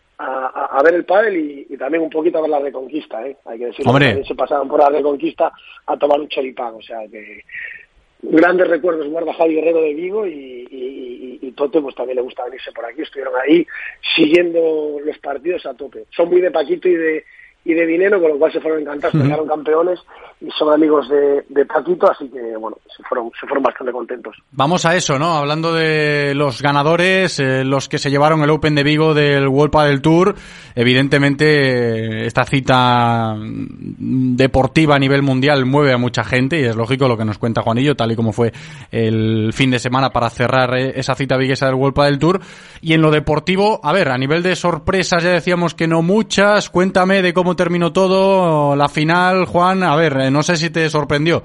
a, a ver el pádel, y, y también un poquito a ver la Reconquista, ¿eh? Hay que decirlo, que también se pasaron por la Reconquista a tomar un choripán, o sea que grandes recuerdos guarda Javi Guerrero de Vigo, y, y, y, y Tote pues también le gusta venirse por aquí, estuvieron ahí siguiendo los partidos a tope. Son muy de Paquito y de y de dinero, con lo cual se fueron encantados, uh-huh. Quedaron campeones y son amigos de, de Paquito, así que bueno, se fueron, se fueron bastante contentos. Vamos a eso, ¿no? Hablando de los ganadores, eh, los que se llevaron el Open de Vigo del World Padel Tour, evidentemente esta cita deportiva a nivel mundial mueve a mucha gente, y es lógico lo que nos cuenta Juanillo, tal y como fue el fin de semana para cerrar esa cita viguesa del World Padel Tour. Y en lo deportivo, a ver, a nivel de sorpresas ya decíamos que no muchas. Cuéntame de cómo terminó todo, la final, Juan. A ver, no sé si te sorprendió.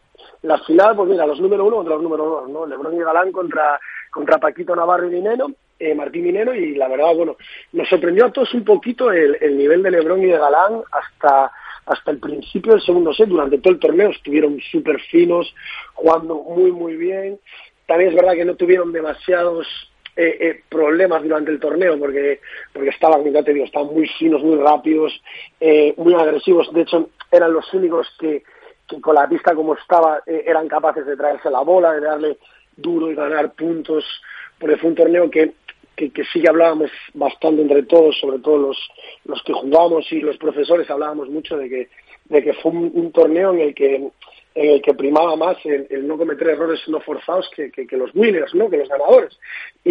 La final, pues mira, los número uno contra los número dos, ¿no? Lebron y Galán contra, contra Paquito Navarro y Dineno. eh, Martín Minero, y la verdad, bueno, nos sorprendió a todos un poquito el, el nivel de LeBron y de Galán hasta, hasta el principio del segundo set. Durante todo el torneo estuvieron súper finos, jugando muy, muy bien. También es verdad que no tuvieron demasiados eh, eh, problemas durante el torneo, porque porque estaban, ya te digo, estaban muy finos, muy rápidos, eh, muy agresivos. De hecho, eran los únicos que, que con la pista como estaba eh, eran capaces de traerse la bola, de darle duro y ganar puntos, porque fue un torneo que, que, que sí que hablábamos bastante entre todos, sobre todo los, los que jugamos y los profesores, hablábamos mucho de que, de que fue un, un torneo en el que en el que primaba más el, el no cometer errores no forzados que, que, que los winners, ¿no? Que los ganadores.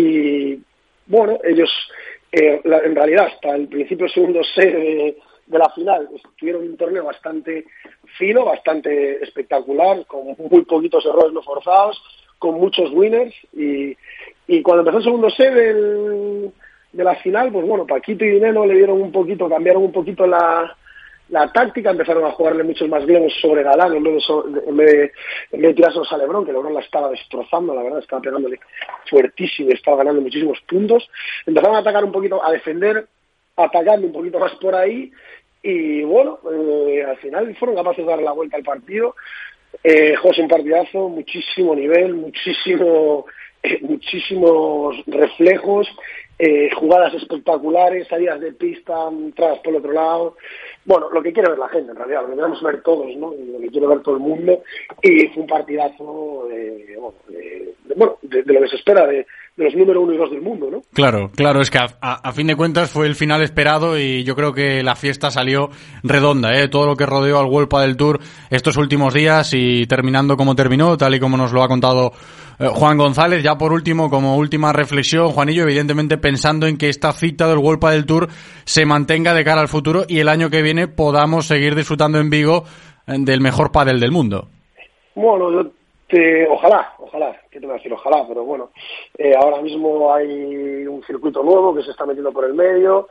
Y bueno, ellos eh, la, en realidad hasta el principio segundo set de, de la final tuvieron un torneo bastante fino, bastante espectacular, con muy poquitos errores no forzados, con muchos winners, y, y cuando empezó el segundo set del, de la final, pues bueno, Paquito y Dineno le dieron un poquito, cambiaron un poquito la, la táctica, empezaron a jugarle muchos más globos sobre Galán en vez de, so, en vez de, en vez de tirárselos a LeBron, que LeBron la estaba destrozando, la verdad, estaba pegándole fuertísimo y estaba ganando muchísimos puntos. Empezaron a atacar un poquito, a defender, atacando un poquito más por ahí, y bueno, eh, al final fueron capaces de dar la vuelta al partido. Eh, José, un partidazo, muchísimo nivel, muchísimo, eh, muchísimos reflejos, eh, jugadas espectaculares, salidas de pista, entradas por el otro lado. Bueno, lo que quiere ver la gente, en realidad, lo que queremos ver todos, ¿no? Y lo que quiere ver todo el mundo. Y fue un partidazo de, bueno, de, de, bueno, de, de lo que se espera de, de los número uno y dos del mundo, ¿no? Claro, claro, es que a, a, a fin de cuentas fue el final esperado y yo creo que la fiesta salió redonda, ¿eh? Todo lo que rodeó al World Padel Tour estos últimos días y terminando como terminó, tal y como nos lo ha contado eh, Juan González. Ya por último, como última reflexión, Juanillo, evidentemente pensando en que esta cita del World Padel Tour se mantenga de cara al futuro y el año que viene podamos seguir disfrutando en Vigo del mejor pádel del mundo. Bueno, yo te, ojalá, ojalá, ¿qué te voy a decir? Ojalá, pero bueno, eh, ahora mismo hay un circuito nuevo que se está metiendo por el medio,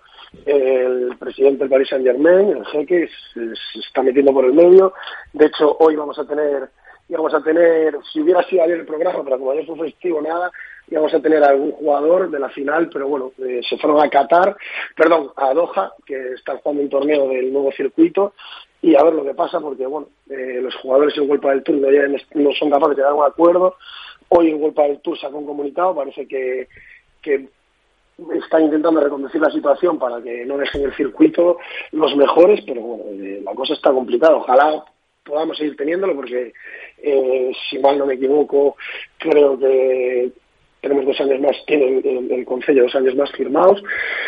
el presidente del Paris Saint-Germain, el jeque, se, se está metiendo por el medio. De hecho, hoy vamos a tener, íbamos a tener, si hubiera sido ayer el programa, pero como ayer fue festivo, nada, íbamos a tener a algún jugador de la final, pero bueno, eh, se fueron a Qatar, perdón, a Doha, que está jugando un torneo del nuevo circuito, y a ver lo que pasa, porque bueno, eh, los jugadores y el World Padel Tour no, no son capaces de llegar a un acuerdo. Hoy el World Padel Tour sacó un comunicado, parece que, que están intentando reconducir la situación para que no dejen el circuito los mejores, pero bueno, eh, la cosa está complicada. Ojalá podamos seguir teniéndolo, porque eh, si mal no me equivoco, creo que tenemos dos años más, tiene el, el, el Concello dos años más firmados,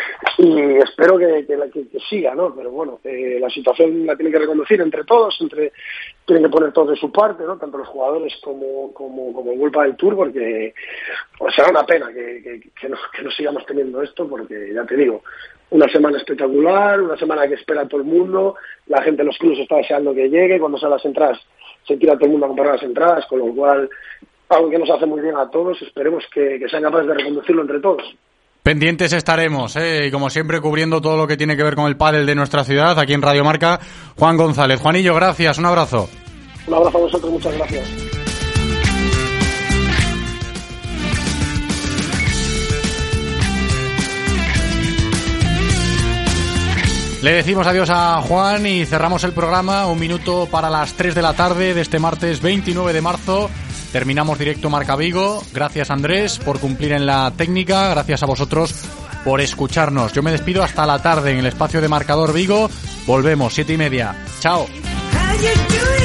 y espero que, que, que, que siga, ¿no? Pero bueno, eh, la situación la tienen que reconducir entre todos, entre tienen que poner todos de su parte, ¿no? Tanto los jugadores como como, como el World Padel Tour, porque pues será una pena que, que, que, no, que no sigamos teniendo esto, porque ya te digo, una semana espectacular, una semana que espera a todo el mundo, la gente en los clubes está deseando que llegue, cuando salen las entradas se tira todo el mundo a comprar las entradas, con lo cual algo que nos hace muy bien a todos, esperemos que, que sean capaces de reconducirlo entre todos. Pendientes estaremos, ¿eh? Y como siempre cubriendo todo lo que tiene que ver con el pádel de nuestra ciudad, aquí en Radio Marca, Juan González. Juanillo, gracias, un abrazo. Un abrazo a vosotros, muchas gracias. Le decimos adiós a Juan y cerramos el programa. Un minuto para las tres de la tarde de este martes veintinueve de marzo. Terminamos directo Marca Vigo. Gracias, Andrés, por cumplir en la técnica. Gracias a vosotros por escucharnos. Yo me despido hasta la tarde en el espacio de Marcador Vigo. Volvemos, siete y media. Chao.